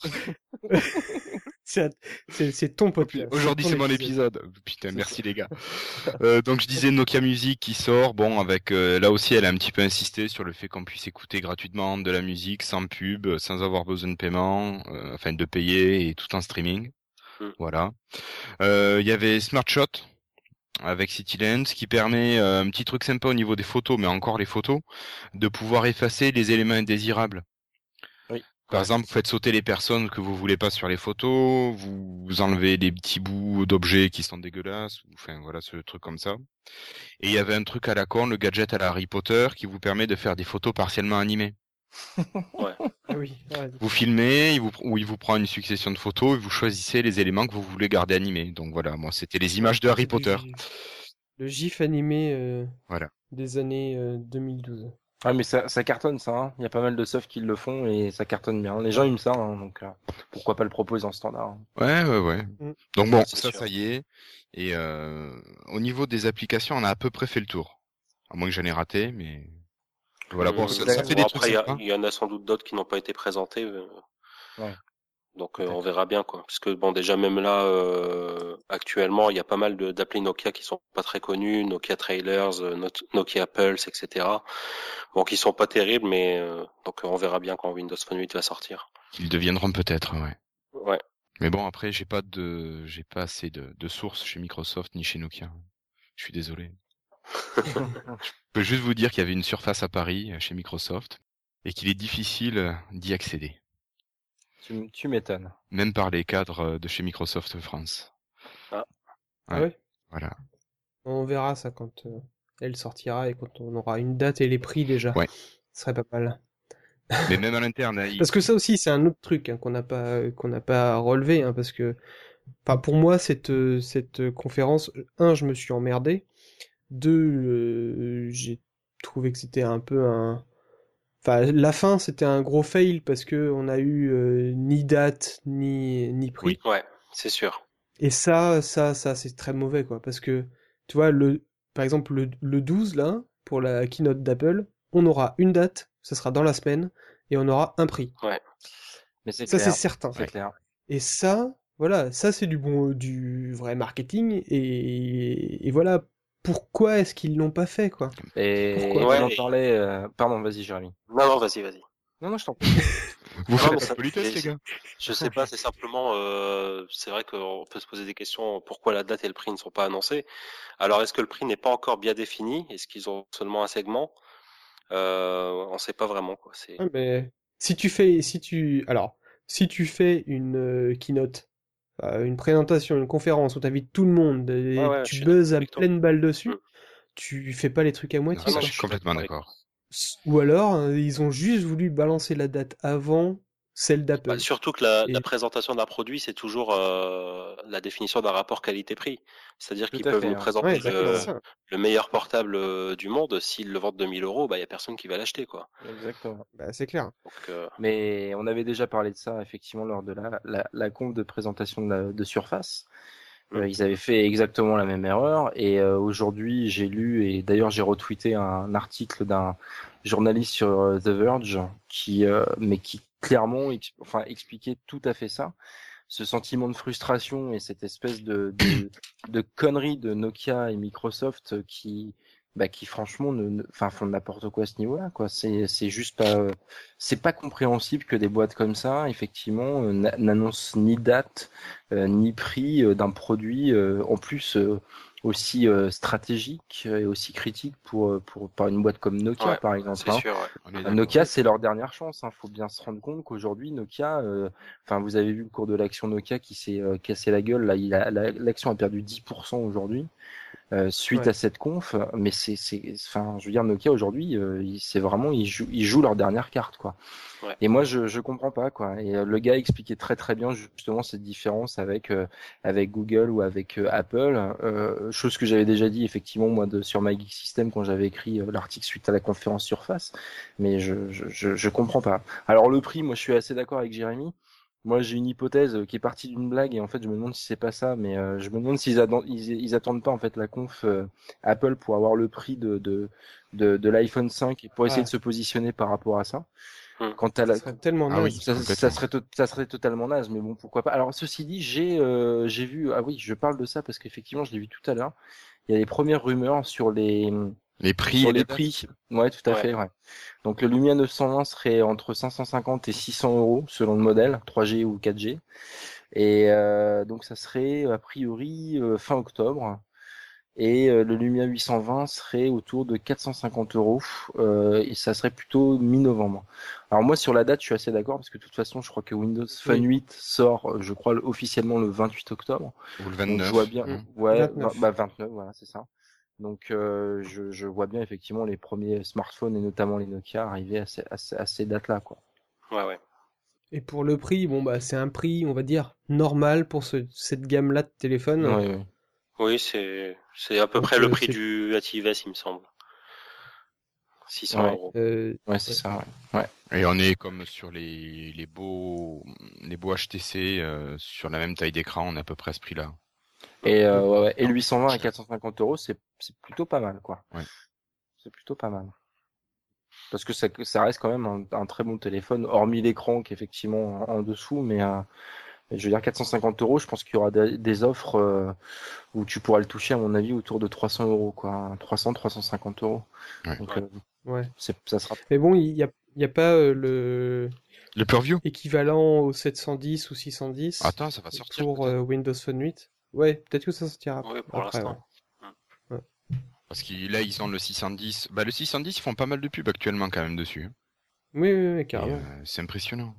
C'est à- c'est c'est ton podcast. Aujourd'hui, ton c'est mon épisode. épisode. Putain, C'est merci ça. les gars. Euh, donc je disais Nokia Music qui sort, bon avec euh, là aussi elle a un petit peu insisté sur le fait qu'on puisse écouter gratuitement de la musique sans pub, euh, sans avoir besoin de paiement, euh, enfin de payer et tout en streaming. Mm. Voilà. Euh, Il y avait SmartShot avec CityLens qui permet euh, un petit truc sympa au niveau des photos, mais encore les photos, de pouvoir effacer les éléments indésirables. Oui. Par Ouais. exemple, vous faites sauter les personnes que vous voulez pas sur les photos, vous, vous enlevez des petits bouts d'objets qui sont dégueulasses, ou- enfin voilà ce truc comme ça. Et il y avait un truc à la con, le gadget à la Harry Potter, qui vous permet de faire des photos partiellement animées. Ouais. Ah oui, vas-y. Vous filmez, il vous, ou il vous prend une succession de photos, et vous choisissez les éléments que vous voulez garder animés. Donc voilà, moi c'était les images de Harry C'est du Potter. gif- Le GIF animé euh, Voilà. des années euh, deux mille douze. Ah mais ça, ça cartonne ça, hein. Il y a pas mal de softs qui le font et ça cartonne bien. Les gens aiment ça, hein, donc euh, pourquoi pas le proposer en standard, hein. Ouais, ouais, ouais. Mm. Donc bon, Ouais, c'est ça, sûr. ça y est. Et euh, au niveau des applications, on a à peu près fait le tour. À moins que j'en ai raté, mais voilà. Bon, Mm. ça, là, ça fait Bon, des trucs après, il y, a- sympas. il y en a sans doute d'autres qui n'ont pas été présentés. euh, Ouais. Donc euh, Peut-être. on verra bien quoi. Parce que bon déjà même là euh, actuellement il y a pas mal de- d'applis Nokia qui sont pas très connus, Nokia Trailers, euh, Not- Nokia Pulse, et cetera. Bon qui sont pas terribles mais euh, donc euh, on verra bien quand Windows Phone huit va sortir. Qu'ils deviendront peut-être, ouais. Ouais. Mais bon, après, j'ai pas de, j'ai pas assez de, de sources chez Microsoft ni chez Nokia. Je suis désolé. Je peux juste vous dire qu'il y avait une surface à Paris chez Microsoft et qu'il est difficile d'y accéder, Tu, tu m'étonnes. même par les cadres de chez Microsoft France. Ah. Ah Ouais. ouais? Voilà. On verra ça quand euh, elle sortira et quand on aura une date et les prix déjà. Ouais. Ce serait pas mal. Mais même à l'interne, hein, il- Parce que ça aussi, c'est un autre truc hein, qu'on n'a pas qu'on n'a pas relevé, hein, parce que, enfin, pour moi, cette euh, cette conférence, un, je me suis emmerdé. Deux, euh, j'ai trouvé que c'était un peu un, enfin, la fin, c'était un gros fail parce que on a eu euh, ni date ni ni prix. Oui. Ouais, c'est sûr. Et ça, ça, ça, c'est très mauvais, quoi, parce que tu vois, le, par exemple, le, le douze là, pour la keynote d'Apple, on aura une date, ça sera dans la semaine, et on aura un prix. Ouais. Mais c'est Ça, c'est clair. certain. C'est clair. Et ça, voilà, ça c'est du bon, du vrai marketing. Et, et voilà, pourquoi est-ce qu'ils l'ont pas fait, quoi? Et Pourquoi on Ouais, en et- parlait. euh, Pardon, vas-y, Jérémy. Non non vas-y vas-y. Non, non, je t'en prie. vous Non, faites mais pas ça- de politesse, mais- les gars. Je sais pas, c'est simplement, euh, c'est vrai qu'on peut se poser des questions, pourquoi la date et le prix ne sont pas annoncés. Alors, est-ce que le prix n'est pas encore bien défini? Est-ce qu'ils ont seulement un segment? euh, On sait pas vraiment, quoi. C'est... Ah, mais si tu fais, si tu, alors, si tu fais une euh, keynote, euh, une présentation, une conférence où t'invites tout le monde et Ouais, ouais, je tu suis buzzes d'accord à avec toi. pleine balle dessus, Mm. tu fais pas les trucs à Non, moitié, ça, non, quoi. je suis complètement avec d'accord. Ou alors, euh, ils ont juste voulu balancer la date avant celle Bah, d'Apple. surtout que la, Et- la présentation d'un produit, c'est toujours euh, la définition d'un rapport qualité-prix. C'est-à-dire Tout qu'ils à peuvent fait, nous hein. présenter Ouais, le, c'est Exactement. ça. le meilleur portable euh, du monde. S'ils le vendent deux mille euros, bah, il y a personne qui va l'acheter, quoi. Exactement. Bah, c'est clair. Donc, euh, Mais on avait déjà parlé de ça effectivement lors de la, la, la conf de présentation de, la, de Surface. Euh, Mm. ils avaient fait exactement la même erreur et euh, aujourd'hui j'ai lu et d'ailleurs j'ai retweeté un article d'un journaliste sur euh, The Verge qui euh, mais qui clairement ex- enfin expliquait tout à fait ça, ce sentiment de frustration et cette espèce de de, de conneries de Nokia et Microsoft qui bah qui franchement ne ne- enfin font n'importe quoi à ce niveau-là quoi. C'est c'est juste pas c'est pas compréhensible que des boîtes comme ça effectivement euh, n'a- n'annoncent ni date euh, ni prix euh, d'un produit euh, en plus euh, aussi euh, stratégique et aussi critique pour euh, pour par une boîte comme Nokia ouais, par exemple, c'est hein. sûr, ouais. On est Euh, d'accord. Nokia, c'est leur dernière chance. Hein. Faut bien se rendre compte qu'aujourd'hui, Nokia, euh, enfin, vous avez vu le cours de l'action Nokia qui s'est euh, cassé la gueule. Là, il a, la- l'action a perdu dix pour cent aujourd'hui euh, suite Ouais. à cette conf. Mais c'est, c'est, enfin, je veux dire, Nokia aujourd'hui, euh, il- c'est vraiment, ils jouent, ils jouent leur dernière carte, quoi. Ouais. Et moi, je, je comprends pas, quoi. Et euh, le gars expliquait très très bien justement cette différence avec euh, avec Google ou avec euh, Apple. Euh, chose que j'avais déjà dit effectivement moi de, sur My Geek System quand j'avais écrit euh, l'article suite à la conférence Surface. Mais je, je je je comprends pas. Alors le prix, moi, je suis assez d'accord avec Jérémy. Moi, j'ai une hypothèse euh, qui est partie d'une blague et en fait, je me demande si c'est pas ça, mais euh, je me demande s'ils attendent, ils, ils attendent pas en fait la conf euh, Apple pour avoir le prix de de de, de l'iPhone cinq et pour essayer Ah. de se positionner par rapport à ça. Mm. Quant à Ça la, serait tellement Ah oui, naze. ça, complètement. ça serait to- ça serait totalement naze, mais bon, pourquoi pas. Alors ceci dit, j'ai euh, j'ai vu, ah oui, je parle de ça parce qu'effectivement, je l'ai vu tout à l'heure. Il y a les premières rumeurs sur les Les prix sur et les les dates. prix. Ouais, tout à Ouais. fait, ouais. Donc le Lumia neuf cent vingt serait entre cinq cent cinquante et six cents euros selon le modèle, trois G ou quatre G. Et euh, donc ça serait a priori euh, fin octobre. Et euh, le Lumia huit cent vingt serait autour de quatre cent cinquante euros euh, et ça serait plutôt mi-novembre. Alors moi sur la date je suis assez d'accord parce que de toute façon je crois que Windows Phone Oui. huit sort euh, je crois officiellement le vingt-huit octobre. Ou le Donc je vingt-neuf. vois bien, Mm. ouais, vingt-neuf. bah vingt-neuf voilà c'est ça. Donc euh, je, je vois bien effectivement les premiers smartphones et notamment les Nokia arriver à ces, à ces, à ces dates-là quoi. Ouais, ouais. Et pour le prix, bon bah c'est un prix, on va dire, normal pour ce, cette gamme-là de téléphone. Ouais, ouais. Oui, c'est c'est à peu Donc près le euh, prix c'est du Actives, il me semble. six cents Ouais, euros. euh, ouais c'est ouais. ça. Ouais. Ouais. Et on est comme sur les, les beaux, les beaux H T C, euh, sur la même taille d'écran, on est à peu près à ce prix-là. Et euh, ouais, ouais. Et le Non, huit cent vingt à cher. quatre cent cinquante euros c'est c'est plutôt pas mal quoi. Ouais. C'est plutôt pas mal. Parce que ça, ça reste quand même un, un très bon téléphone, hormis l'écran qui est effectivement en, en dessous, mais euh, je veux dire quatre cent cinquante euros, je pense qu'il y aura des, des offres euh, où tu pourras le toucher à mon avis autour de trois cents euros, quoi, trois cents, trois cent cinquante euros. Ouais. Donc Ouais. euh, Ouais. c'est, ça sera. Mais bon, il y a, il y a pas euh, le Le Purview? équivalent au sept cent dix ou six cent dix Attends, ça va sortir pour peut-être. euh, Windows Phone huit. Ouais, peut-être que ça sortira Oui, pour après. l'instant. Ouais. Ouais. Parce que là, ils ont le six cent dix. Bah, le six cent dix, ils font pas mal de pubs actuellement quand même dessus. hein. Oui, oui, oui, Et, carrément. euh, c'est impressionnant.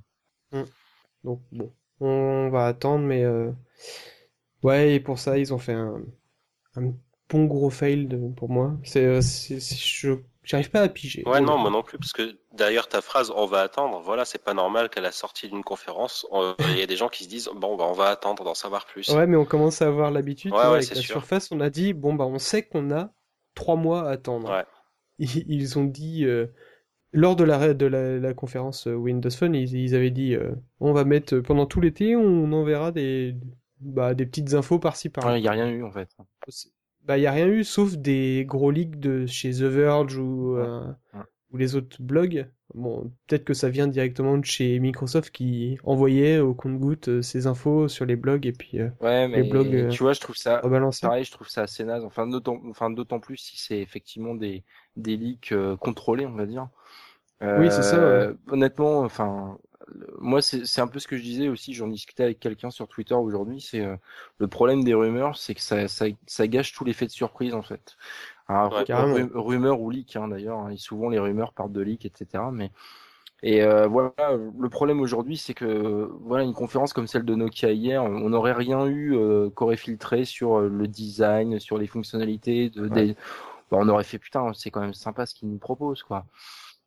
Donc bon, on va attendre, mais euh, ouais, et pour ça, ils ont fait un, un bon gros fail de- pour moi. C'est, euh, c'est, c'est- je, j'arrive pas à piger. Ouais, non, honnêtement. moi non plus, parce que d'ailleurs ta phrase "on va attendre", voilà, c'est pas normal qu'à la sortie d'une conférence, euh, il y a des gens qui se disent "bon, bah on va attendre d'en savoir plus". Ouais, mais on commence à avoir l'habitude, tu Ouais, vois, ouais, avec c'est la sûr. Surface, on a dit, bon, bah, on sait qu'on a trois mois à attendre. Ouais, Ils, ils ont dit, euh, lors de la, de la, la conférence euh, Windows Phone, ils, ils avaient dit, euh, on va mettre, euh, pendant tout l'été, on enverra des, bah, des petites infos par-ci, par-là. Ouais, il y a rien eu en fait. C'est- Bah, il y a rien eu, sauf des gros leaks de chez The Verge ou, Ouais. euh, Ouais. ou les autres blogs. Bon, peut-être que ça vient directement de chez Microsoft qui envoyait au compte-gouttes euh, ces infos sur les blogs et puis euh, Ouais, les blogs mais euh, tu vois, je trouve ça rebalançaient. pareil, je trouve ça assez naze. Enfin, d'autant, enfin, d'autant plus si c'est effectivement des des leaks euh, contrôlés, on va dire. Oui, c'est ça, ouais. Euh, honnêtement, enfin, le- moi, c'est c'est un peu ce que je disais aussi. J'en discutais avec quelqu'un sur Twitter aujourd'hui. C'est euh, le problème des rumeurs, c'est que ça, ça, ça gâche tout l'effet de surprise en fait. Alors, ouais. ru- Carrément. ru- rumeur ou leak, hein, d'ailleurs. hein, et souvent les rumeurs partent de leak, et cetera. Mais et euh, voilà, le problème aujourd'hui, c'est que voilà une conférence comme celle de Nokia hier, on n'aurait rien eu euh, qu'aurait filtré sur euh, le design, sur les fonctionnalités. De, Ouais. des... Bon, on aurait fait putain, c'est quand même sympa ce qu'ils nous proposent, quoi.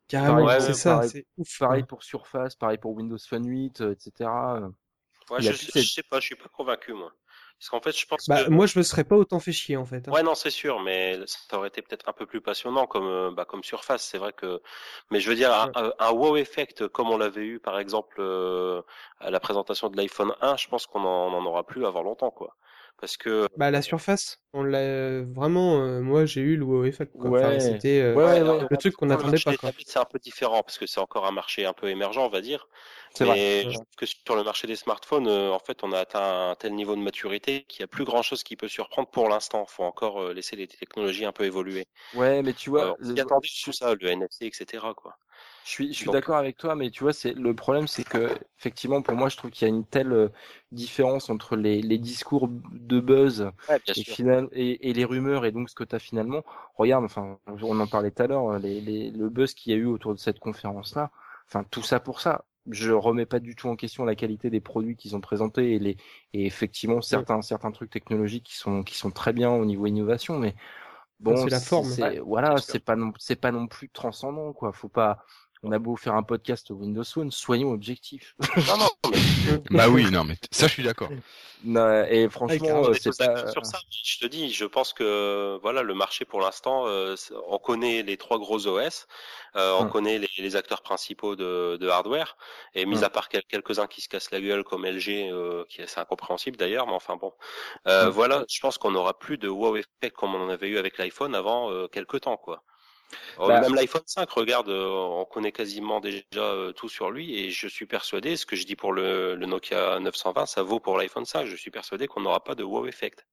Carrément, Ouais, c'est ouais, ça, pareil, c'est ouf. pareil quoi. pour Surface, pareil pour Windows Phone huit, euh, et cetera. euh, Ouais, Il y a je, plus sais- cette... je sais pas, je suis pas convaincu moi. Parce qu'en fait, je pense Bah, que moi, je me serais pas autant fait chier, en fait. hein. ouais, non, c'est sûr, mais ça aurait été peut-être un peu plus passionnant comme euh, bah, comme Surface. C'est vrai que, mais je veux dire un, Ouais. un- un wow effect comme on l'avait eu par exemple euh, à la présentation de l'iPhone un, je pense qu'on en, on en aura plus avant longtemps, quoi. Parce que Bah, la surface, on l'a vraiment. euh, moi, j'ai eu le wow effect, quoi. Enfin, Ouais, c'était euh, ouais, ouais, ouais, alors, ouais, le truc qu'on pour le n'attendait marché pas, des quoi. tablettes, c'est un peu différent parce que c'est encore un marché un peu émergent, on va dire. c'est vrai. Mais Ouais. je trouve que sur le marché des smartphones, euh, en fait, on a atteint un tel niveau de maturité qu'il n'y a plus grand-chose qui peut surprendre pour l'instant. Faut encore euh, laisser les technologies un peu évoluer. Ouais, mais tu Euh, vois, on s'y euh, attendait, je, tout ça, le N F C, et cetera, quoi. je suis, je suis Donc, d'accord avec toi, mais tu vois, c'est le problème, c'est que effectivement, pour moi, je trouve qu'il y a une telle euh, différence entre les, les discours de buzz ouais, bien et, sûr. final, et, et les rumeurs et donc ce que tu as finalement. Regarde, enfin, on en parlait tout à l'heure, les, les, le buzz qu'il y a eu autour de cette conférence-là. Enfin, tout ça pour ça. Je remets pas du tout en question la qualité des produits qu'ils ont présentés et les et effectivement Mm. certains certains trucs technologiques qui sont qui sont très bien au niveau innovation, mais Non, bon, c'est la c'est, forme. c'est- Ouais, voilà, bien sûr. c'est pas non, c'est pas non plus transcendant, quoi. Faut pas, on a beau faire un podcast Windows Phone, soyons objectifs. Non, non, mais Bah oui, non, mais t- ça, je suis d'accord. Non, et Ouais, franchement, on euh, carrément. est c'est tous d'accord pas, sur ça. Je te dis, je pense que voilà, le marché pour l'instant, euh, c'est- on connaît les trois gros O S, euh, on Hum, connaît les, les acteurs principaux de, de hardware, et mis hum, à part quel- quelques-uns qui se cassent la gueule comme L G, euh, qui est assez incompréhensible d'ailleurs, mais enfin bon, euh, hum. voilà, je pense qu'on n'aura plus de wow effect comme on en avait eu avec l'iPhone avant euh, quelques temps, quoi. Euh, Bah, Même l'iPhone cinq, regarde, euh, on connaît quasiment déjà euh, tout sur lui et je suis persuadé, ce que je dis pour le, le Nokia neuf cent vingt, ça vaut pour l'iPhone cinq. Je suis persuadé qu'on n'aura pas de wow effect.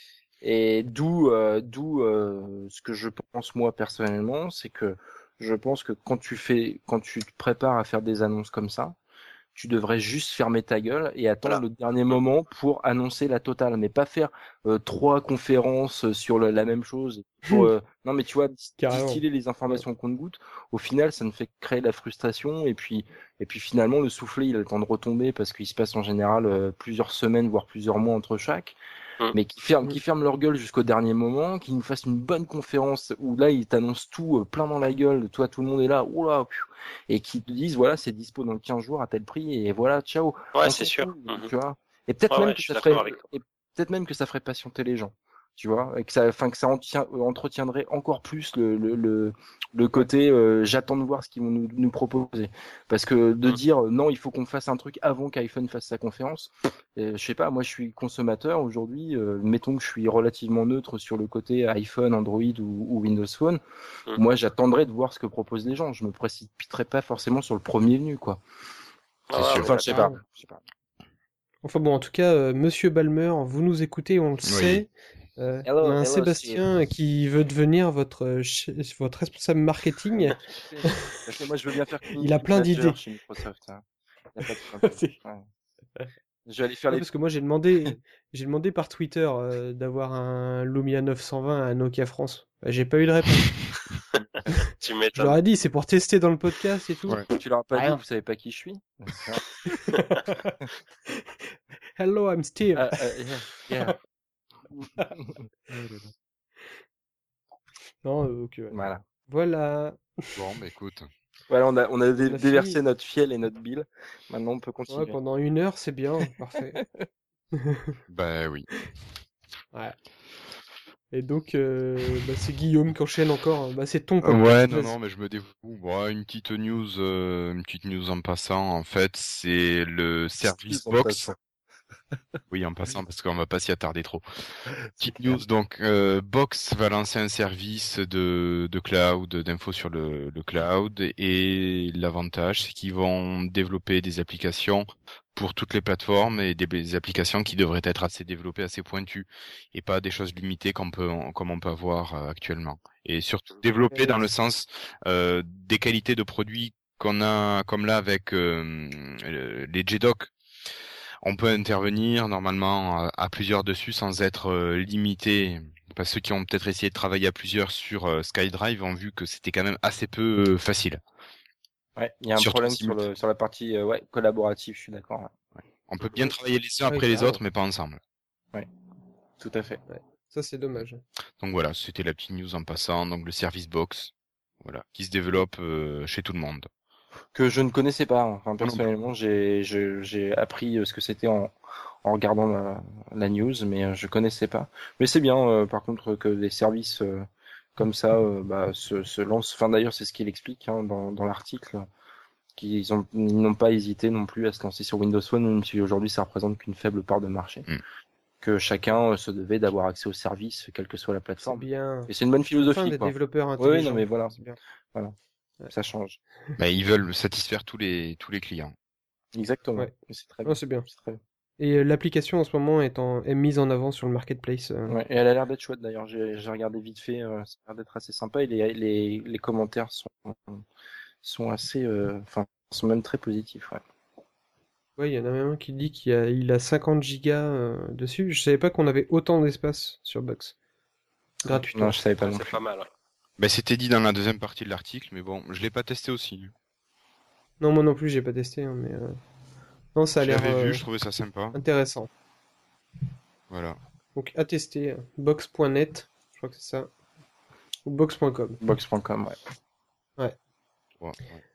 et d'où, euh, d'où euh, ce que je pense moi personnellement, c'est que je pense que quand tu fais, quand tu te prépares à faire des annonces comme ça, tu devrais juste fermer ta gueule et attendre Voilà. le dernier moment pour annoncer la totale, mais pas faire euh, trois conférences sur le- la même chose. Pour, euh, non, mais tu vois, dis- Carrément. distiller les Ouais. informations compte-gouttes, au final, ça ne fait que créer de la frustration et puis, et puis finalement, le soufflet, il a le temps de retomber parce qu'il se passe en général euh, plusieurs semaines, voire plusieurs mois entre chaque. Mm. Mais qui ferment, Mm. qui ferment leur gueule jusqu'au dernier moment, qui nous fassent une bonne conférence où là, ils t'annoncent tout euh, plein dans la gueule, toi, tout le monde est là, oula, piou, et qui te disent, voilà, c'est dispo dans quinze jours à tel prix, et voilà, ciao, Ouais, on c'est s'en sûr. fout, Mhm. tu vois. Et peut-être Ouais, même ouais, que je suis ça d'accord ferait, avec toi. et peut-être même que ça ferait patienter les gens, tu vois, et que ça, enfin, que ça entretient- entretiendrait encore plus le, le, le, le côté, euh, j'attends de voir ce qu'ils vont nous, nous proposer. Parce que de Mm. dire, euh, non, il faut qu'on fasse un truc avant qu'iPhone fasse sa conférence, euh, je sais pas, moi je suis consommateur aujourd'hui, euh, mettons que je suis relativement neutre sur le côté iPhone, Android ou, ou Windows Phone. Mm. Moi j'attendrai de voir ce que proposent les gens. Je me précipiterai pas forcément sur le premier venu, quoi. Ouais, C'est ouais, on sûr. est Enfin, je sais pas. d'accord. Carrément. Je sais pas. Enfin bon, en tout cas, euh, Monsieur Balmer, vous nous écoutez, on le Oui. sait. Euh, on a Hello, un hello, Sébastien qui veut devenir votre, euh, ch- votre responsable marketing. Steve. Tout à fait. Moi je veux bien faire Il a community plein manager d'idées. chez Microsoft. Hein. Y a pas de problème. C'est- Ouais. Je vais aller faire Ouais, les. parce que moi j'ai demandé, j'ai demandé par Twitter euh, d'avoir un Lumia neuf cent vingt à Nokia France. Bah, j'ai pas eu de réponse. Tu Je leur m'étonnes. ai dit, c'est pour tester dans le podcast et tout. Ouais. Tu leur as pas dit, Rien. vous savez pas qui je suis. Hello, I'm Steve. Ah, ah, yeah, yeah. Non, euh, donc euh, Voilà. voilà. Bon, bah écoute. Voilà, on a, on a dé- On a déversé fini. notre fiel et notre bile. Maintenant, on peut Ouais, continuer. pendant une heure, c'est bien, parfait. Bah oui. Ouais. Et donc, euh, bah, c'est Guillaume qui enchaîne encore. hein. Bah, c'est ton podcast. Ouais, non, vas-y. non, mais je me dévoue. Bon, une petite news, euh, une petite news en passant. En fait, c'est le service En Box. passant. Oui, en passant, parce qu'on va pas s'y attarder trop. C'est Petite clair. news, donc, euh, Box va lancer un service de, de cloud, d'infos sur le, le cloud, et l'avantage, c'est qu'ils vont développer des applications pour toutes les plateformes et des, des applications qui devraient être assez développées, assez pointues, et pas des choses limitées comme, peut, comme on peut avoir euh, actuellement. Et surtout développées dans le sens euh, des qualités de produits qu'on a, comme là avec euh, les J D O C. On peut intervenir normalement à, à plusieurs dessus sans être euh, limité. Parce que ceux qui ont peut-être essayé de travailler à plusieurs sur euh, SkyDrive ont vu que c'était quand même assez peu euh, facile. Ouais, il y a un Surtout problème si sur le sur la partie euh, ouais collaborative. Je suis d'accord. Ouais. on peut bien travailler les uns Ouais, après les carrément. autres, mais pas ensemble. Tout à fait. Ça, c'est dommage. Donc voilà, c'était la petite news en passant. Donc le service box. voilà, qui se développe euh, chez tout le monde. Que je ne connaissais pas. Enfin, personnellement, j'ai, j'ai, j'ai appris ce que c'était en, en regardant la, la news, mais je connaissais pas. Mais c'est bien, euh, par contre, que des services euh, comme ça euh, bah, se, se lancent. Enfin, d'ailleurs, c'est ce qu'il explique hein, dans, dans l'article, qu'ils ont, ils n'ont pas hésité non plus à se lancer sur Windows Phone, même si aujourd'hui ça représente qu'une faible part de marché. Mm. Que chacun euh, se devait d'avoir accès aux services, quelle que soit la C'est plateforme. bien. Et c'est une bonne philosophie, Enfin, des quoi. développeurs Oui, intelligents. non, mais voilà. C'est bien. Voilà. Ouais. Ça change. Bah, ils veulent satisfaire tous les tous les clients. Exactement. Ouais. C'est très Oh, bien. c'est bien. C'est très bien. Et euh, l'application en ce moment est, en... est mise en avant sur le marketplace. euh. Ouais, et elle a l'air d'être chouette d'ailleurs. J'ai, j'ai regardé vite fait. Euh, ça a l'air d'être assez sympa. Et les, les, les commentaires sont, sont assez, euh, enfin, sont même très positifs. Ouais. Ouais, il y en a même un qui dit qu'il a, il a cinquante gigas euh, dessus. Je savais pas qu'on avait autant d'espace sur Box. Gratuitement. Non, je savais pas Ouais, non c'est plus. pas mal. hein. Bah, c'était dit dans la deuxième partie de l'article, mais bon, je l'ai pas testé aussi. Non, moi non plus, j'ai pas testé, hein, mais euh, non, ça a Je l'air l'avais euh, vu, je trouvais ça sympa. intéressant. Voilà. Donc à tester, euh, box point net, je crois que c'est ça, ou box point com. Box point com, ouais. Ouais, ouais.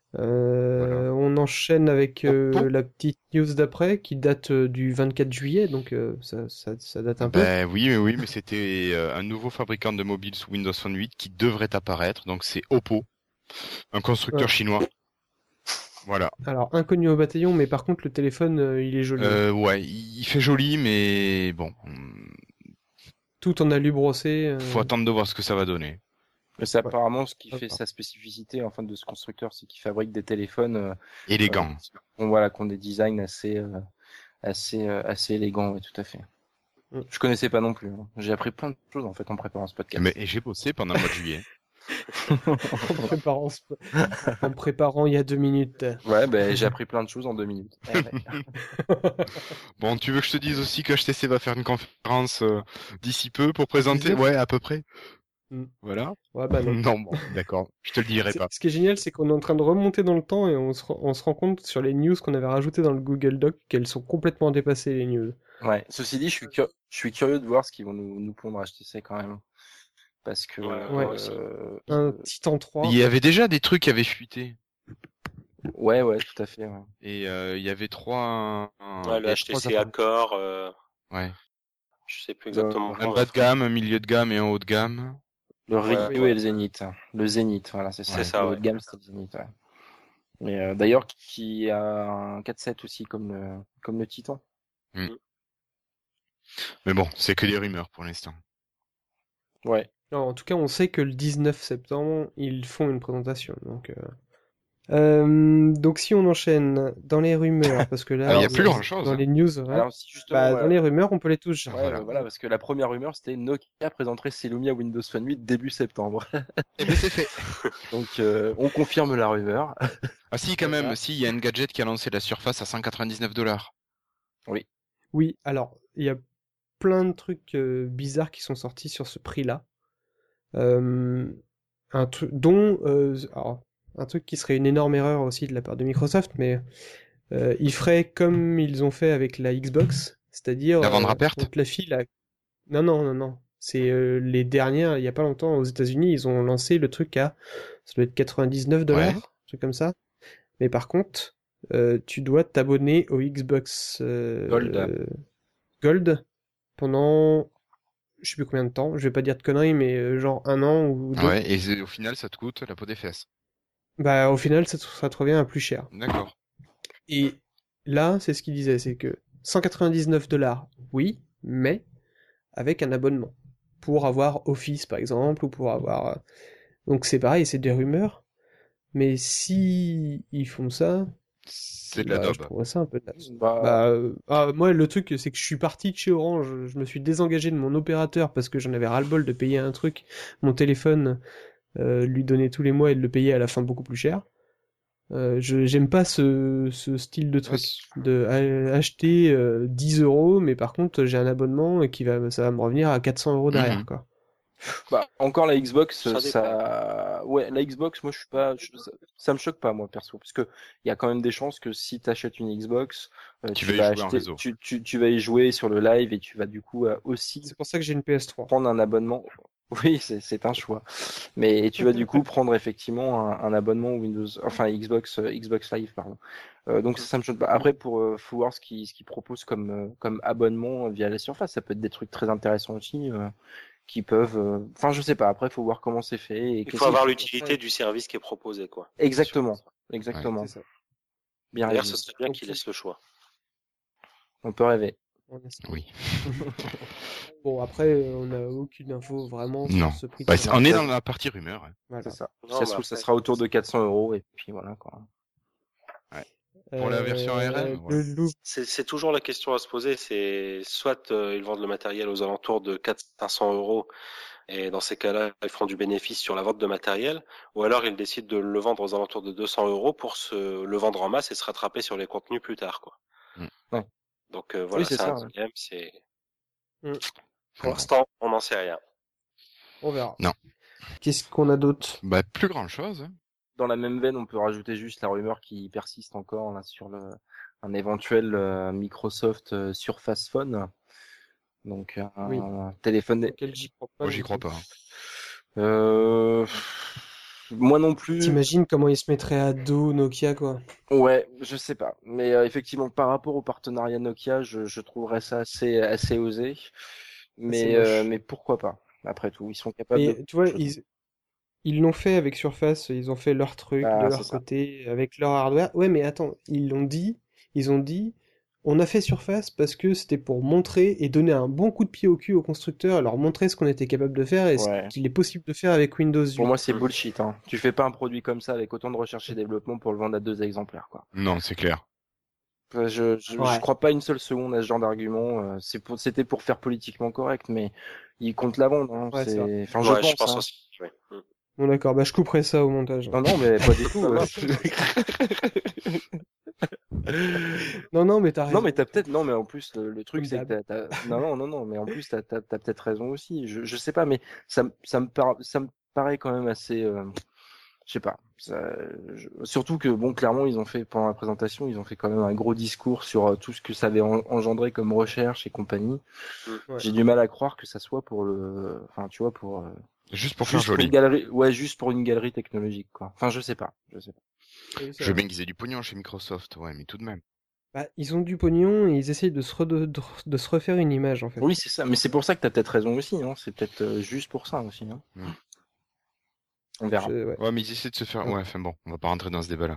Euh, Voilà. On enchaîne avec euh, Oppo. la petite news d'après qui date euh, du vingt-quatre juillet, donc euh, ça, ça, ça date un peu. Ben oui, mais oui, mais c'était euh, un nouveau fabricant de mobiles sous Windows Phone huit qui devrait apparaître. Donc c'est Oppo, un constructeur Ouais. chinois. Voilà. Alors inconnu au bataillon, mais par contre le téléphone euh, il est joli, hein. Euh, ouais, il fait joli, mais bon, hum, Tout en alu brossé. euh, faut attendre de voir ce que ça va donner. Mais c'est Ouais. apparemment ce qui Ah, fait pardon. sa spécificité enfin de ce constructeur, c'est qu'il fabrique des téléphones euh, Élégant. euh, qui ont, voilà, qui ont des designs assez, euh, assez, euh, assez élégants, ouais, tout à fait. Mm. Je connaissais pas non plus. hein. J'ai appris plein de choses en fait en préparant ce podcast. Mais et j'ai bossé pendant le mois de juillet. en, préparant, ce- en me préparant il y a deux minutes. Ouais, ben j'ai appris plein de choses en deux minutes. Eh ouais. Bon, tu veux que je te dise aussi que H T C va faire une conférence euh, d'ici peu pour présenter? dix-neuf Ouais, à peu près. Mm. Voilà. Ouais, bah non. Non, bon, d'accord. Je te le dirai C'est- pas. Ce qui est génial, c'est qu'on est en train de remonter dans le temps et on se, rend- on se rend compte sur les news qu'on avait rajoutées dans le Google Doc qu'elles sont complètement dépassées, les news. Ouais. Ceci dit, je suis, cur- je suis curieux de voir ce qu'ils vont nous, nous pondre H T C quand même. Parce que. Ouais, Ouais. moi aussi. euh, Un Titan trois. Il y avait déjà des trucs qui avaient fuité. Ouais, ouais, tout à fait. Ouais. Et euh, il y avait trois... Ouais, il y le a H T trois C appareils. Accord, euh, Ouais. je sais plus exactement. Le- Un comment, bas de mais- gamme, un milieu de gamme et un haut de gamme. Le Ouais, Rio ouais. et le Zénith. Le Zénith, voilà, c'est ça. Ouais. C'est ça, Le haut ouais. de gamme, c'était le Zénith, ouais. Mais euh, d'ailleurs, qui a un quatre sept aussi, comme le, comme le Titan. Mais bon, c'est que des rumeurs pour l'instant. Ouais. Non, en tout cas, on sait que le dix-neuf septembre, ils font une présentation. Donc, euh... Euh, donc si on enchaîne dans les rumeurs, parce que là, Ah, il y a dans- plus grand-chose, dans hein. les news, ouais. Alors, si justement. Bah, voilà. dans les rumeurs, on peut les tous. Ouais, Voilà. bah, voilà, parce que la première rumeur, c'était Nokia présenterait ses Lumia Windows Phone huit début septembre. Eh ben c'est fait. Donc, euh, on confirme la rumeur. Ah si, quand même, Voilà. si, il y a Engadget qui a lancé la Surface à cent quatre-vingt-dix-neuf dollars. Oui, alors, il y a plein de trucs euh, bizarres qui sont sortis sur ce prix-là. Euh, un truc, dont, euh, alors, un truc qui serait une énorme erreur aussi de la part de Microsoft, mais euh, ils feraient comme ils ont fait avec la Xbox, c'est-à-dire La vendra euh, perte on te la file à... Non, non, non, non. C'est euh, les dernières, il y a pas longtemps, aux États-Unis, ils ont lancé le truc à, ça doit être quatre-vingt-dix-neuf dollars, Ouais. un truc comme ça. Mais par contre, euh, tu dois t'abonner au Xbox euh, Gold. euh, Gold pendant, je sais plus combien de temps, je vais pas dire de conneries, mais euh, genre un an ou deux. Ouais, et c'est- au final, ça te coûte la peau des fesses. Bah au final, ça, te- ça te revient à plus cher. D'accord. Et là, c'est ce qu'il disait, c'est que cent quatre-vingt-dix-neuf dollars, oui, mais avec un abonnement. Pour avoir Office, par exemple, ou pour avoir... euh, Donc c'est pareil, c'est des rumeurs, mais si ils font ça, C'est de la bah, je daube. trouverais ça un peu naze. Bah, Bah, euh, ah, moi, le truc, c'est que je suis parti de chez Orange, je me suis désengagé de mon opérateur parce que j'en avais ras-le-bol de payer un truc, mon téléphone, euh, lui donner tous les mois et de le payer à la fin beaucoup plus cher. Euh, je j'aime pas ce, ce style de truc, de a- acheter euh, dix euros, mais par contre j'ai un abonnement et qui va, ça va me revenir à quatre cents euros derrière, Mhm. quoi. bah, encore la Xbox, Ça ça, dépend. ouais, la Xbox, moi, je suis pas, je- ça, ça me choque pas, moi, perso, parce que il y a quand même des chances que si t'achètes une Xbox, euh, Tu tu, vas y vas jouer en acheter, réseau. tu, tu, tu vas y jouer sur le live et tu vas du coup euh, aussi C'est pour ça que j'ai une P S trois. prendre un abonnement. Oui, c'est, c'est un choix. Mais tu vas du coup prendre effectivement un, un abonnement Windows, enfin Xbox, euh, Xbox Live, pardon. Euh, donc ça, ça me choque pas. Après, pour euh, faut voir ce qu'ils ce qu'ils proposent comme euh, comme abonnement via la Surface. Ça peut être des trucs très intéressants aussi, euh, qui peuvent. euh, Enfin, je sais pas. Après, faut voir comment c'est fait et Il qu'est-ce faut qu'ils avoir font l'utilité après. du service qui est proposé, quoi. Exactement, Sur- exactement. C'est ça. Bien D'ailleurs, ce résumé. serait bien Donc, qu'il laisse le choix. On peut rêver. on espère. Oui. Bon, après, euh, on n'a aucune info vraiment Non. sur ce prix. Bah, de c'est- vente. on est ça- dans la partie rumeur. hein. Voilà. C'est ça. Non, Si ça mais se trouve, ça après, sera autour de quatre cents euros et puis voilà quoi. Pour la version Euh, R M, le voilà. loup. C'est c'est toujours la question à se poser, c'est soit euh, ils vendent le matériel aux alentours de quatre à cinq cents euros et dans ces cas-là ils feront du bénéfice sur la vente de matériel, ou alors ils décident de le vendre aux alentours de deux cents euros pour se le vendre en masse et se rattraper sur les contenus plus tard, quoi. Mm. Ouais. Donc euh, Oui, voilà, c'est c'est un ça. Ouais. dilemme, c'est Mm. pour Bon. l'instant on n'en sait rien. On verra. Non. Qu'est-ce qu'on a d'autre? Bah, plus grand chose. Hein. Dans la même veine, on peut rajouter juste la rumeur qui persiste encore là sur le un éventuel euh, Microsoft euh, Surface Phone. Donc un Oui. téléphone. Auquel j'y crois pas. Moi, j'y non crois plus. pas. hein. Euh... Moi non plus. T'imagines comment ils se mettraient à dos Nokia, quoi. Ouais, je sais pas. Mais euh, effectivement, par rapport au partenariat Nokia, je, je trouverais ça assez assez osé. Mais moche. euh, mais pourquoi pas? Après tout, ils sont capables de. Mais tu vois, ils ils l'ont fait avec Surface, ils ont fait leur truc Ah, de c'est leur ça. côté avec leur hardware. Ouais, mais attends, ils l'ont dit, ils ont dit, on a fait Surface parce que c'était pour montrer et donner un bon coup de pied au cul aux constructeurs, et leur montrer ce qu'on était capable de faire et ce Ouais. qu'il est possible de faire avec Windows Pour moi, huit. c'est bullshit. Hein. Tu fais pas un produit comme ça avec autant de recherche et développement pour le vendre à deux exemplaires, quoi. Non, c'est clair. Enfin, Je, je, Ouais. je crois pas une seule seconde à ce genre d'argument. euh, C'est pour, c'était pour faire politiquement correct, mais ils comptent la vendre. Hein. Ouais, c'est C'est, enfin, je Ouais, pense. je pense hein. aussi. Ouais. Mm. Bon d'accord, bah je couperai ça au montage. Non, non, mais pas du tout. euh. Non, non, mais t'as raison. Non, mais t'as peut-être. Non, mais en plus, le, le truc, Comme c'est que d'hab. t'as, t'as- Non, non, non, non, mais en plus, t'as, t'as, t'as peut-être raison aussi. Je, je sais pas, mais ça, me- ça me par... ça me paraît quand même assez. euh, Je sais pas. Ça... je- Surtout que, bon, clairement, ils ont fait, pendant la présentation, ils ont fait quand même un gros discours sur euh, tout ce que ça avait en- engendré comme recherche et compagnie. Ouais. J'ai du mal à croire que ça soit pour le. Enfin, tu vois, pour. euh, Juste pour faire Juste pour joli. une galerie, ouais, juste pour une galerie technologique, quoi. Enfin, je sais pas, je sais pas. Oui, c'est Je veux vrai. bien qu'ils aient du pognon chez Microsoft, ouais, mais tout de même. Bah, ils ont du pognon et ils essayent de se, rede- de, de se refaire une image en fait. Oui, c'est ça, mais c'est pour ça que t'as peut-être raison aussi, hein. C'est peut-être euh, juste pour ça aussi, hein. Mm. On verra. Je- ouais. Ouais, mais ils essaient de se faire. Ouais. Ouais, enfin bon, on va pas rentrer dans ce débat-là.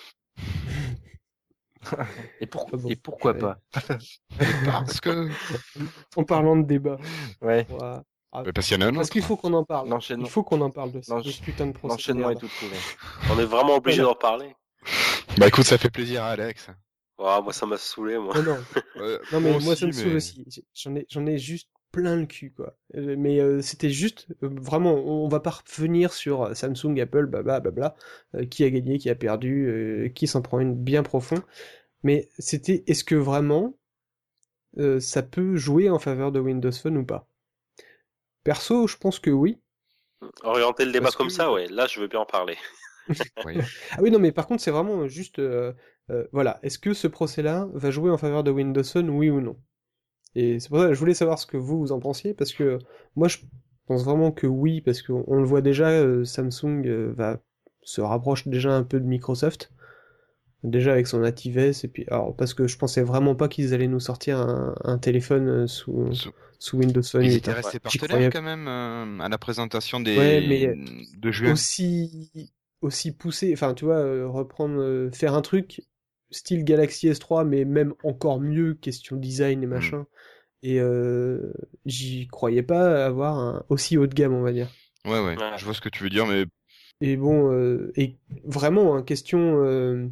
Et, pour... Ah bon, Et pourquoi ouais. pas? Parce que. En parlant de débat. Ouais. Ouais. Ah, Bah, parce qu'il y en a un parce autre. qu'il faut qu'on en parle. L'enchaînement. Il faut qu'on en parle de, ce- de L'encha- ce putain de procès. de L'enchaînement est merde. tout trouvé. On est vraiment obligé Voilà. d'en parler. Bah écoute, ça fait plaisir à Alex. Ouais, moi ça m'a saoulé, moi. Non, non. Euh, Non, mais moi, aussi, ça me saoule mais- aussi. J'ai- J'en ai, j'en ai juste plein le cul, quoi. Euh, Mais euh, c'était juste, euh, vraiment, on va pas revenir sur euh, Samsung, Apple, blabla, blabla, euh, qui a gagné, qui a perdu, euh, qui s'en prend une bien profond. Mais c'était, est-ce que vraiment, euh, ça peut jouer en faveur de Windows Phone ou pas? Perso, je pense que oui. Orienter le débat Parce comme que- ça, ouais, là je veux bien en parler. Oui. Ah oui, non, mais par contre, c'est vraiment juste, euh, euh, voilà, est-ce que ce procès-là va jouer en faveur de Windows Phone, oui ou non? Et c'est pour ça que je voulais savoir ce que vous, vous en pensiez, parce que moi, je pense vraiment que oui, parce qu'on on le voit déjà, euh, Samsung euh, va se rapproche déjà un peu de Microsoft, déjà avec son ActiveS, et puis, alors, parce que je pensais vraiment pas qu'ils allaient nous sortir un, un téléphone euh, sous, Sous- sous Windows Phone Ils huit, étaient hein. restés J'y partenaires croyais quand même euh, à la présentation des Ouais, mais de juin. aussi aussi poussé, enfin tu vois, euh, reprendre euh, faire un truc style Galaxy S trois mais même encore mieux question design et machin, et euh, j'y croyais pas avoir un aussi haut de gamme, on va dire. Ouais, ouais, Ouais. je vois ce que tu veux dire, mais Et bon, euh, et vraiment hein, question euh,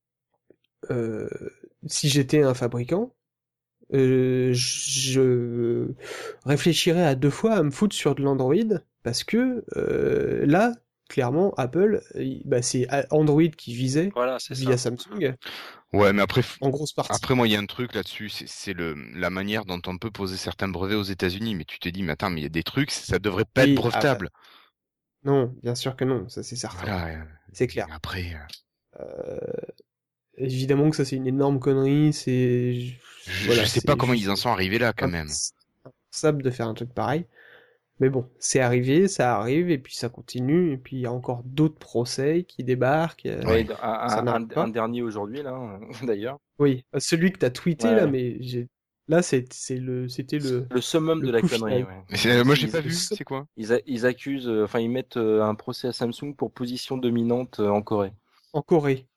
euh, si j'étais un fabricant, euh, je réfléchirais à deux fois à me foutre sur de l'Android, parce que euh, là, clairement, Apple, il- bah, c'est Android qui visait Voilà, c'est via ça. Samsung, ouais, mais après, f- en grosse partie. après moi, il y a un truc là-dessus, c'est c'est le la manière dont on peut poser certains brevets aux États-Unis. Mais tu te dis, mais attends, mais il y a des trucs, ça devrait pas Oui, être brevetable. Non, bien sûr que non, ça c'est certain. Voilà. euh, C'est clair. Après, euh, Euh, évidemment que ça c'est une énorme connerie, c'est... je, voilà, je sais c'est pas comment juste ils en sont arrivés là, quand même. impensable de faire un truc pareil. Mais bon, c'est arrivé, ça arrive, et puis ça continue, et puis il y a encore d'autres procès qui débarquent. euh, Ouais, un, ça un, n'arrête un, pas. un dernier aujourd'hui, là, d'ailleurs. Oui, celui que t'as tweeté là, Ouais. mais j'ai là c'est c'est le c'était le Le summum le de la coup connerie, final. ouais. Mais c'est- moi, j'ai Ils- pas vu. ils- C'est quoi? Ils, a- ils accusent, euh, enfin, ils mettent euh, un procès à Samsung pour position dominante euh, en Corée. En Corée.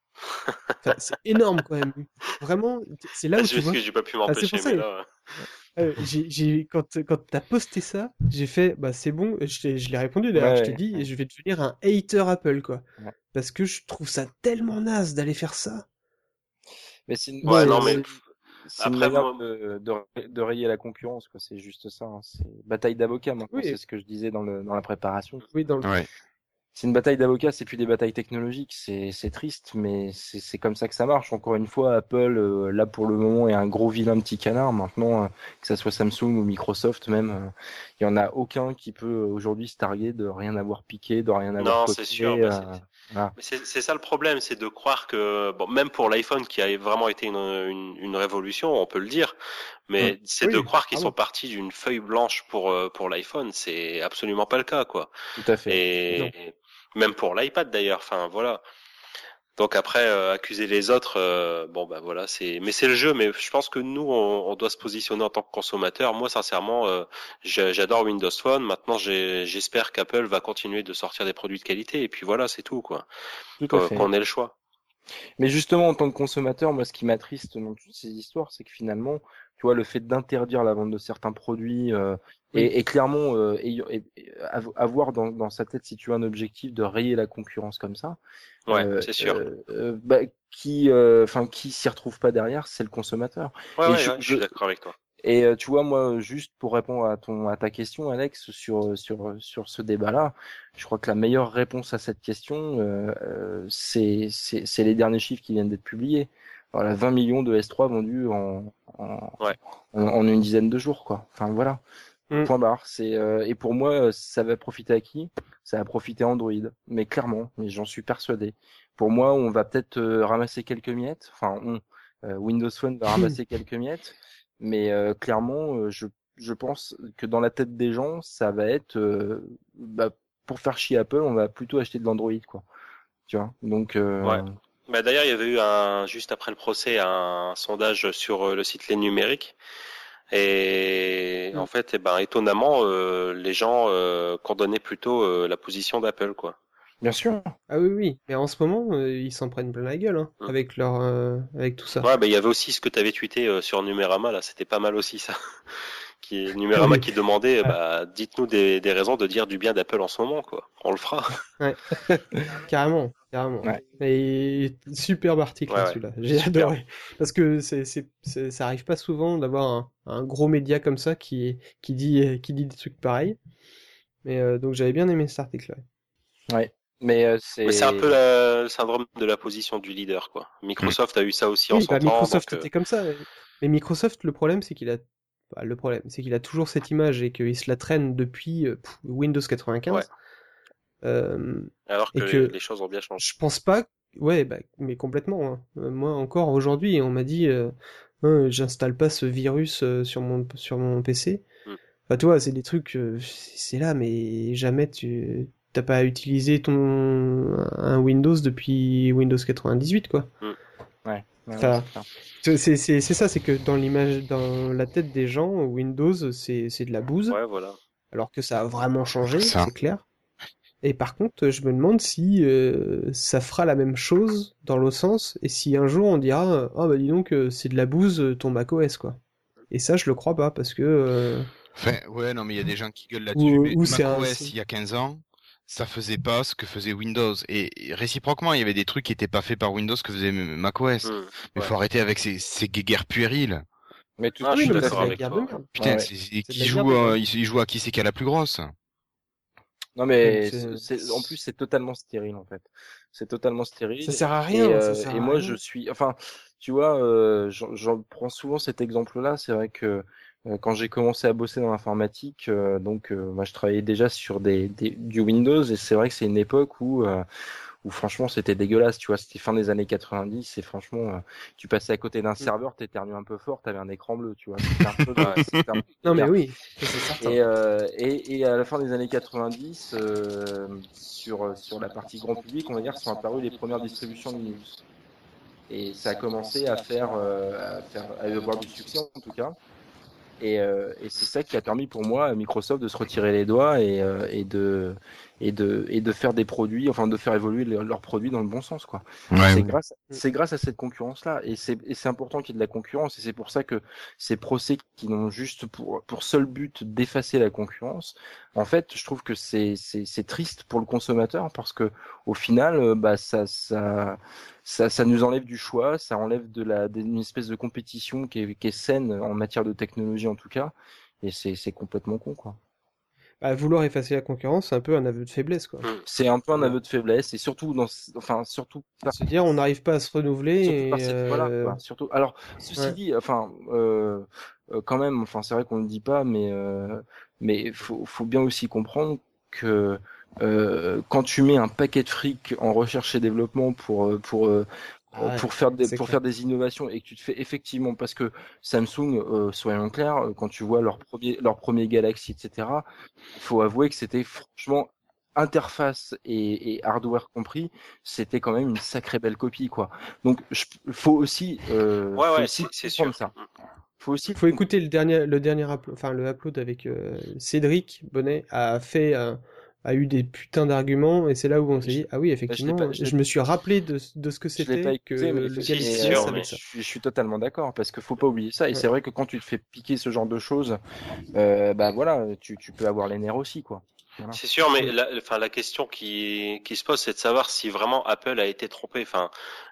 Enfin, c'est énorme quand même. Vraiment, c'est là Ah, où je tu vois. m'excuse, j'ai pas pu Ah, c'est pour m'empêcher, ça. mais là. euh, j'ai j'ai quand quand t'as posté ça, j'ai fait bah c'est bon. Je t'ai- je l'ai répondu d'ailleurs. Je t'ai Ouais, dit ouais, je vais devenir un hater Apple quoi, ouais. parce que je trouve ça tellement naze d'aller faire ça. Mais c'est une, Bon, Ouais, c'est, non, euh, mais c'est- pff, c'est une après, manière moi, de, de, de rayer la concurrence, quoi. C'est juste ça, hein. C'est bataille d'avocats, maintenant. oui, C'est ce que je disais dans le, dans la préparation. oui dans le. Ouais. C'est une bataille d'avocats, c'est plus des batailles technologiques. C'est, c'est triste, mais c'est, c'est comme ça que ça marche. Encore une fois, Apple, euh, là, pour le moment, est un gros vilain petit canard. Maintenant, euh, que ça soit Samsung ou Microsoft, même, euh, il y en a aucun qui peut euh, aujourd'hui se targuer de rien avoir piqué, de rien avoir non, copié. c'est sûr. Bah, euh, c'est voilà. mais c'est c'est ça le problème, c'est de croire que, bon, même pour l'iPhone qui a vraiment été une, une, une révolution, on peut le dire, Mm. mais c'est de Oui, croire qu'ils sont pardon. partis d'une feuille blanche pour euh, pour l'iPhone, c'est absolument pas le cas, quoi. Tout à fait. Non. Et même pour l'iPad d'ailleurs. Enfin, voilà. Donc après, euh, accuser les autres, euh, bon bah voilà, c'est. Mais c'est le jeu. Mais je pense que nous, on, on doit se positionner en tant que consommateur. Moi, sincèrement, euh, j'a- j'adore Windows Phone. Maintenant, j'ai- j'espère qu'Apple va continuer de sortir des produits de qualité. Et puis voilà, c'est tout, quoi. Tout à Qu'on fait. qu'on ait le choix. Mais justement, en tant que consommateur, moi, ce qui m'attriste dans toutes ces histoires, c'est que finalement, tu vois, le fait d'interdire la vente de certains produits euh, Oui. et, et clairement euh, ayant- et- et av- avoir dans, dans sa tête, si tu as un objectif de rayer la concurrence comme ça, Ouais, euh, c'est sûr. euh, euh, bah, qui, euh, enfin, qui s'y retrouve pas derrière, c'est le consommateur. Ouais, Et ouais, je, ouais, je je, suis d'accord avec toi. et euh, tu vois, moi, juste pour répondre à ton, à ta question, Alex, sur sur sur ce débat-là, je crois que la meilleure réponse à cette question, euh, euh, c'est c'est c'est les derniers chiffres qui viennent d'être publiés. Voilà, vingt millions de S trois vendus en en, Ouais. en en une dizaine de jours, quoi. Enfin voilà, Mm. point barre. C'est euh, et pour moi, euh, ça va profiter à qui? Ça va profiter à Android, mais clairement, mais j'en suis persuadé. Pour moi, on va peut-être euh, ramasser quelques miettes. Enfin, on, euh, Windows Phone va ramasser quelques miettes. Mais euh, clairement, euh, je, je pense que dans la tête des gens, ça va être euh, bah, pour faire chier Apple, on va plutôt acheter de l'Android, quoi. Tu vois. Donc euh, Ouais. Bah, d'ailleurs, il y avait eu un juste après le procès un sondage sur euh, le site Les Numériques. Et Mm. en fait, eh ben, étonnamment, euh, les gens euh, condamnaient plutôt euh, la position d'Apple, quoi. bien sûr. Ah oui oui. Mais en ce moment, euh, ils s'en prennent plein la gueule hein, Mm. avec leur euh, avec tout ça. Ouais, bah, il y avait aussi ce que tu avais tweeté euh, sur Numérama, là, c'était pas mal aussi, ça. Qui est Numérama Oui. qui demandait, Ouais. bah, dites-nous des, des raisons de dire du bien d'Apple en ce moment, quoi. On le fera. Carrément, carrément. Ouais. Et superbe article Ouais, hein, ouais. celui-là, j'ai Super. adoré. Parce que c'est, c'est, c'est- ça arrive pas souvent d'avoir un, un gros média comme ça qui, qui dit, qui dit des trucs pareils. Mais euh, donc j'avais bien aimé cet article-là. Ouais. Mais euh, Mais c'est un c'est peu la- le syndrome de la position du leader, quoi. Microsoft a eu ça aussi en Oui, son bah temps, Microsoft donc euh, était comme ça. Mais mais Microsoft, le problème c'est qu'il a, bah, le problème c'est qu'il a toujours cette image et qu'il se la traîne depuis euh, pff, Windows quatre-vingt-quinze. Ouais. Euh, alors et que que les choses ont bien changé. je pense pas. Ouais, bah, mais complètement. Hein. Euh, moi, encore aujourd'hui, on m'a dit, euh, Hein, j'installe pas ce virus euh, sur mon sur mon P C. Mm. Enfin, tu vois, c'est des trucs, euh, c'est c'est là, mais jamais tu t'as pas utilisé ton un Windows depuis Windows quatre-vingt-dix-huit, quoi. Mm. ouais. ouais, Enfin, c'est ça. c'est c'est c'est c'est ça, c'est que dans l'image, dans la tête des gens, Windows, c'est c'est de la bouse, Ouais, voilà. alors que ça a vraiment changé, Ça. c'est clair. Et par contre, je me demande si euh, ça fera la même chose dans l'autre sens, et si un jour on dira, ah bah dis donc, euh, c'est de la bouse euh, ton macOS, quoi. Et ça, je le crois pas, parce que... euh, Enfin, ouais, non, mais il y a des gens qui gueulent Ou- là-dessus. Mais ou c'est un- macOS, il y a quinze ans, ça faisait pas ce que faisait Windows. Et et réciproquement, il y avait des trucs qui étaient pas faits par Windows que faisait macOS. Mm. Mais Ouais. faut arrêter avec ces, ces guéguerres puériles. Mais tout Ah, je oui, suis non, mais d'accord c'est de la avec guerre toi. de merde. Putain, ouais. c'est- c'est- C'est de qui la joue, guerre de euh, il, il joue à qui c'est qui a la plus grosse. Non mais Donc, c'est- c'est- c'est- en plus c'est totalement stérile en fait. C'est totalement stérile. Ça sert à Et, rien, ça euh, sert et à moi rien. je suis, enfin, tu vois, euh, j'en j'en prends souvent cet exemple-là. C'est vrai que euh, quand j'ai commencé à bosser dans l'informatique, euh, donc euh, moi je travaillais déjà sur des, des du Windows et c'est vrai que c'est une époque où euh, où franchement c'était dégueulasse, tu vois, c'était fin des années quatre-vingt-dix et franchement, euh, tu passais à côté d'un serveur, t'éternuais un peu fort, t'avais un écran bleu, tu vois. C'était un peu, Ouais. c'était un peu Non mais bizarre. oui, ça, c'est certain. Et, euh, et, et à la fin des années quatre-vingt-dix, euh, sur, sur la partie grand public, on va dire, sont apparues les premières distributions Linux. Et ça a commencé à faire, euh, à faire, à avoir du succès en tout cas. Et, euh, et c'est ça qui a permis pour moi à Microsoft de se retirer les doigts et, euh, et de et de et de faire des produits, enfin de faire évoluer le- leurs produits dans le bon sens, quoi. Ouais, c'est ouais. grâce c'est grâce à cette concurrence là, et c'est et c'est important qu'il y ait de la concurrence, et c'est pour ça que ces procès qui n'ont juste pour pour seul but d'effacer la concurrence, en fait, je trouve que c'est c'est c'est triste pour le consommateur, parce que au final, euh, bah ça ça ça, ça nous enlève du choix, ça enlève de la, d'une espèce de compétition qui est, qui est saine en matière de technologie en tout cas, et c'est, c'est complètement con, quoi. Bah, vouloir effacer la concurrence, c'est un peu un aveu de faiblesse, quoi. Mm. C'est un peu un aveu de faiblesse, et surtout dans, enfin surtout par, Se dire on n'arrive pas à se renouveler surtout par et cette, euh, voilà, quoi, surtout. Alors ceci ouais. dit, enfin, euh, euh, quand même, enfin c'est vrai qu'on ne dit pas, mais euh, mais faut, faut bien aussi comprendre que euh, quand tu mets un paquet de fric en recherche et développement pour euh, pour euh, Ah ouais, pour faire des c'est pour clair. faire des innovations, et que tu te fais effectivement, parce que Samsung, euh, soyons clairs, euh, quand tu vois leur premier leur premier Galaxy, et cetera, il faut avouer que c'était franchement, interface et, et hardware compris, c'était quand même une sacrée belle copie, quoi. Donc il faut aussi euh, Ouais, faut ouais, aussi c'est, c'est comprendre sûr. ça. Faut aussi Faut écouter le dernier, le dernier upload, enfin le upload avec euh, Cédric Bonnet a fait, un- a eu des putains d'arguments et c'est là où on s'est je, dit ah oui je l'ai pas effectivement, je l'ai je me suis rappelé de, de ce que Je l'ai pas c'était que écouté, mais, le effe- Si, Galaxy c'est mais, S sûr, euh, avec mais je, ça. suis, je suis totalement d'accord, parce qu'il faut pas oublier ça. Et Ouais. c'est vrai que quand tu te fais piquer ce genre de choses, euh, bah voilà, tu, tu peux avoir les nerfs aussi, quoi. Voilà. c'est sûr, mais Mm. la, enfin, la question qui, qui se pose, c'est de savoir si vraiment Apple a été trompé. Enfin,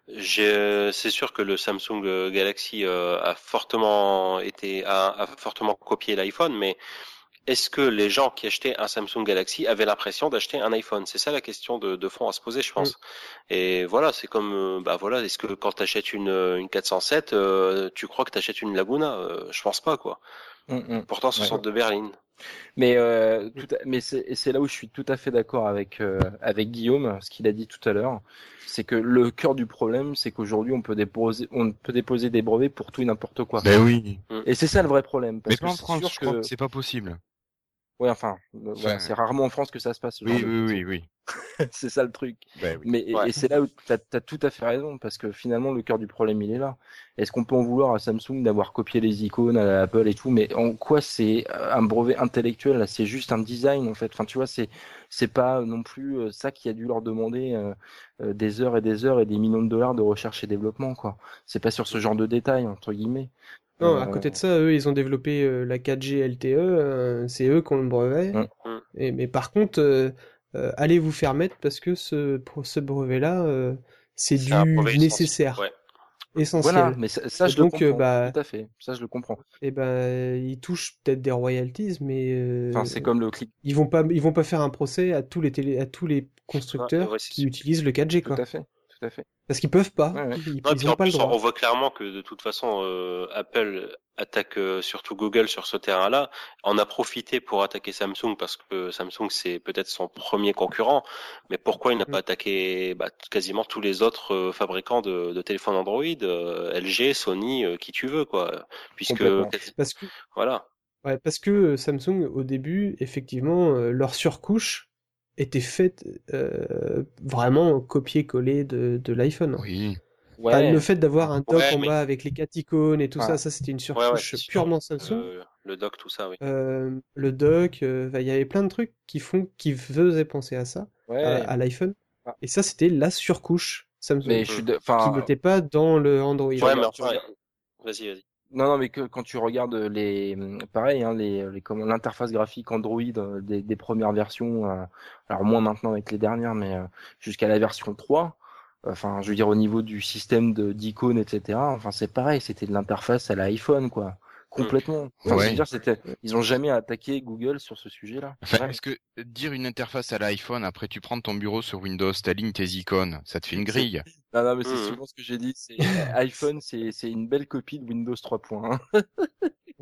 j'ai, c'est sûr que le Samsung euh, Galaxy euh, a fortement été, a, a fortement copié l'iPhone, mais est-ce que les gens qui achetaient un Samsung Galaxy avaient l'impression d'acheter un iPhone? C'est ça la question de, de fond à se poser, je Mm. pense. Et voilà, c'est comme, euh, bah voilà, est-ce que quand tu achètes une, une quatre cent sept, euh, tu crois que tu achètes une Laguna? Euh, je pense pas, quoi. Hum, hum. Pourtant, ce Ouais. sont de berlines. Mais, euh, tout à- mais c'est, et c'est là où je suis tout à fait d'accord avec, euh, avec Guillaume, ce qu'il a dit tout à l'heure. C'est que le cœur du problème, c'est qu'aujourd'hui, on peut déposer, on peut déposer des brevets pour tout et n'importe quoi. Ben oui. Et c'est ça le vrai problème. Parce Mais que pas en c'est France, sûr je crois que, que c'est pas possible. ouais, enfin, euh, voilà, Enfin, c'est rarement en France que ça se passe, ce genre oui, de oui, truc. oui, oui. C'est ça le truc. Ben oui. Mais et, Ouais. et c'est là où tu as tout à fait raison, parce que finalement le cœur du problème il est là. Est-ce qu'on peut en vouloir à Samsung d'avoir copié les icônes à Apple et tout, mais en quoi c'est un brevet intellectuel là? C'est juste un design en fait. Enfin tu vois, c'est c'est pas non plus euh, ça qui a dû leur demander euh, euh, des heures et des heures et des millions de dollars de recherche et développement, quoi. C'est pas sur ce genre de détails entre guillemets. Non, à Euh, côté de ça, eux, ils ont développé euh, la quatre G L T E, euh, c'est eux qui ont le brevet. Mm. Mm. Et, mais par contre, euh, euh, allez vous faire mettre parce que ce, pour ce brevet-là, euh, c'est C'est un du brevet nécessaire, essentiel. Ouais. essentiel. voilà, mais ça, ça, Et je le donc, euh, comprends, bah, tout à fait. Ça je le comprends. et ben, ils touchent peut-être des royalties, mais Enfin euh, c'est comme le clic. ils vont pas, ils vont pas faire un procès à tous les télé, à tous les Ouais, constructeurs ouais, c'est qui sûr. utilisent le quatre G, Tout quoi. à fait, tout à fait. Parce qu'ils peuvent pas, Ouais, ouais. ils, Non, et ils puis ont en pas le plus, on, on droit. voit clairement que de toute façon, euh, Apple attaque euh, surtout Google sur ce terrain-là. On a profité pour attaquer Samsung parce que Samsung c'est peut-être son premier concurrent. Mais pourquoi il n'a Mm. pas attaqué bah, quasiment tous les autres euh, fabricants de, de téléphones Android, euh, L G, Sony, euh, qui tu veux, quoi. Puisque Complètement. Parce que, voilà. ouais, parce que euh, Samsung, au début, effectivement, euh, leur surcouche était faite euh, vraiment copier-coller de, de l'iPhone. Oui. Enfin, le Ouais. fait d'avoir un dock Ouais, en mais bas avec les quatre icônes et tout ça, Enfin, ça c'était une ouais, ouais, c'est surcouche sûr. purement Samsung. Euh, le dock, tout ça, oui. Euh, le dock, euh, bah, il y avait plein de trucs qui font, qui faisaient penser à ça, à, ouais. à l'iPhone. Ah, Et ça, c'était la surcouche Samsung, mais je suis, Mm. de- qui enfin, n'était pas dans le Android. tu Ouais, mais regardes, tu enfin, regardes. vas-y, vas-y. Non, non, mais que quand tu regardes les, pareil, hein, les, les comment, l'interface graphique Android euh, des, des premières versions, euh, alors moins maintenant avec les dernières, mais euh, jusqu'à la version trois. Enfin, je veux dire au niveau du système de d'icônes, et cetera. Enfin, c'est pareil, c'était de l'interface à l'iPhone, quoi. Mm. Complètement. Enfin, je veux Ouais. dire, c'était, ils ont jamais attaqué Google sur ce sujet-là. Enfin, Ouais. est-ce que dire une interface à l'iPhone, après tu prends ton bureau sur Windows, t'alignes tes icônes, ça te fait une C'est- grille. Non, non, mais c'est Mhm. souvent ce que j'ai dit. C'est iPhone, c'est c'est une belle copie de Windows trois point un.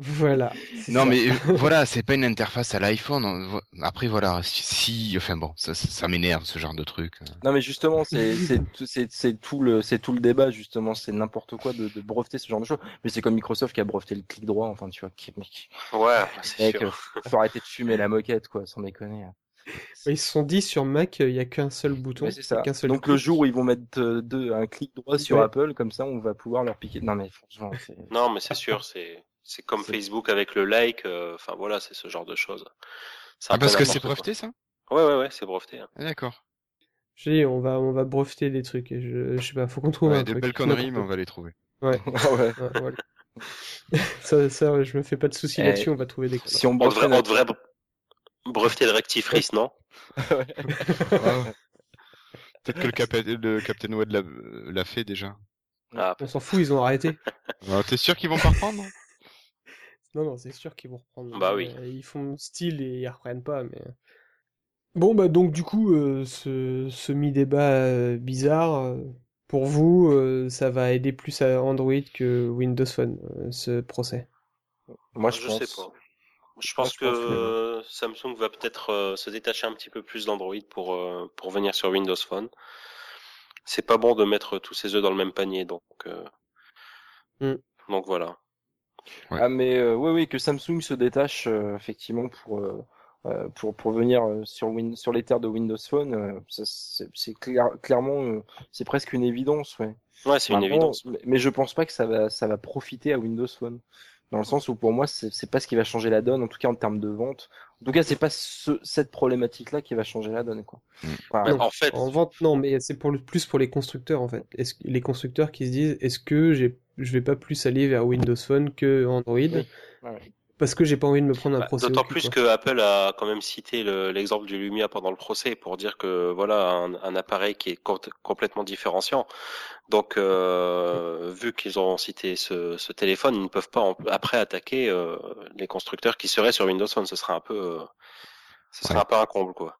Voilà. Non ça. mais voilà, c'est pas une interface à l'iPhone. Après voilà, si, enfin bon, ça, ça, ça m'énerve ce genre de truc. Non mais justement, c'est c'est tout c'est c'est tout le c'est tout le débat justement, c'est n'importe quoi de, de breveter ce genre de choses. Mais c'est comme Microsoft qui a breveté le clic droit, enfin tu vois, qui, mec, Ouais, c'est mec, sûr. euh, faut arrêter de fumer la moquette quoi, sans déconner. Ils se sont dit sur Mac, il y a qu'un seul bouton, Ouais, c'est il y ça. a qu'un seul Donc le clic. jour où ils vont mettre euh, deux, un clic droit sur Ouais. Apple, comme ça on va pouvoir leur piquer. Non mais franchement, c'est Non, mais c'est sûr, c'est c'est comme C'est- Facebook avec le like. euh, Enfin voilà, c'est ce genre de choses. C'est un Ah peu parce que c'est n'importe quoi. breveté ça? Ouais, ouais, ouais, c'est breveté. hein. Ah, d'accord. Je dis, on va, on va breveter des trucs. Et je, je sais pas, faut qu'on trouve Ouais, un de truc. belles conneries, mais N'importe on va les trouver. quoi. Ouais. Ah ouais. Ouais, voilà. ça, ça, je me fais pas de soucis Eh, là-dessus, on va trouver des conneries. Si on On brevetait devrait, on notre... devrait bre- breveter le rectifrice, non? Ouais. Oh. Peut-être que le, Cap- le Captain Web l'a, l'a fait déjà. Ah, On s'en fout, ils ont arrêté. Alors, t'es sûr qu'ils vont pas reprendre? Non, non, c'est sûr qu'ils vont reprendre. Bah Euh, oui. Ils font style et ils reprennent pas, mais... Bon, bah donc du coup, euh, ce, ce mi-débat euh, bizarre, euh, pour vous, euh, ça va aider plus à Android que Windows Phone, euh, ce procès. Moi je, je pense. sais pas. Je Moi, pense je que pense que- euh, Samsung va peut-être euh, se détacher un petit peu plus d'Android pour euh, pour venir sur Windows Phone. C'est pas bon de mettre tous ses œufs dans le même panier, donc euh, Mm. donc voilà. Ouais. Ah mais euh, oui oui que Samsung se détache euh, effectivement pour euh, euh, pour pour venir euh, sur Win sur les terres de Windows Phone, euh, ça, c'est c'est clair, clairement euh, c'est presque une évidence ouais. Ouais, c'est une Maintenant, évidence. mais, mais je pense pas que ça va ça va profiter à Windows Phone dans le sens où pour moi c'est c'est pas ce qui va changer la donne en tout cas en termes de vente. En tout cas c'est pas ce, cette problématique là qui va changer la donne quoi. Enfin, Mais Non, en fait, en vente, non, mais c'est pour le, plus pour les constructeurs en fait. Est-ce que- les constructeurs qui se disent, est-ce que j'ai, je vais pas plus aller vers Windows Phone que Android oui. Ouais. parce que j'ai pas envie de me prendre un bah, procès au d'autant cul, plus quoi. que Apple a quand même cité le- l'exemple du Lumia pendant le procès pour dire que voilà un, un appareil qui est com- complètement différenciant. Donc euh, vu qu'ils ont cité ce, ce téléphone, ils ne peuvent pas en- après attaquer euh, les constructeurs qui seraient sur Windows Phone. Ce serait un peu, euh, ce serait Ouais. un peu un comble quoi.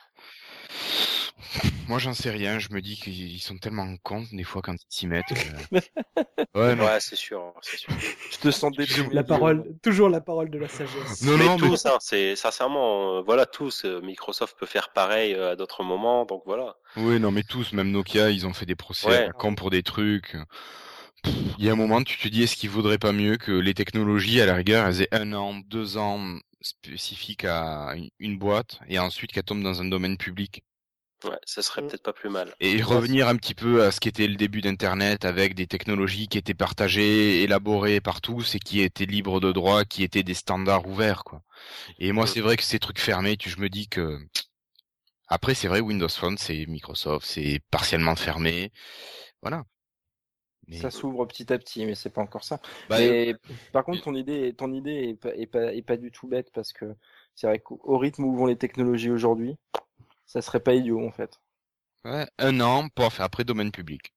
Moi, j'en sais rien. Je me dis qu'ils sont tellement cons des fois quand ils s'y mettent. Que... ouais, non. Ouais, c'est sûr, c'est sûr. Je te sens déprimé. La Guillaume. parole, toujours la parole de la sagesse. Non, mais non, mais tous, hein, c'est sincèrement, euh, voilà, tous. euh, Microsoft peut faire pareil euh, à d'autres moments, donc voilà. oui, non, mais tous, même Nokia, ils ont fait des procès à Ouais. la con pour des trucs. Pff, Il y a un moment, tu te dis, est-ce qu'ils voudraient pas mieux que les technologies, à la rigueur, elles aient un an, deux ans spécifiques à une- une boîte, et ensuite qu'elles tombent dans un domaine public. Ouais, ça serait Mm. peut-être pas plus mal. Et revenir un petit peu à ce qu'était le début d'Internet, avec des technologies qui étaient partagées, élaborées par tous, et qui étaient libres de droit, qui étaient des standards ouverts, quoi. Et moi, Mm. c'est vrai que ces trucs fermés, tu, je me dis que... Après, c'est vrai, Windows Phone, c'est Microsoft, c'est partiellement fermé. Voilà. Mais... Ça s'ouvre petit à petit, mais c'est pas encore ça. Bah, mais par contre, ton idée, ton idée est pas, est pas, est pas du tout bête parce que c'est vrai qu'au au rythme où vont les technologies aujourd'hui, ça serait pas idiot en fait. ouais, un an, pof, après domaine public.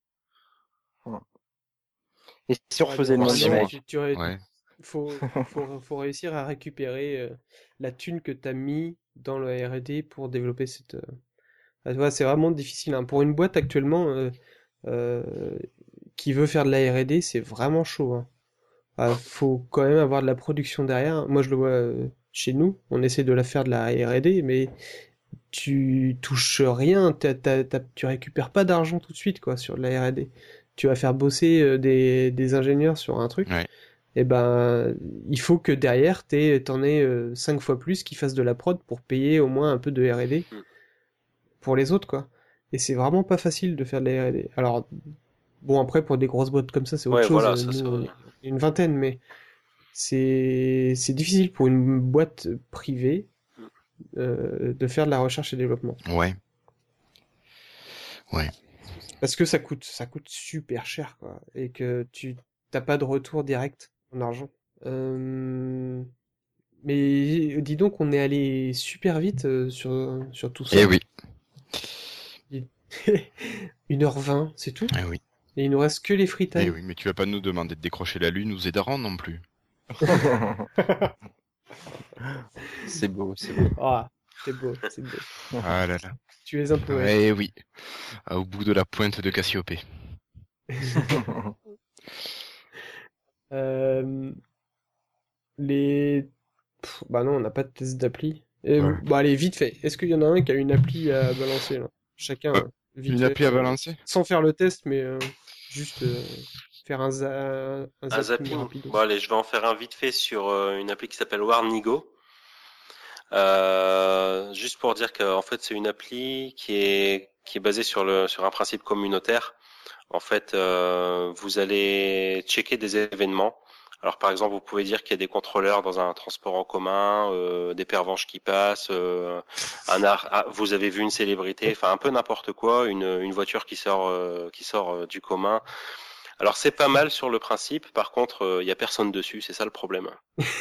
Et si on Ouais, refaisait le mais monde six des vraiment, mois. mecs, tu, tu aurais- Ouais. faut, faut, faut réussir à récupérer euh, la thune que t'as mis dans le R et D pour développer cette. euh, ah, tu vois, c'est vraiment difficile, hein. Pour une boîte actuellement euh, euh, qui veut faire de la R et D, c'est vraiment chaud, hein. Ah, faut quand même avoir de la production derrière. Moi, je le vois euh, chez nous. On essaie de la faire de la R et D, mais tu touches rien. T'as- t'as- t'as- tu récupères pas d'argent tout de suite, quoi, sur de la R et D. Tu vas faire bosser euh, des, des ingénieurs sur un truc. Ouais. Et ben, il faut que derrière, t'aies- t'en aies euh, cinq fois plus qui fassent de la prod pour payer au moins un peu de R et D Mm. pour les autres, quoi. Et c'est vraiment pas facile de faire de la R et D. Alors, bon, après, pour des grosses boîtes comme ça, c'est autre Ouais, chose. voilà, Euh, ça, Nous, c'est on vrai. est une vingtaine, mais c'est c'est difficile pour une boîte privée Mm. euh, de faire de la recherche et développement. Ouais. Ouais. Parce que ça coûte, ça coûte super cher, quoi. Et que tu t'as pas de retour direct en argent. Euh, Mais dis donc, on est allé super vite euh, sur, sur tout ça. Eh oui. une heure vingt, c'est tout. Eh oui. Et il nous reste que les free time. Eh oui, mais tu vas pas nous demander de décrocher la lune ou Zédaran non plus. c'est beau, c'est beau. Ah, c'est beau, c'est beau. Ah là là. Tu es un poète. Eh oui. Au bout de la pointe de Cassiopée. Euh, les... Pff, bah non, on n'a pas de test d'appli. Et, Ouais. Bah allez, vite fait. Est-ce qu'il y en a un qui a une appli à balancer là? Chacun, Ouais. hein, vite Une fait, appli à euh, balancer? sans faire le test, mais euh, juste euh, faire un, za- un Un zapping zapping. rapide. Bon allez, je vais en faire un vite fait sur euh, une appli qui s'appelle Warnigo. Euh, juste pour dire que en fait c'est une appli qui est qui est basée sur le sur un principe communautaire. En fait, euh, vous allez checker des événements. Alors par exemple, vous pouvez dire qu'il y a des contrôleurs dans un transport en commun, euh, des pervenches qui passent, euh, un art, ah, vous avez vu une célébrité, enfin un peu n'importe quoi, une, une voiture qui sort euh, qui sort euh, du commun. Alors c'est pas mal sur le principe, par contre il euh, y a personne dessus, c'est ça le problème.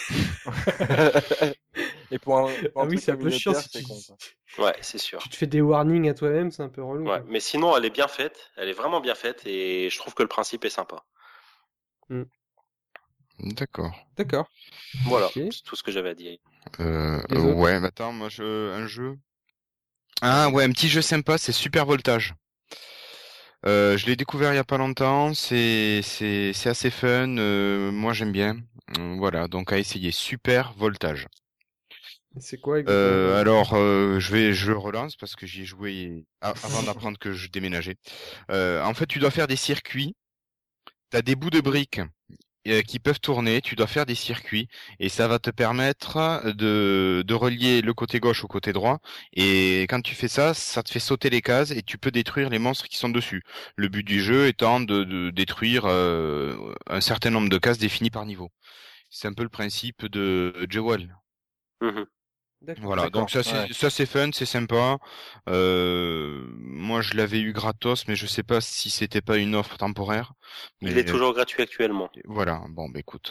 Et pour un, pour un Ah oui, truc c'est un peu chiant communautaire, si c'est tu, con, quoi. Ouais, c'est sûr. tu te fais des warnings à toi-même, c'est un peu relou. Ouais, Quoi. mais sinon elle est bien faite, elle est vraiment bien faite et je trouve que le principe est sympa. Hmm. D'accord. D'accord. Voilà, Ok. c'est tout ce que j'avais à dire. Euh, Les euh, autres ouais, mais attends, moi je un jeu. Ah ouais, un petit jeu sympa, c'est Super Voltage. Euh, je l'ai découvert il y a pas longtemps, c'est c'est c'est assez fun, euh, moi j'aime bien. Euh, Voilà, donc à essayer Super Voltage. C'est quoi exactement comme Euh, jeu? alors euh, je vais je le relance parce que j'y ai joué a- avant d'apprendre que je déménageais. Euh, en fait, tu dois faire des circuits. T'as des bouts de briques euh, qui peuvent tourner, tu dois faire des circuits et ça va te permettre de, de relier le côté gauche au côté droit et quand tu fais ça, ça te fait sauter les cases et tu peux détruire les monstres qui sont dessus. Le but du jeu étant de, de détruire euh, un certain nombre de cases définies par niveau. C'est un peu le principe de Jewel. Mhm. D'accord. Voilà, donc D'accord, ça c'est ouais. ça c'est fun, c'est sympa. Euh, moi je l'avais eu gratos, mais je sais pas si c'était pas une offre temporaire. Il est Mais euh, toujours gratuit actuellement. voilà, bon bah écoute,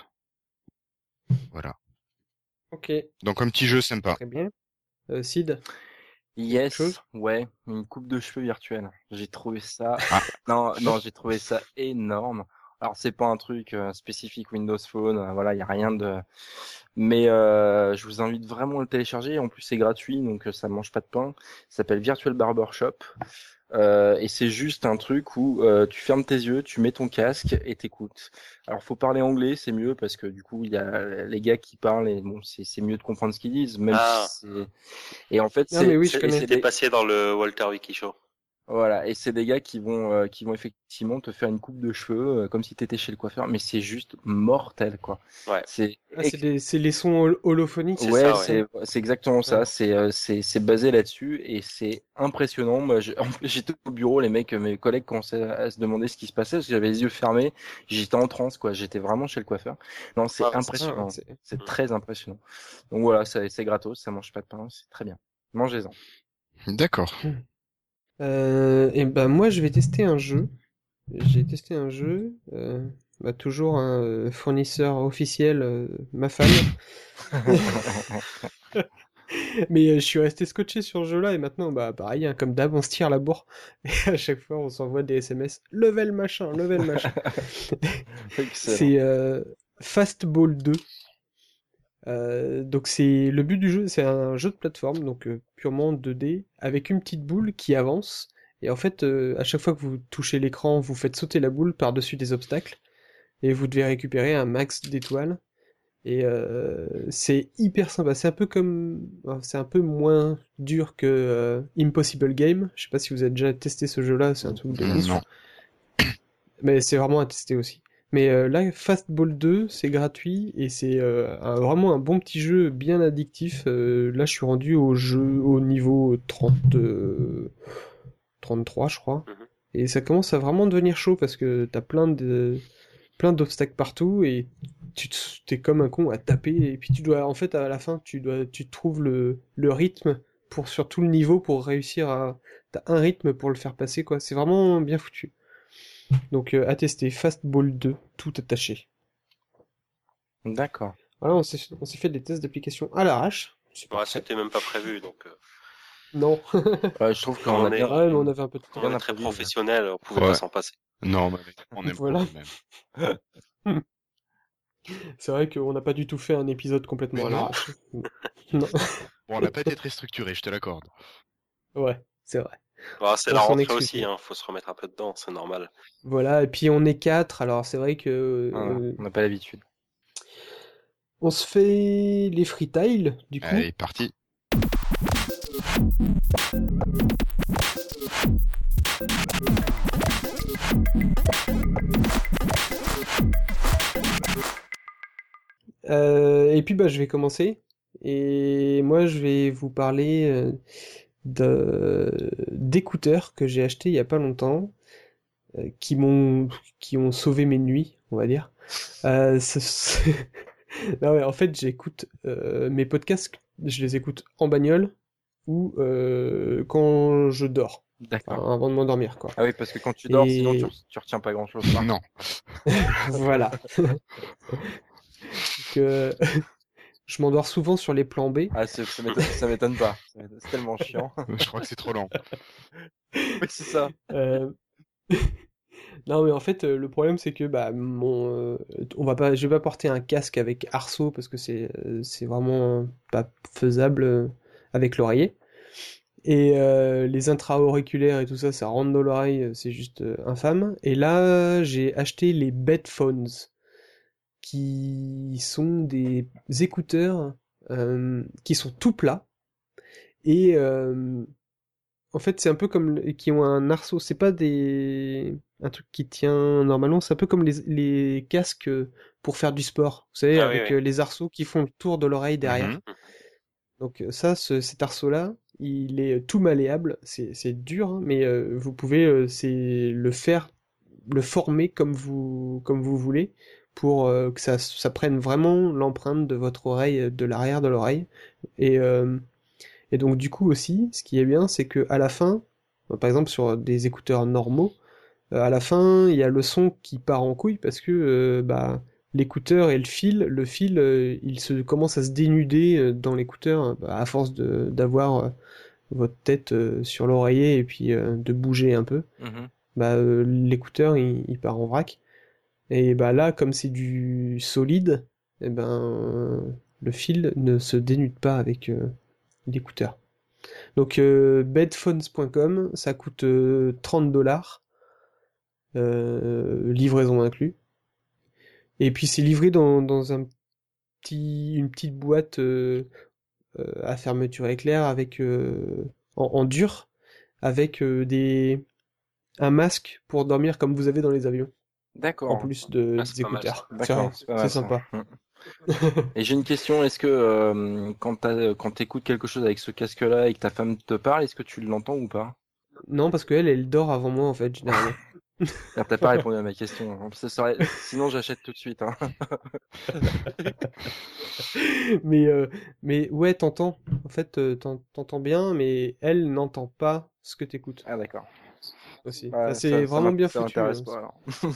voilà. Ok, Donc un petit jeu sympa. très bien. Euh, Sid, quelque Yes, chose? ouais, une coupe de cheveux virtuelle. J'ai trouvé ça, Ah, non, non, j'ai trouvé ça énorme. Alors c'est pas un truc euh, spécifique Windows Phone, euh, voilà, il y a rien de, mais euh, je vous invite vraiment à le télécharger. En plus c'est gratuit, donc euh, ça mange pas de pain. Ça s'appelle Virtual Barber Shop. Euh, et c'est juste un truc où euh, tu fermes tes yeux, tu mets ton casque et t'écoutes. Alors faut parler anglais, c'est mieux parce que du coup il y a les gars qui parlent et bon c'est c'est mieux de comprendre ce qu'ils disent, même Ah, si c'est et en fait Ah, mais c'est oui, je c'est- et connais. c'est c'était des passé dans le Walter Wiki Show. voilà et c'est des gars qui vont euh, qui vont effectivement te faire une coupe de cheveux euh, comme si t'étais chez le coiffeur, mais c'est juste mortel quoi. Ouais, C'est Ah, c'est des, c'est les sons hol- holophoniques, c'est Ouais, ça, ouais. c'est ça? c'est c'est exactement Ouais. ça. C'est euh, c'est c'est basé là-dessus et c'est impressionnant. Moi, je- en plus, j'étais au bureau, les mecs, mes collègues commençaient à se demander ce qui se passait parce que j'avais les yeux fermés. J'étais en transe, quoi. J'étais vraiment chez le coiffeur. Non, c'est Ouais, c'est Ah, ouais, impressionnant. c'est... C'est Mm. très impressionnant. Donc voilà, c'est c'est gratos, ça mange pas de pain, c'est très bien. Mangez-en. d'accord. Euh, et ben moi, je vais tester un jeu. J'ai testé un jeu, euh, bah, toujours un euh, fournisseur officiel, euh, ma femme. Mais euh, je suis resté scotché sur ce jeu-là et maintenant, bah pareil, hein, comme d'hab, on se tire la bourre. Et à chaque fois, on s'envoie des S M S. Level machin, level machin. Excellent. C'est euh, Fastball deux. Euh, donc c'est le but du jeu, c'est un jeu de plateforme, donc euh, purement deux D, avec une petite boule qui avance. Et en fait, euh, à chaque fois que vous touchez l'écran, vous faites sauter la boule par-dessus des obstacles, et vous devez récupérer un max d'étoiles. Et euh, c'est hyper sympa. C'est un peu comme, enfin, c'est un peu moins dur que euh, Impossible Game. Je sais pas si vous avez déjà testé ce jeu-là, c'est un truc de ouf. Non. Mais c'est vraiment à tester aussi. Mais euh, là, Fastball deux, c'est gratuit et c'est euh, un- vraiment un bon petit jeu bien addictif. Euh, là, je suis rendu au jeu au niveau trente, euh, trente-trois, je crois. Mhm. Et ça commence à vraiment devenir chaud parce que t'as plein de plein d'obstacles partout et tu te- t'es comme un con à taper et puis tu dois en fait à la fin tu dois tu trouves le le rythme pour sur tout le niveau pour réussir à t'as un rythme pour le faire passer quoi. C'est vraiment bien foutu. Donc euh, à tester, Fastball deux, tout attaché. D'accord. Voilà, on s'est on s'est fait des tests d'application à l'arrache. C'est Ouais, parfait. c'était même pas prévu, donc euh, Non. Ouais, je trouve comme qu'on on a est, bien, Ouais, mais on avait un peu de comme temps. on bien est très improvisé. professionnel, on pouvait pas Ouais. s'en passer. Non, mais on impro Voilà. quand même. C'est vrai qu'on n'a pas du tout fait un épisode complètement Mais à non. l'arrache. Non. Bon, on n'a pas été très structuré, je te l'accorde. Ouais, c'est vrai. Ah, c'est On la s'en rentrée excuse. aussi, hein, faut se remettre un peu dedans, c'est normal. Voilà, et puis on est quatre, alors c'est vrai que Voilà, euh, on n'a pas l'habitude. On se fait les freetiles, du coup. Allez, parti. Euh, et puis bah je vais commencer. Et moi je vais vous parler euh, de d'écouteurs que j'ai achetés il y a pas longtemps, euh, qui m'ont qui ont sauvé mes nuits, on va dire. Euh, ce- ce- Non mais en fait j'écoute euh, mes podcasts, je les écoute en bagnole ou euh, quand je dors, D'accord. enfin, avant de m'endormir quoi. Ah oui, parce que quand tu dors, sinon Et tu, re- tu retiens pas grand chose. Non. voilà. Que je m'endors souvent sur les plans B. Ah, c'est- ça m'étonne ça m'étonne pas. Ça m'étonne- C'est tellement chiant. Je crois que c'est trop long. Oui, c'est ça. Euh, Non mais en fait euh, le problème c'est que bah mon euh, on va pas je vais pas porter un casque avec arceau parce que c'est euh, c'est vraiment euh, pas faisable euh, avec l'oreiller. Et euh, les intra-auriculaires et tout ça, ça rentre dans l'oreille, euh, c'est juste euh, infâme. Et là, j'ai acheté les Bedphones, qui sont des écouteurs euh, qui sont tout plats. Et euh, en fait, c'est un peu comme le- qui ont un arceau. C'est pas des un truc qui tient normalement. C'est un peu comme les, les casques euh, pour faire du sport. Vous savez, Ah oui, avec oui. euh, les arceaux qui font le tour de l'oreille derrière. Mhm. Donc euh, ça, ce- cet arceau-là, il est tout malléable. C'est c'est dur, hein, mais euh, vous pouvez euh, c'est le faire, le former comme vous comme vous voulez pour euh, que ça ça prenne vraiment l'empreinte de votre oreille, euh, de l'arrière de l'oreille. Et euh, et donc du coup aussi, ce qui est bien, c'est que à la fin, euh, par exemple sur des écouteurs normaux, euh, à la fin, il y a le son qui part en couille parce que euh, bah l'écouteur et le fil, le fil, euh, il se commence à se dénuder euh, dans l'écouteur euh, bah, à force de d'avoir euh, votre tête euh, sur l'oreiller et puis euh, de bouger un peu. Mhm. Bah euh, l'écouteur il, il part en vrac. Et bah là, comme c'est du solide, et ben euh, le fil ne se dénude pas avec euh, l'écouteur. Donc euh, bedphones point com, ça coûte euh, trente dollars, euh, livraison inclus. Et puis c'est livré dans, dans un petit, une petite boîte euh, euh, à fermeture éclair avec euh, en, en dur, avec euh, des un masque pour dormir comme vous avez dans les avions, en D'accord. plus de, Ah, c'est des pas mal, ça. écouteurs. C'est D'accord, c'est pas c'est mal ça. sympa. Mm. Et j'ai une question, est-ce que euh, quand t'as, quand t'écoutes quelque chose avec ce casque-là et que ta femme te parle, est-ce que tu l'entends ou pas? Non, parce qu'elle, elle dort avant moi en fait, généralement. Ah, t'as pas répondu à ma question. Ça serait- Sinon, j'achète tout de suite. Hein. Mais, euh, mais ouais, t'entends. En fait, euh, t'en- t'entends bien, mais elle n'entend pas ce que t'écoutes Ah d'accord. aussi. Ouais, Enfin, ça, c'est ça vraiment m'int- bien ça foutu, m'intéresse hein. pas alors.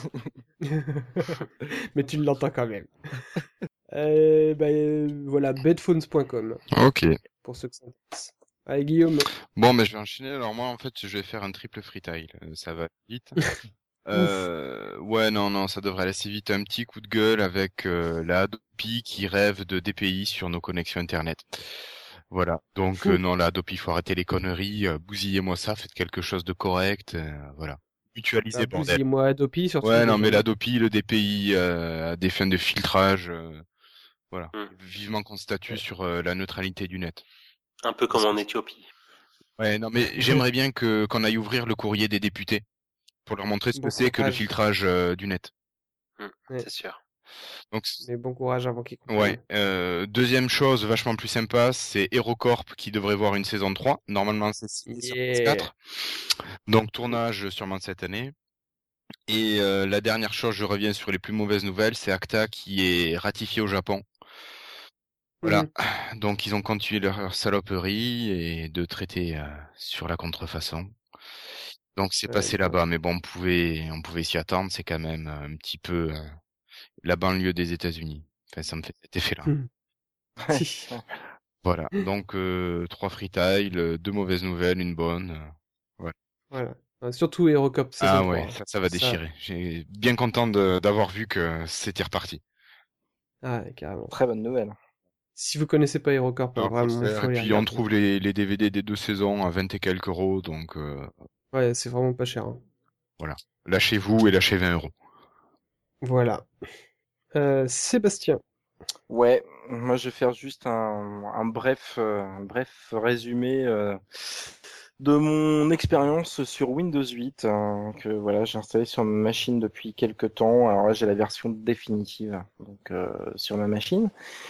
Mais tu l'entends quand même. Euh, bah, euh, voilà, bedphones point com, Ok. pour ceux que ça intéresse. Allez, Guillaume. Bon, mais je vais enchaîner. Alors moi, en fait, je vais faire un triple freetile. Euh, Ça va vite. Euh, ouais, non, non, ça devrait aller assez vite. Un petit coup de gueule avec euh, la Adopi qui rêve de D P I sur nos connexions Internet. Voilà. Donc, euh, non, la Adopi, il faut arrêter les conneries. Euh, bousillez-moi ça, faites quelque chose de correct. euh, voilà. Mutualisez, Bah, bordel. bousillez-moi Adopi, surtout. Ouais, non, déjà. mais l'Adopi, le D P I, euh, à des fins de filtrage, euh, voilà. Hmm. Vivement qu'on statue sur euh, la neutralité du net. Un peu comme en Éthiopie. Ouais, non, mais j'aimerais bien que qu'on aille ouvrir le courrier des députés pour leur montrer ce que Bon c'est que le courage. filtrage euh, du net. Hmm, Ouais. C'est sûr. Donc, c- Mais bon courage avant qu'ils comprennent. ouais. Euh, deuxième chose vachement plus sympa, c'est HeroCorp qui devrait voir une saison trois. Normalement, c'est signé sur Yeah. P S quatre. Donc, tournage sûrement cette année. Et euh, la dernière chose, je reviens sur les plus mauvaises nouvelles, c'est ACTA qui est ratifié au Japon. Voilà. Mhm. Donc, ils ont continué leur saloperie et de traiter euh, sur la contrefaçon. Donc, c'est Ouais, passé bah, là-bas, mais bon, on pouvait, on pouvait s'y attendre. C'est quand même un petit peu euh, la banlieue des États-Unis. Enfin, ça me fait cet effet-là. mhm. Voilà. Donc, euh, trois freetiles, euh, deux mauvaises nouvelles, une bonne. euh, ouais. Voilà. Euh, Surtout HeroCorp saison Ah trois. ouais, ça, ça va déchirer. J'ai bien content de- d'avoir vu que c'était reparti. Ah, ouais, carrément. Très bonne nouvelle. Si vous connaissez pas HeroCorp, Alors, faut le vraiment, il faire. faut Et les puis, on regarder. trouve les, les D V D des deux saisons à vingt et quelques euros. Donc, euh, Ouais, c'est vraiment pas cher, hein. voilà. Lâchez-vous et lâchez vingt euros. Voilà. Euh, Sébastien. Ouais, moi, je vais faire juste un, un bref, euh, un bref résumé euh, de mon expérience sur Windows huit, hein, que voilà, j'ai installé sur ma machine depuis quelques temps. Alors là, j'ai la version définitive donc euh, sur ma machine.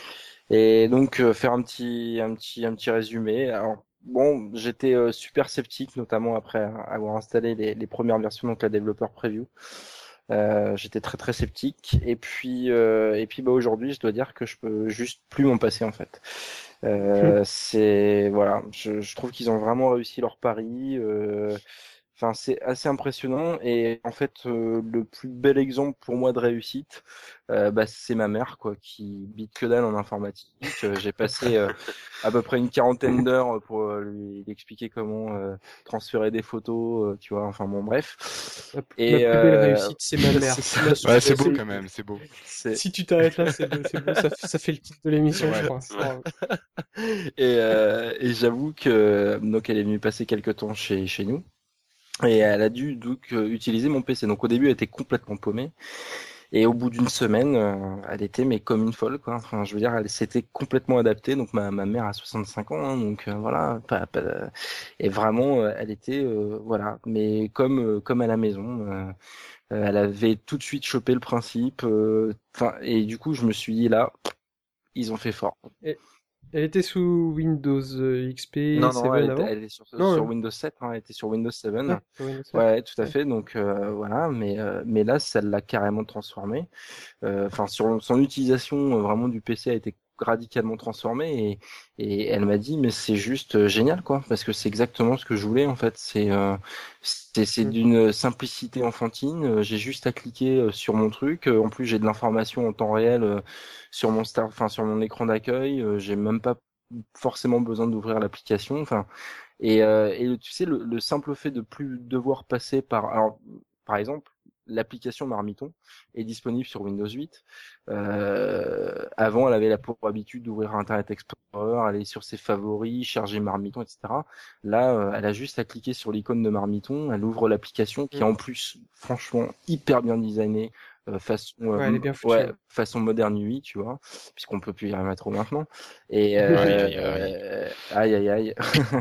Et donc euh, faire un petit, un petit, un petit résumé. Alors bon, j'étais euh, super sceptique, notamment après avoir installé les, les premières versions, donc la développeur preview. Euh, j'étais très très sceptique. Et puis, euh, et puis bah aujourd'hui, je dois dire que je peux juste plus m'en passer en fait. Euh, c'est voilà, je, je trouve qu'ils ont vraiment réussi leur pari. Euh, Enfin, c'est assez impressionnant et en fait euh, le plus bel exemple pour moi de réussite, euh, bah, c'est ma mère quoi, qui bite que dalle en informatique. Euh, j'ai passé euh, à peu près une quarantaine d'heures pour euh, lui, lui expliquer comment euh, transférer des photos, euh, tu vois. Enfin bon, bref. Ma, ma Et plus belle euh, réussite, c'est ma mère. c'est ça, Là, Ouais, c'est beau c'est- quand même, c'est beau. c'est Si tu t'arrêtes là, c'est beau, c'est beau, ça, fait- ça fait le titre de l'émission, je Ouais. crois. C'est pas grave. et, euh, et j'avoue que donc elle est venue passer quelques temps chez chez nous. Et elle a dû donc euh, utiliser mon P C. Donc au début, elle était complètement paumée. Et au bout d'une semaine, euh, elle était mais comme une folle, quoi. Enfin, je veux dire, elle s'était complètement adaptée. Donc ma, ma mère a soixante-cinq ans, hein, donc euh, voilà. Pas, pas- et vraiment, euh, elle était euh, voilà. Mais comme euh, comme à la maison, euh, euh, elle avait tout de suite chopé le principe. euh, Enfin, et du coup, je me suis dit là, ils ont fait fort. Et- Elle était sous Windows euh, X P Non, non, elle sept était, avant? elle est sur, Non, sur hein. Windows sept, hein, elle était sur Windows sept. Ah, sur Windows sept. Ouais, tout à Ouais. fait. Donc euh, voilà, mais euh, mais là, ça l'a carrément transformé. Euh, Enfin, sur son utilisation euh, vraiment du P C a été radicalement transformée et, et elle m'a dit mais c'est juste euh, génial quoi parce que c'est exactement ce que je voulais en fait. C'est euh, c'est c'est Mm. d'une simplicité enfantine. Euh, J'ai juste à cliquer euh, sur mon truc. Euh, En plus, j'ai de l'information en temps réel euh, sur mon star, enfin sur mon écran d'accueil. Euh, J'ai même pas forcément besoin d'ouvrir l'application. Enfin, et, euh, et tu sais, le, le simple fait de plus devoir passer par, alors, par exemple, l'application Marmiton est disponible sur Windows huit. Euh, avant, elle avait la pour habitude d'ouvrir Internet Explorer, aller sur ses favoris, charger Marmiton, et cetera. Là, euh, elle a juste à cliquer sur l'icône de Marmiton, elle ouvre l'application qui est Mm. en plus, franchement, hyper bien designée, euh, façon, euh, Ouais, elle est m- bien foutue. ouais, Ouais. façon moderne U I, tu vois, puisqu'on peut plus y rien mettre maintenant. Et Aïe, euh, aïe, aïe. euh, aïe, aïe, aïe.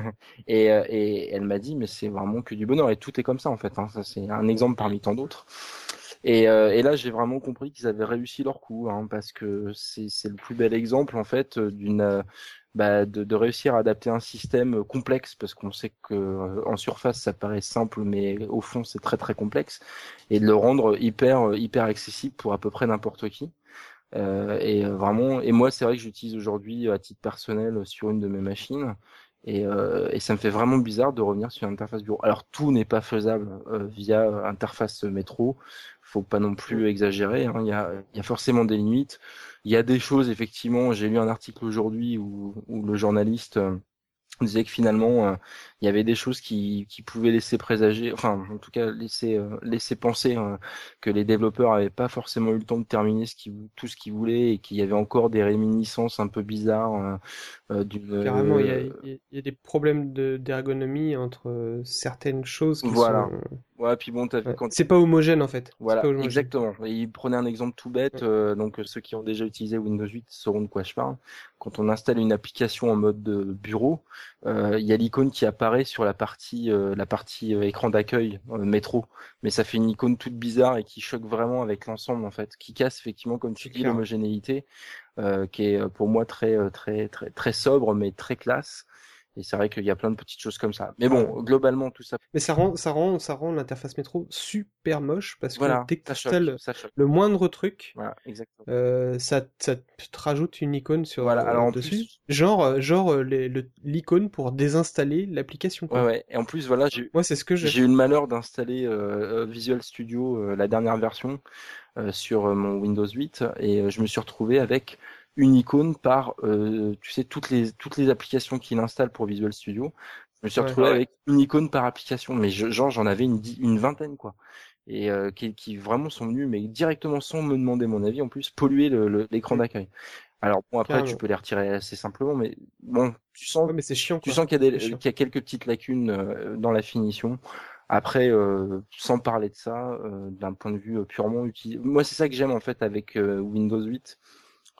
Et, euh, et elle m'a dit, mais c'est vraiment que du bonheur. Et tout est comme ça, en fait. Hein. Ça, c'est un exemple parmi tant d'autres. Et, euh, et là, j'ai vraiment compris qu'ils avaient réussi leur coup, hein, parce que c'est c'est le plus bel exemple, en fait, d'une euh, bah, de, de réussir à adapter un système complexe, parce qu'on sait que euh, en surface, ça paraît simple, mais au fond, c'est très très complexe, et de le rendre hyper hyper accessible pour à peu près n'importe qui. Euh, et euh, vraiment, et moi, c'est vrai que j'utilise aujourd'hui à titre personnel sur une de mes machines. Et, euh, et ça me fait vraiment bizarre de revenir sur une interface bureau. Alors tout n'est pas faisable euh, via interface métro. Faut pas non Mm. plus exagérer. Hein. Il y a, il y a forcément des limites. Il y a des choses effectivement. J'ai lu un article aujourd'hui où, où le journaliste euh, disait que finalement euh, il y avait des choses qui, qui pouvaient laisser présager, enfin en tout cas laisser euh, laisser penser euh, que les développeurs avaient pas forcément eu le temps de terminer ce qui, tout ce qu'ils voulaient et qu'il y avait encore des réminiscences un peu bizarres euh, euh, d'une Carrément, il y a, euh, il y a- il y a des problèmes de d'ergonomie entre euh, certaines choses qui sont. voilà. Ouais, puis bon, t'as vu Ouais. quand C'est pas homogène en fait. C'est pas voilà, homogène. exactement. Et il prenait un exemple tout bête, Ouais. euh, donc euh, ceux qui ont déjà utilisé Windows huit sauront de quoi je parle. Quand on installe une application en mode de bureau, euh, il y a l'icône qui apparaît sur la partie, euh, la partie euh, écran d'accueil euh, métro, mais ça fait une icône toute bizarre et qui choque vraiment avec l'ensemble en fait, qui casse effectivement, comme tu C'est dis, clair. l'homogénéité, euh, qui est euh, pour moi très, euh, très, très, très sobre mais très classe. Et c'est vrai qu'il y a plein de petites choses comme ça. Mais Ouais. bon, globalement tout ça, Mais ça rend, ça rend, ça rend l'interface métro super moche parce que voilà, dès que tu ça choque, installes ça choque. le moindre truc, Voilà, exactement. euh, ça, ça te rajoute une icône sur Voilà, alors euh, en dessus, plus, genre, euh, genre euh, les- le- l'icône pour désinstaller l'application ouais, quoi. ouais. Et en plus, voilà, j'ai Moi, c'est ce que j'ai. j'ai eu le malheur d'installer euh, euh, Visual Studio, euh, la dernière version, euh, sur euh, mon Windows huit, et euh, je me suis retrouvé avec une icône par, euh, tu sais, toutes les toutes les applications qu'il installe pour Visual Studio. Je me suis Ouais. retrouvé Ah ouais. avec une icône par application, mais je, genre j'en avais une, di- une vingtaine quoi, et euh, qui, qui vraiment sont venus, mais directement sans me demander mon avis, en plus polluer le- le- l'écran Mm. d'accueil. Alors bon, après tu Carrément. peux les retirer assez simplement, mais bon, tu sens Ouais, mais c'est chiant tu quoi. sens qu'il y a C'est des, chiant. qu'il y a quelques petites lacunes euh, dans la finition. Après, euh, sans parler de ça, euh, d'un point de vue euh, purement utile, moi c'est ça que j'aime en fait avec euh, Windows huit,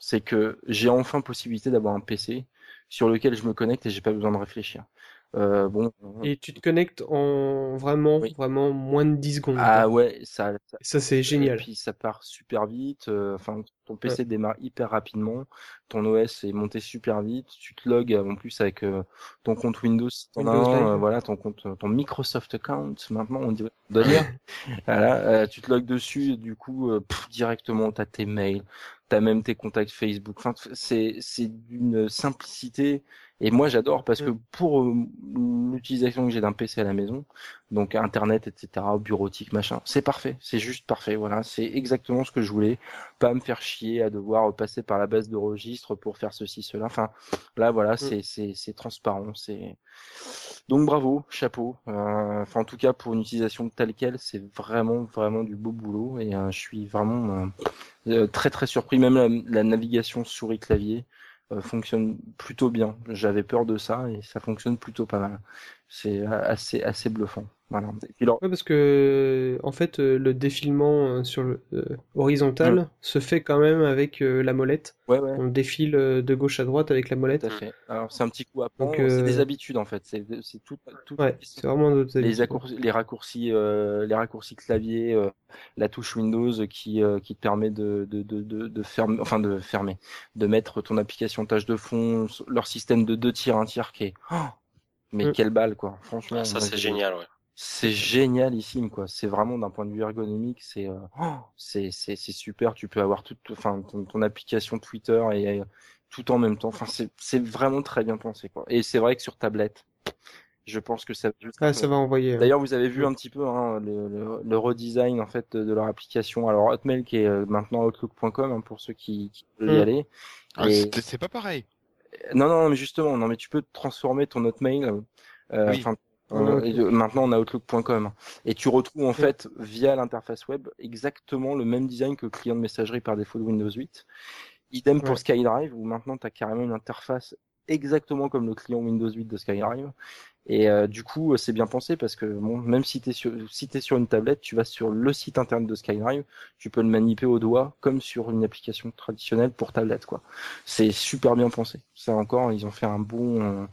c'est que j'ai enfin possibilité d'avoir un P C sur lequel je me connecte et j'ai pas besoin de réfléchir. Euh, bon. Et tu te connectes en vraiment, Oui. vraiment moins de dix secondes. Ah quoi. ouais, ça, ça- Et ça, c'est génial. Et puis ça part super vite. euh, Enfin, ton P C Ouais. démarre hyper rapidement. Ton O S est monté super vite. Tu te logs euh, en plus avec euh, ton compte Windows, si t'en as Windows un, Live. euh, voilà, ton compte, ton Microsoft account. Maintenant, on dit- on doit dire. Voilà, euh, tu te logs dessus. Et du coup, euh, pff, directement, t'as tes mails, t'as même tes contacts Facebook. Enfin, c'est c'est d'une simplicité. Et moi, j'adore parce que Mm. pour euh, l'utilisation que j'ai d'un P C à la maison, donc Internet, et cetera, bureautique, machin, c'est parfait, c'est juste parfait, voilà, c'est exactement ce que je voulais, pas me faire chier à devoir passer par la base de registre pour faire ceci, cela, enfin, là, voilà, c'est c'est c'est transparent, c'est... Donc bravo, chapeau, euh, enfin en tout cas pour une utilisation telle quelle, c'est vraiment, vraiment du beau boulot, et euh, je suis vraiment euh, euh, très très surpris, même la, la navigation souris-clavier, euh, fonctionne plutôt bien. J'avais peur de ça et ça fonctionne plutôt pas mal. C'est assez assez bluffant. Voilà. Et puis, alors, Ouais, parce que en fait, euh, le défilement euh, sur le euh, horizontal Mm. se fait quand même avec euh, la molette. ouais ouais, On défile euh, de gauche à droite avec la tout molette. à fait. Alors c'est un petit coup à Donc, prendre. C'est des euh, habitudes en fait. C'est c'est tout tout ouais, c'est vraiment d'autres les habitudes. raccourcis, les raccourcis, euh, les raccourcis clavier, euh, la touche Windows qui euh, qui te permet de de de de, de fermer, enfin de fermer, de mettre ton application tâche de fond, leur système de deux tiers, un tiers qui est, oh, mais Mm. quelle balle quoi. Franchement, Ah, ça moi, c'est j'ai- génial, ouais. c'est génialissime quoi. C'est vraiment d'un point de vue ergonomique, c'est euh, oh, c'est c'est c'est super. Tu peux avoir toute, enfin ton, ton application Twitter et euh, tout en même temps. Enfin c'est c'est vraiment très bien pensé quoi. Et c'est vrai que sur tablette, je pense que ça. Ah, ça va envoyer. hein. D'ailleurs, vous avez vu Mm. un petit peu hein, le, le, le redesign en fait de leur application. Alors Hotmail qui est euh, maintenant Outlook point com hein, pour ceux qui, qui veulent y Mm. aller. Ah, Et c'est c'est pas pareil. non, non, mais justement, non, mais tu peux transformer ton Hotmail. euh, Oui. Enfin, En euh, et de- Outlook. maintenant on a Outlook point com et tu retrouves en Mm. fait via l'interface web exactement le même design que le client de messagerie par défaut de Windows huit. Idem pour Ouais. SkyDrive où maintenant tu as carrément une interface exactement comme le client Windows huit de SkyDrive. Et euh, du coup, c'est bien pensé parce que bon, même si t'es sur si t'es sur une tablette, tu vas sur le site internet de SkyDrive, tu peux le manipuler au doigt comme sur une application traditionnelle pour tablette quoi. C'est super bien pensé. Ça encore, ils ont fait un bon, euh,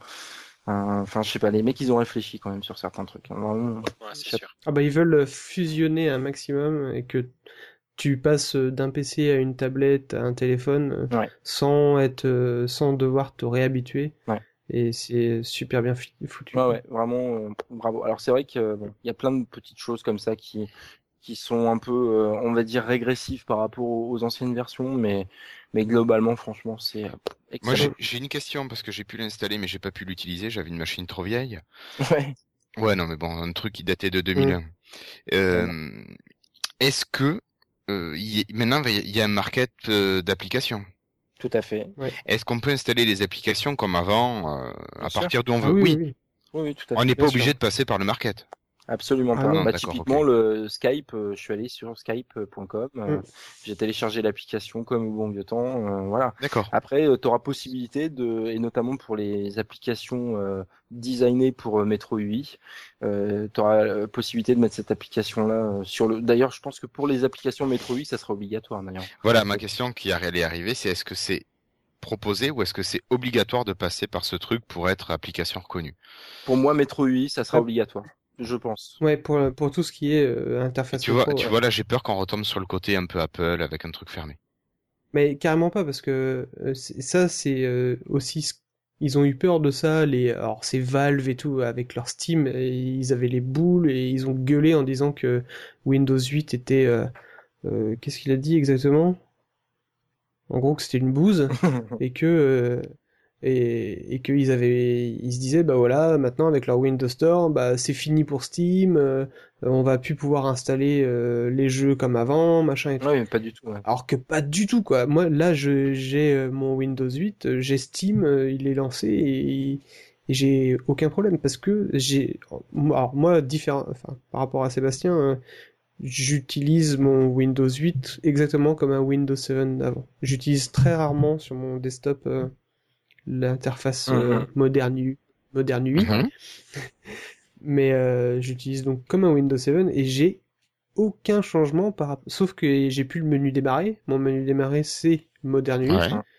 un- enfin je sais pas, les mecs ils ont réfléchi quand même sur certains trucs. hein. Vraiment, Ouais, c'est chapeau. sûr. Ah bah ils veulent fusionner un maximum et que tu passes d'un P C à une tablette à un téléphone euh, Ouais, sans être euh, sans devoir te réhabituer ouais. et c'est super bien fi- foutu. Ouais, quoi. ouais, vraiment euh, bravo. Alors c'est vrai que euh, bon, il y a plein de petites choses comme ça qui qui sont un peu, euh, on va dire, régressives par rapport aux, aux anciennes versions, mais mais globalement, franchement, c'est euh, Moi, excellent. j'ai j'ai une question parce que j'ai pu l'installer, mais j'ai pas pu l'utiliser. J'avais une machine trop vieille. Ouais. Ouais, non, mais bon, un truc qui datait de Mm. deux mille un. Euh, Est-ce que euh, y- maintenant il y a un market euh, d'applications? Tout à fait. Ouais. Est-ce qu'on peut installer les applications comme avant, euh, Bien à sûr. partir d'où on Ah veut? oui, oui, Oui, oui. Oui, oui, tout à on fait. n'est Bien pas sûr. obligé de passer par le market. Absolument Ah pas. non. Bah, D'accord, typiquement, ok. le Skype, euh, je suis allé sur skype point com, euh, Mm. j'ai téléchargé l'application comme au bon vieux temps, euh, voilà. D'accord. Après, tu auras possibilité de, et notamment pour les applications euh, designées pour euh, Metro U I, euh, tu auras possibilité de mettre cette application-là euh, sur le. D'ailleurs, je pense que pour les applications Metro U I, ça sera obligatoire d'ailleurs. Voilà, ma question qui allait arriver, c'est est-ce que c'est proposé ou est-ce que c'est obligatoire de passer par ce truc pour être application reconnue? Pour moi, Metro U I, ça sera Ah, obligatoire, je pense. ouais, pour, pour tout ce qui est euh, Et interface tu vois, métro, tu ouais. vois là, j'ai peur qu'on retombe sur le côté un peu Apple avec un truc fermé. Mais carrément pas, parce que euh, c'est- ça, c'est euh, aussi... ce- Ils ont eu peur de ça, les... alors c'est Valve et tout, avec leur Steam, et ils avaient les boules, et ils ont gueulé en disant que Windows huit était... euh, euh, qu'est-ce qu'il a dit exactement? En gros que c'était une bouse, et que... euh, et, et qu'ils avaient... Ils se disaient, bah voilà, maintenant avec leur Windows Store, bah c'est fini pour Steam, euh, on va plus pouvoir installer euh, les jeux comme avant, machin et tout. Oui, mais pas du tout. Ouais. Alors que pas du tout, quoi. Moi, là, je, j'ai euh, mon Windows huit, euh, j'ai Steam, euh, il est lancé et, et j'ai aucun problème parce que j'ai, alors moi, différent, enfin, par rapport à Sébastien, euh, j'utilise mon Windows huit exactement comme un Windows sept d'avant. J'utilise très rarement sur mon desktop euh, l'interface euh, Mhm. moderne, U- moderne U I, Mhm. mais euh, j'utilise donc comme un Windows sept et j'ai aucun changement par rapport... Sauf que j'ai plus le menu démarrer. Mon menu démarrer, c'est Modern Unix. Ouais.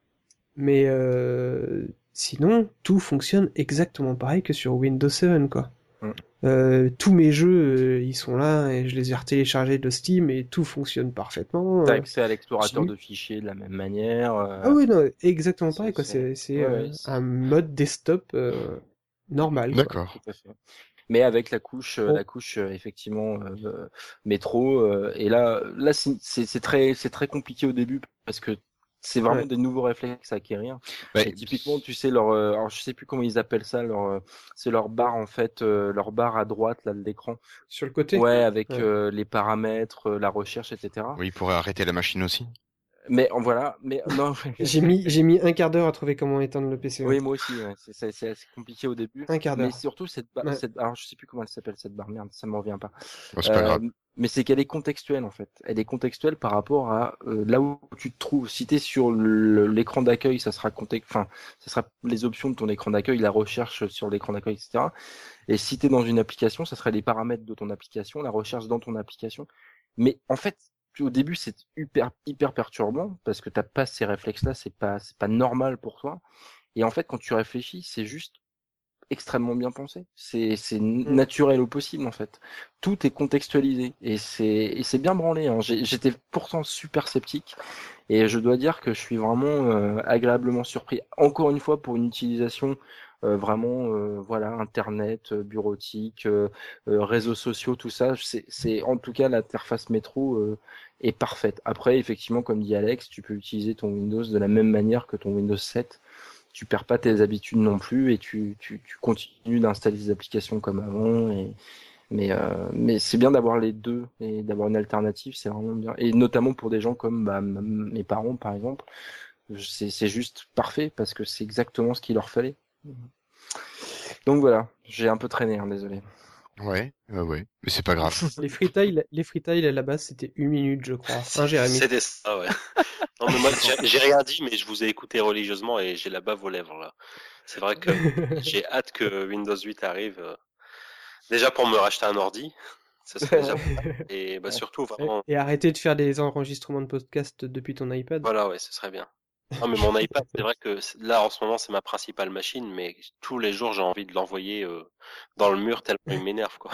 Mais euh, sinon, tout fonctionne exactement pareil que sur Windows sept, quoi. Mm. Euh, tous mes jeux, euh, ils sont là et je les ai retéléchargés de Steam et tout fonctionne parfaitement. T'as euh. accès à l'explorateur j'ai- de fichiers de la même manière. euh, Ah oui, non, exactement c'est- pareil, quoi. c'est- C'est c'est, ouais, euh, ouais, c'est- un mode desktop euh, normal, quoi. D'accord. Tout à fait. Mais avec la couche, euh, Bon. la couche euh, effectivement euh, euh, métro. euh, et là, là c'est c'est- c'est très, c'est très compliqué au début parce que c'est vraiment Ouais. des nouveaux réflexes à acquérir. Bah, Et typiquement, tu sais leur, euh, alors je sais plus comment ils appellent ça, leur, euh, c'est leur barre en fait, euh, leur barre à droite là de l'écran. Sur le côté. Ouais, avec Ouais. euh, les paramètres, euh, la recherche, et cetera. oui, pour arrêter la machine aussi. Mais en voilà, mais non. J'ai mis, j'ai mis un quart d'heure à trouver comment éteindre le P C. ouais. Oui, moi aussi, ouais. C'est c'est- c'est assez compliqué au début. Un quart Mais d'heure. surtout, cette, ba- Ouais. cette, alors je sais plus comment elle s'appelle cette barre, merde, ça m'en revient pas. Bon, c'est pas Euh, grave. mais c'est qu'elle est contextuelle en fait. Elle est contextuelle par rapport à euh, là où tu te trouves. Si t'es sur le- l'écran d'accueil, ça sera context, enfin, ça sera les options de ton écran d'accueil, la recherche sur l'écran d'accueil, et cetera. Et si t'es dans une application, ça sera les paramètres de ton application, la recherche dans ton application. Mais en fait, au début, c'est hyper hyper perturbant parce que t'as pas ces réflexes-là, c'est pas c'est pas normal pour toi. Et en fait, quand tu réfléchis, c'est juste extrêmement bien pensé. C'est c'est naturel au possible en fait. Tout est contextualisé et c'est et c'est bien branlé. Hein. J'ai- J'étais pourtant super sceptique et je dois dire que je suis vraiment euh, agréablement surpris. Encore une fois pour une utilisation euh, vraiment euh, voilà internet, euh, bureautique, euh, euh, réseaux sociaux, tout ça. C'est c'est en tout cas l'interface métro euh, est parfaite. Après effectivement comme dit Alex, tu peux utiliser ton Windows de la même manière que ton Windows sept. Tu perds pas tes habitudes non plus et tu, tu, tu continues d'installer des applications comme avant. Et, mais euh, mais c'est bien d'avoir les deux et d'avoir une alternative, c'est vraiment bien. Et notamment pour des gens comme bah, m- mes parents par exemple, c'est c'est juste parfait parce que c'est exactement ce qu'il leur fallait. Donc voilà, j'ai un peu traîné, hein, désolé. Ouais, ouais, ouais. Mais c'est pas grave. Les freetiles, les freetiles à la base, c'était une minute, je crois. Hein, Jérémy? C'était ça, ouais. Non, mais moi, j'ai j'ai rien dit, mais je vous ai écouté religieusement et j'ai la bave aux lèvres, là. C'est vrai que j'ai hâte que Windows huit arrive. euh, Déjà pour me racheter un ordi. Ça serait déjà pas mal. Et bah, surtout, vraiment, Et arrêter de faire des enregistrements de podcast depuis ton iPad. voilà, ouais, ce serait bien. Non, mais mon iPad, c'est vrai que c'est- là, en ce moment, c'est ma principale machine, mais tous les jours, j'ai envie de l'envoyer euh, dans le mur tellement il m'énerve, quoi.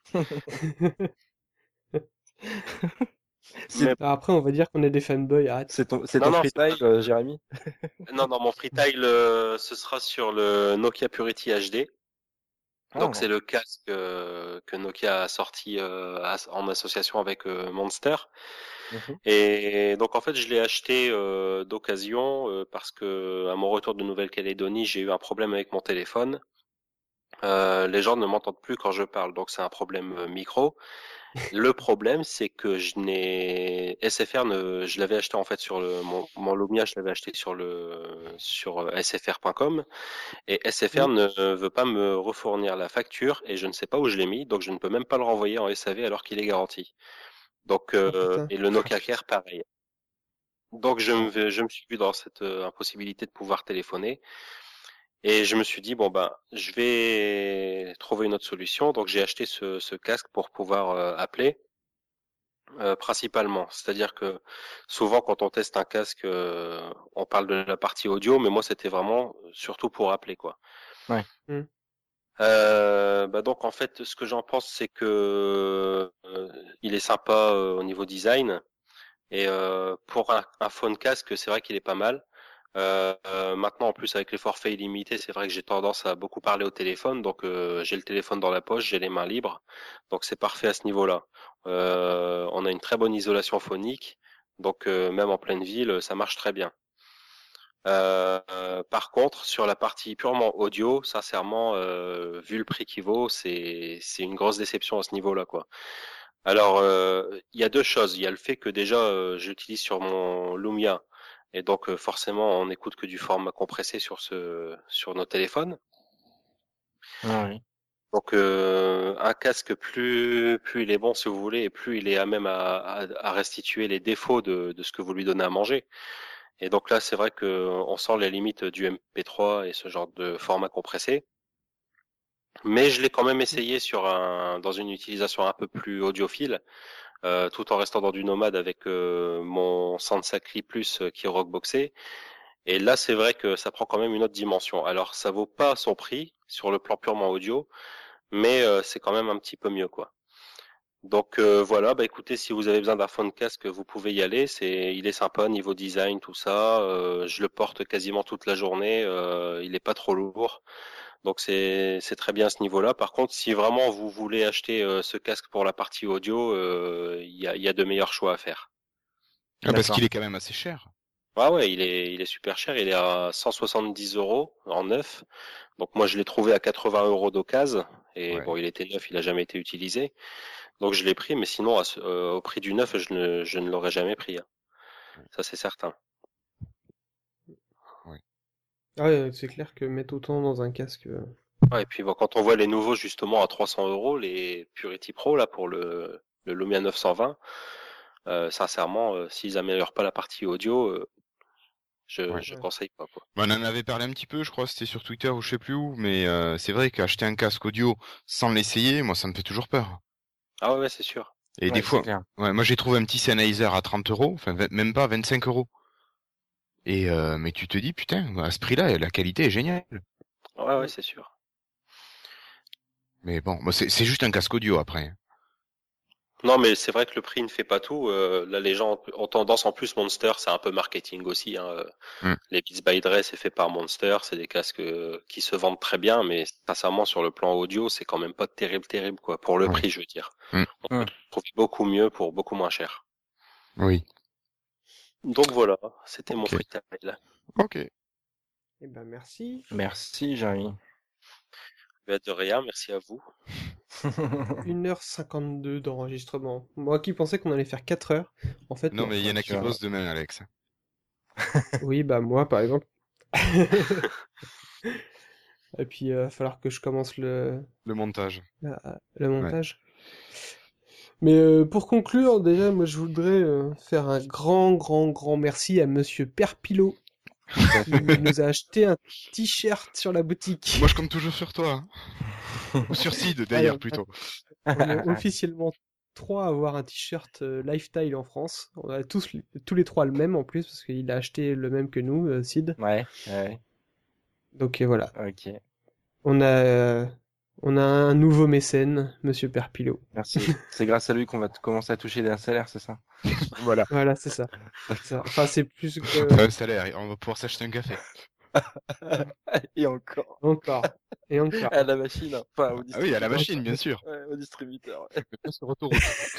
Mais Après, on va dire qu'on est des fanboys, arrête. C'est ton, c'est Non, ton non, freestyle, euh, Jérémy? non, non, mon freetile, euh, ce sera sur le Nokia Purity H D. Donc Ah. c'est le casque euh, que Nokia a sorti euh, as- en association avec euh, Monster. Mhm. Et donc en fait je l'ai acheté euh, d'occasion euh, parce que à mon retour de Nouvelle-Calédonie j'ai eu un problème avec mon téléphone. Euh, les gens ne m'entendent plus quand je parle, donc c'est un problème euh, micro. Le problème, c'est que je n'ai S F R ne, je l'avais acheté en fait sur le mon, mon Lumia, je l'avais acheté sur le sur euh, S F R point com et S F R Mm. ne veut pas me refournir la facture et je ne sais pas où je l'ai mis, donc je ne peux même pas le renvoyer en S A V alors qu'il est garanti. Donc Oh, euh, putain. et le Nokia Care pareil. Donc je me je me suis vu dans cette euh, impossibilité de pouvoir téléphoner. Et je me suis dit, bon ben, je vais trouver une autre solution. Donc j'ai acheté ce, ce casque pour pouvoir euh, appeler, euh, principalement. C'est-à-dire que souvent quand on teste un casque, euh, on parle de la partie audio, mais moi c'était vraiment surtout pour appeler, quoi. Ouais. Mm. Euh, bah donc en fait, ce que j'en pense, c'est que euh, il est sympa euh, au niveau design. Et euh, pour un, un phone casque, c'est vrai qu'il est pas mal. Euh, euh, maintenant, en plus, avec les forfaits illimités, c'est vrai que j'ai tendance à beaucoup parler au téléphone. Donc, euh, j'ai le téléphone dans la poche, j'ai les mains libres. Donc, c'est parfait à ce niveau-là. Euh, on a une très bonne isolation phonique. Donc, euh, même en pleine ville, ça marche très bien. Euh, euh, par contre, sur la partie purement audio, sincèrement, euh, vu le prix qu'il vaut, c'est c'est une grosse déception à ce niveau-là, quoi. Alors, euh, il y a deux choses. Il y a le fait que déjà, euh, j'utilise sur mon Lumia et donc euh, forcément, on n'écoute que du format compressé sur ce sur nos téléphones. Ah oui. Donc, euh, un casque plus plus il est bon, si vous voulez, et plus il est à même à, à, à restituer les défauts de, de ce que vous lui donnez à manger. Et donc là, c'est vrai que on sent les limites du M P trois et ce genre de format compressé. Mais je l'ai quand même essayé sur un, dans une utilisation un peu plus audiophile, euh, tout en restant dans du nomade avec euh, mon Sansacri Plus euh, qui est rockboxé. Et là, c'est vrai que ça prend quand même une autre dimension. Alors, ça vaut pas son prix sur le plan purement audio, mais euh, c'est quand même un petit peu mieux, quoi. Donc euh, voilà, bah écoutez, si vous avez besoin d'un phone casque, vous pouvez y aller. C'est, il est sympa niveau design, tout ça. Euh, je le porte quasiment toute la journée. Euh, il est pas trop lourd, donc c'est c'est très bien à ce niveau-là. Par contre, si vraiment vous voulez acheter euh, ce casque pour la partie audio, euh, il y a il y a de meilleurs choix à faire. Ah, parce D'accord. qu'il est quand même assez cher. Ah ouais, il est il est super cher. Il est à cent soixante-dix euros en neuf. Donc moi je l'ai trouvé à quatre-vingts euros d'occasion. Et Ouais. bon, il était neuf, il a jamais été utilisé. Donc je l'ai pris, mais sinon à ce- euh, au prix du neuf, je ne, je ne l'aurais jamais pris. Hein. Ça c'est certain. Ah ouais, c'est clair que mettre autant dans un casque. euh, Ouais, et puis bon, quand on voit les nouveaux justement à trois cents euros, les Purity Pro là pour le, le Lumia neuf cent vingt, euh, sincèrement, euh, s'ils améliorent pas la partie audio, euh, je, Ouais. je Ouais. conseille pas quoi. On en avait parlé un petit peu, je crois, c'était sur Twitter ou je sais plus où, mais euh, c'est vrai qu'acheter un casque audio sans l'essayer, moi, ça me fait toujours peur. Ah ouais, ouais c'est sûr. Et Ouais, des c'est fois, clair. ouais, moi j'ai trouvé un petit Sennheiser à trente euros, enfin vingt- même pas vingt-cinq euros. Et euh, mais tu te dis, putain, à ce prix-là, la qualité est géniale. Ouais, ouais, c'est sûr. Mais bon, moi c'est c'est juste un casque audio après. Non, mais c'est vrai que le prix ne fait pas tout. Euh, là, les gens ont tendance, en plus, Monster, c'est un peu marketing aussi. Hein. Euh, Hmm. Les Beats by Dre, c'est fait par Monster. C'est des casques euh, qui se vendent très bien, mais sincèrement, sur le plan audio, c'est quand même pas terrible, terrible, quoi. Pour le Ouais. prix, je veux dire. Hmm. On Hmm. peut trouver beaucoup mieux pour beaucoup moins cher. Oui. Donc voilà, c'était mon Ok. freestyle. Ok. Eh ben merci. Merci, Jérémy. Ben, de rien, merci à vous. une heure cinquante-deux d'enregistrement. Moi qui pensais qu'on allait faire quatre heures. En fait, Non, non. mais il y en a tu qui vois. bossent demain, Alex. Oui, bah moi par exemple. Et puis il va falloir que je commence le, Le montage. la- le montage. Mais euh, pour conclure, déjà, moi je voudrais euh, faire un grand, grand, grand merci à Monsieur Perpilot qui nous a acheté un t-shirt sur la boutique. Moi, je compte toujours sur toi. Hein. Ou sur Sid, d'ailleurs, Allez, plutôt. On est officiellement trois à avoir un t-shirt euh, Lifestyle en France. On a tous, tous les trois le même en plus, parce qu'il a acheté le même que nous, euh, Sid. Ouais, ouais, Donc euh, voilà, ok. on a, euh, on a un nouveau mécène, Monsieur Perpilot. Merci. C'est grâce à lui qu'on va t- commencer à toucher des salaires, c'est ça? Voilà. Voilà, c'est ça. C'est ça. Enfin, c'est plus que... Enfin, un salaire, on va pouvoir s'acheter un café. Et encore. Encore. Et encore. À la machine, hein. Enfin, au Ah oui, à la distributeur. machine, bien sûr. Ouais, au distributeur. ouais. Mais pas sur autoroute.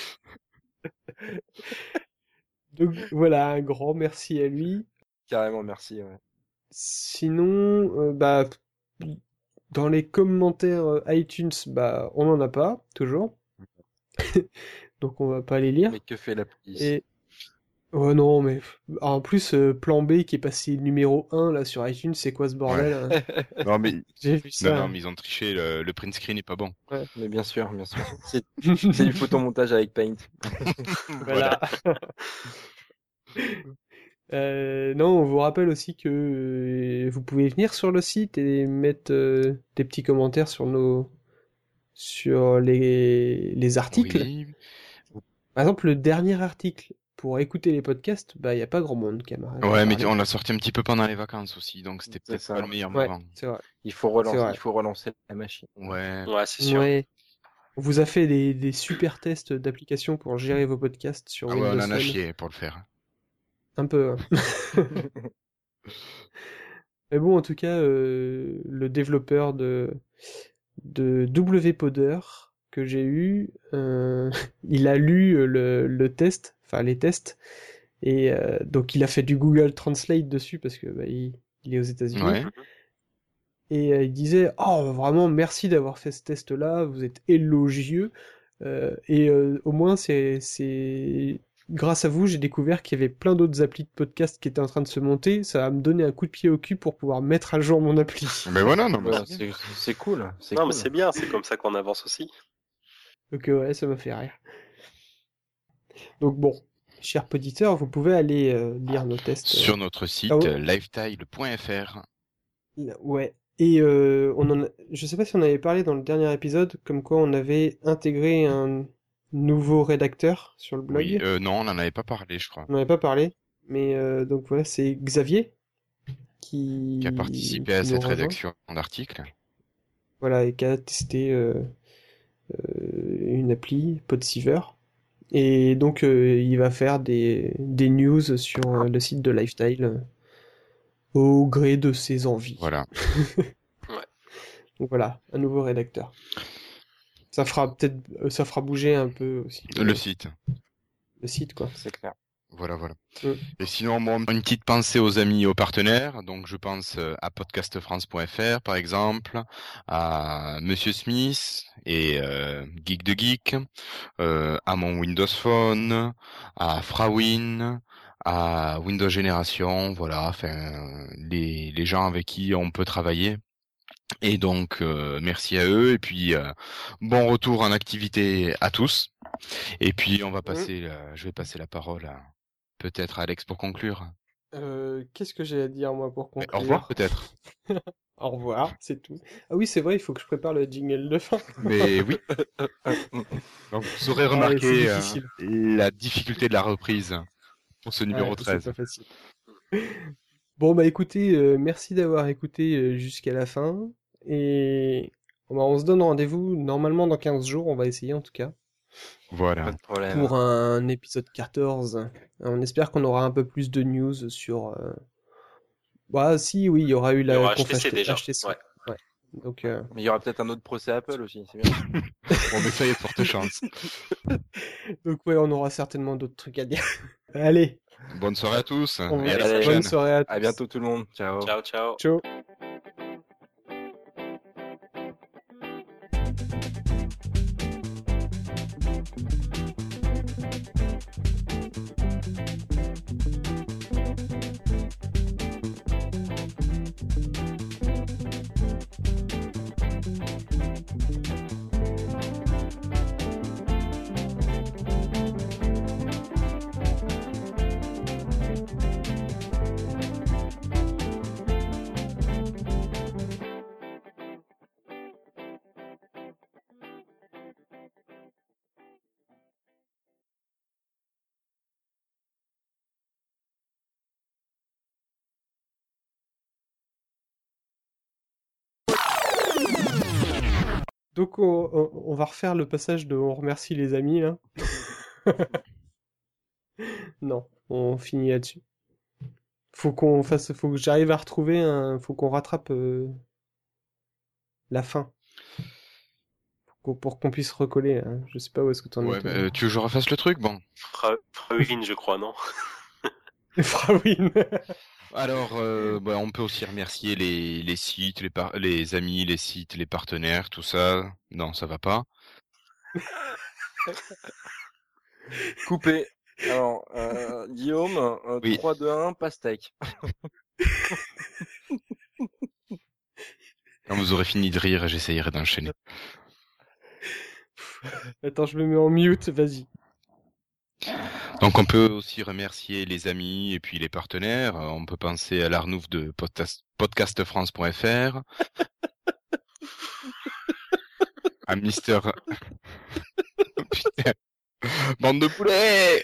Donc voilà, un grand merci à lui. Carrément, merci. Ouais. Sinon, euh, bah, dans les commentaires euh, iTunes, bah, on n'en a pas, toujours. Donc on va pas les lire. Mais que fait la police? Et oh non, mais en plus, euh, Plan B qui est passé numéro un là sur iTunes, c'est quoi ce bordel hein Non, mais, J'ai vu ça. non, non, mais ils ont triché, le, le print screen est pas bon. Mais bien sûr, bien sûr. C'est c'est du photomontage avec Paint. Voilà. Euh, non, on vous rappelle aussi que euh, vous pouvez venir sur le site et mettre euh, des petits commentaires sur nos sur les les articles. Oui. Par exemple, le dernier article pour écouter les podcasts, bah il y a pas grand monde qui a mar- qui a Ouais, mais parlé. on l'a sorti un petit peu pendant les vacances aussi, donc c'était C'est peut-être ça. pas le meilleur Ouais, moment. c'est vrai. Il faut C'est relancer, vrai. il faut relancer la machine. Ouais. Ouais, c'est sûr. Ouais. On vous a fait des, des super tests d'applications pour gérer vos podcasts sur Ah ouais, Windows on en a Phone. chié pour le faire. Un peu. Hein. Mais bon, en tout cas, euh, le développeur de, de WPodder que j'ai eu, euh, il a lu le, le test, enfin les tests, et euh, donc il a fait du Google Translate dessus parce que bah, il, il est aux États-Unis. Ouais. Et euh, il disait, oh vraiment merci d'avoir fait ce test-là, vous êtes élogieux. Euh, et euh, au moins c'est c'est grâce à vous j'ai découvert qu'il y avait plein d'autres applis de podcast qui étaient en train de se monter. Ça va me donner un coup de pied au cul pour pouvoir mettre à jour mon appli. Mais voilà, non, mais Ouais, c'est bien. c'est c'est cool. C'est Non, cool. mais c'est bien, c'est comme ça qu'on avance aussi. Donc euh, ouais, ça m'a fait rire. Donc bon, chers auditeurs, vous pouvez aller euh, lire nos tests. Sur notre site Ah ouais. lifetile point f r. euh, ouais. Et euh, on en a... je sais pas si on avait parlé dans le dernier épisode, comme quoi on avait intégré un nouveau rédacteur sur le blog. Oui, euh, non, on n'en avait pas parlé, je crois. On n'en avait pas parlé, mais euh, donc voilà, c'est Xavier qui, Qui a participé qui à nous cette rejoint. rédaction d'article. Voilà, et qui a testé euh, euh, une appli, Podsiver. Et donc euh, il va faire des, des news sur euh, le site de Lifestyle euh, au gré de ses envies. Voilà. Ouais. Donc voilà, un nouveau rédacteur. Ça fera peut-être, euh, ça fera bouger un peu aussi euh, Le site. le site, quoi. C'est clair. Voilà, voilà. Mm. Et sinon, bon, une petite pensée aux amis et aux partenaires. Donc, je pense euh, à podcast france point f r, par exemple, à Monsieur Smith et euh, Geek de Geek, euh, à mon Windows Phone, à Frawin, à Windows Génération, voilà, enfin, les, les gens avec qui on peut travailler. Et donc, euh, merci à eux. Et puis, euh, bon retour en activité à tous. Et puis, on va passer, la- je vais passer la parole à peut-être à Alex pour conclure. Euh, qu'est-ce que j'ai à dire, moi, pour Mais conclure? au revoir, peut-être. Au revoir, c'est tout. Ah oui, c'est vrai, il faut que je prépare le jingle de fin. Mais oui. Donc, vous aurez Ah, c'est remarqué euh, difficile. la difficulté de la reprise pour ce numéro Ouais, treize. c'est pas facile. Bon, bah écoutez, euh, merci d'avoir écouté euh, jusqu'à la fin. Et bon, bah, on se donne rendez-vous normalement dans quinze jours, on va essayer en tout cas, Voilà. Pas de problème. pour un épisode quatorze. On espère qu'on aura un peu plus de news sur... euh, Bah si, oui, il y aura eu Il y la aura conf H T C déjà. H T C. Ouais. Ouais. Donc, euh, Mais il y aura peut-être un autre procès Apple aussi, c'est bien. Bon, mais ça y est, de fortes chances. donc ouais, on aura certainement d'autres trucs à dire. Allez, Bonne soirée à tous. on Et à la Allez, prochaine. bonne soirée à tous. À bientôt tout le monde. Ciao. Ciao, ciao. Ciao. Donc on, on- on va refaire le passage de on remercie les amis là. Non, on finit là-dessus. Faut qu'on fasse, faut que j'arrive à retrouver un, faut qu'on rattrape euh, la fin. Pour qu'on pour qu'on puisse recoller. Là. Je sais pas où est-ce que t'en Ouais, es. bah, toi. euh, tu veux que je refasse le truc? Bon. Fra- Frauin, je crois, non? Frawin. Alors, euh, bah, on peut aussi remercier les, les sites, les, par- les amis, les sites, les partenaires, tout ça. Non, ça va pas. Coupé. Alors, euh, Guillaume, euh, Oui. trois, deux, un, pastèque. Quand vous aurez fini de rire, j'essayerai d'enchaîner. Attends, je me mets en mute. Vas-y. Donc on peut aussi remercier les amis et puis les partenaires. Euh, On peut penser à l'Arnouf de podcast, podcast france point f r, à Mister Putain. Bande de poulets.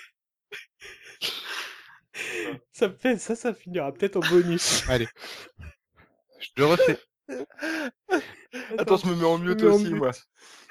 Ça me fait ça, ça finira peut-être en bonus. Allez, je le refais. Attends, je me mets en je mute me mets en aussi, mute. moi.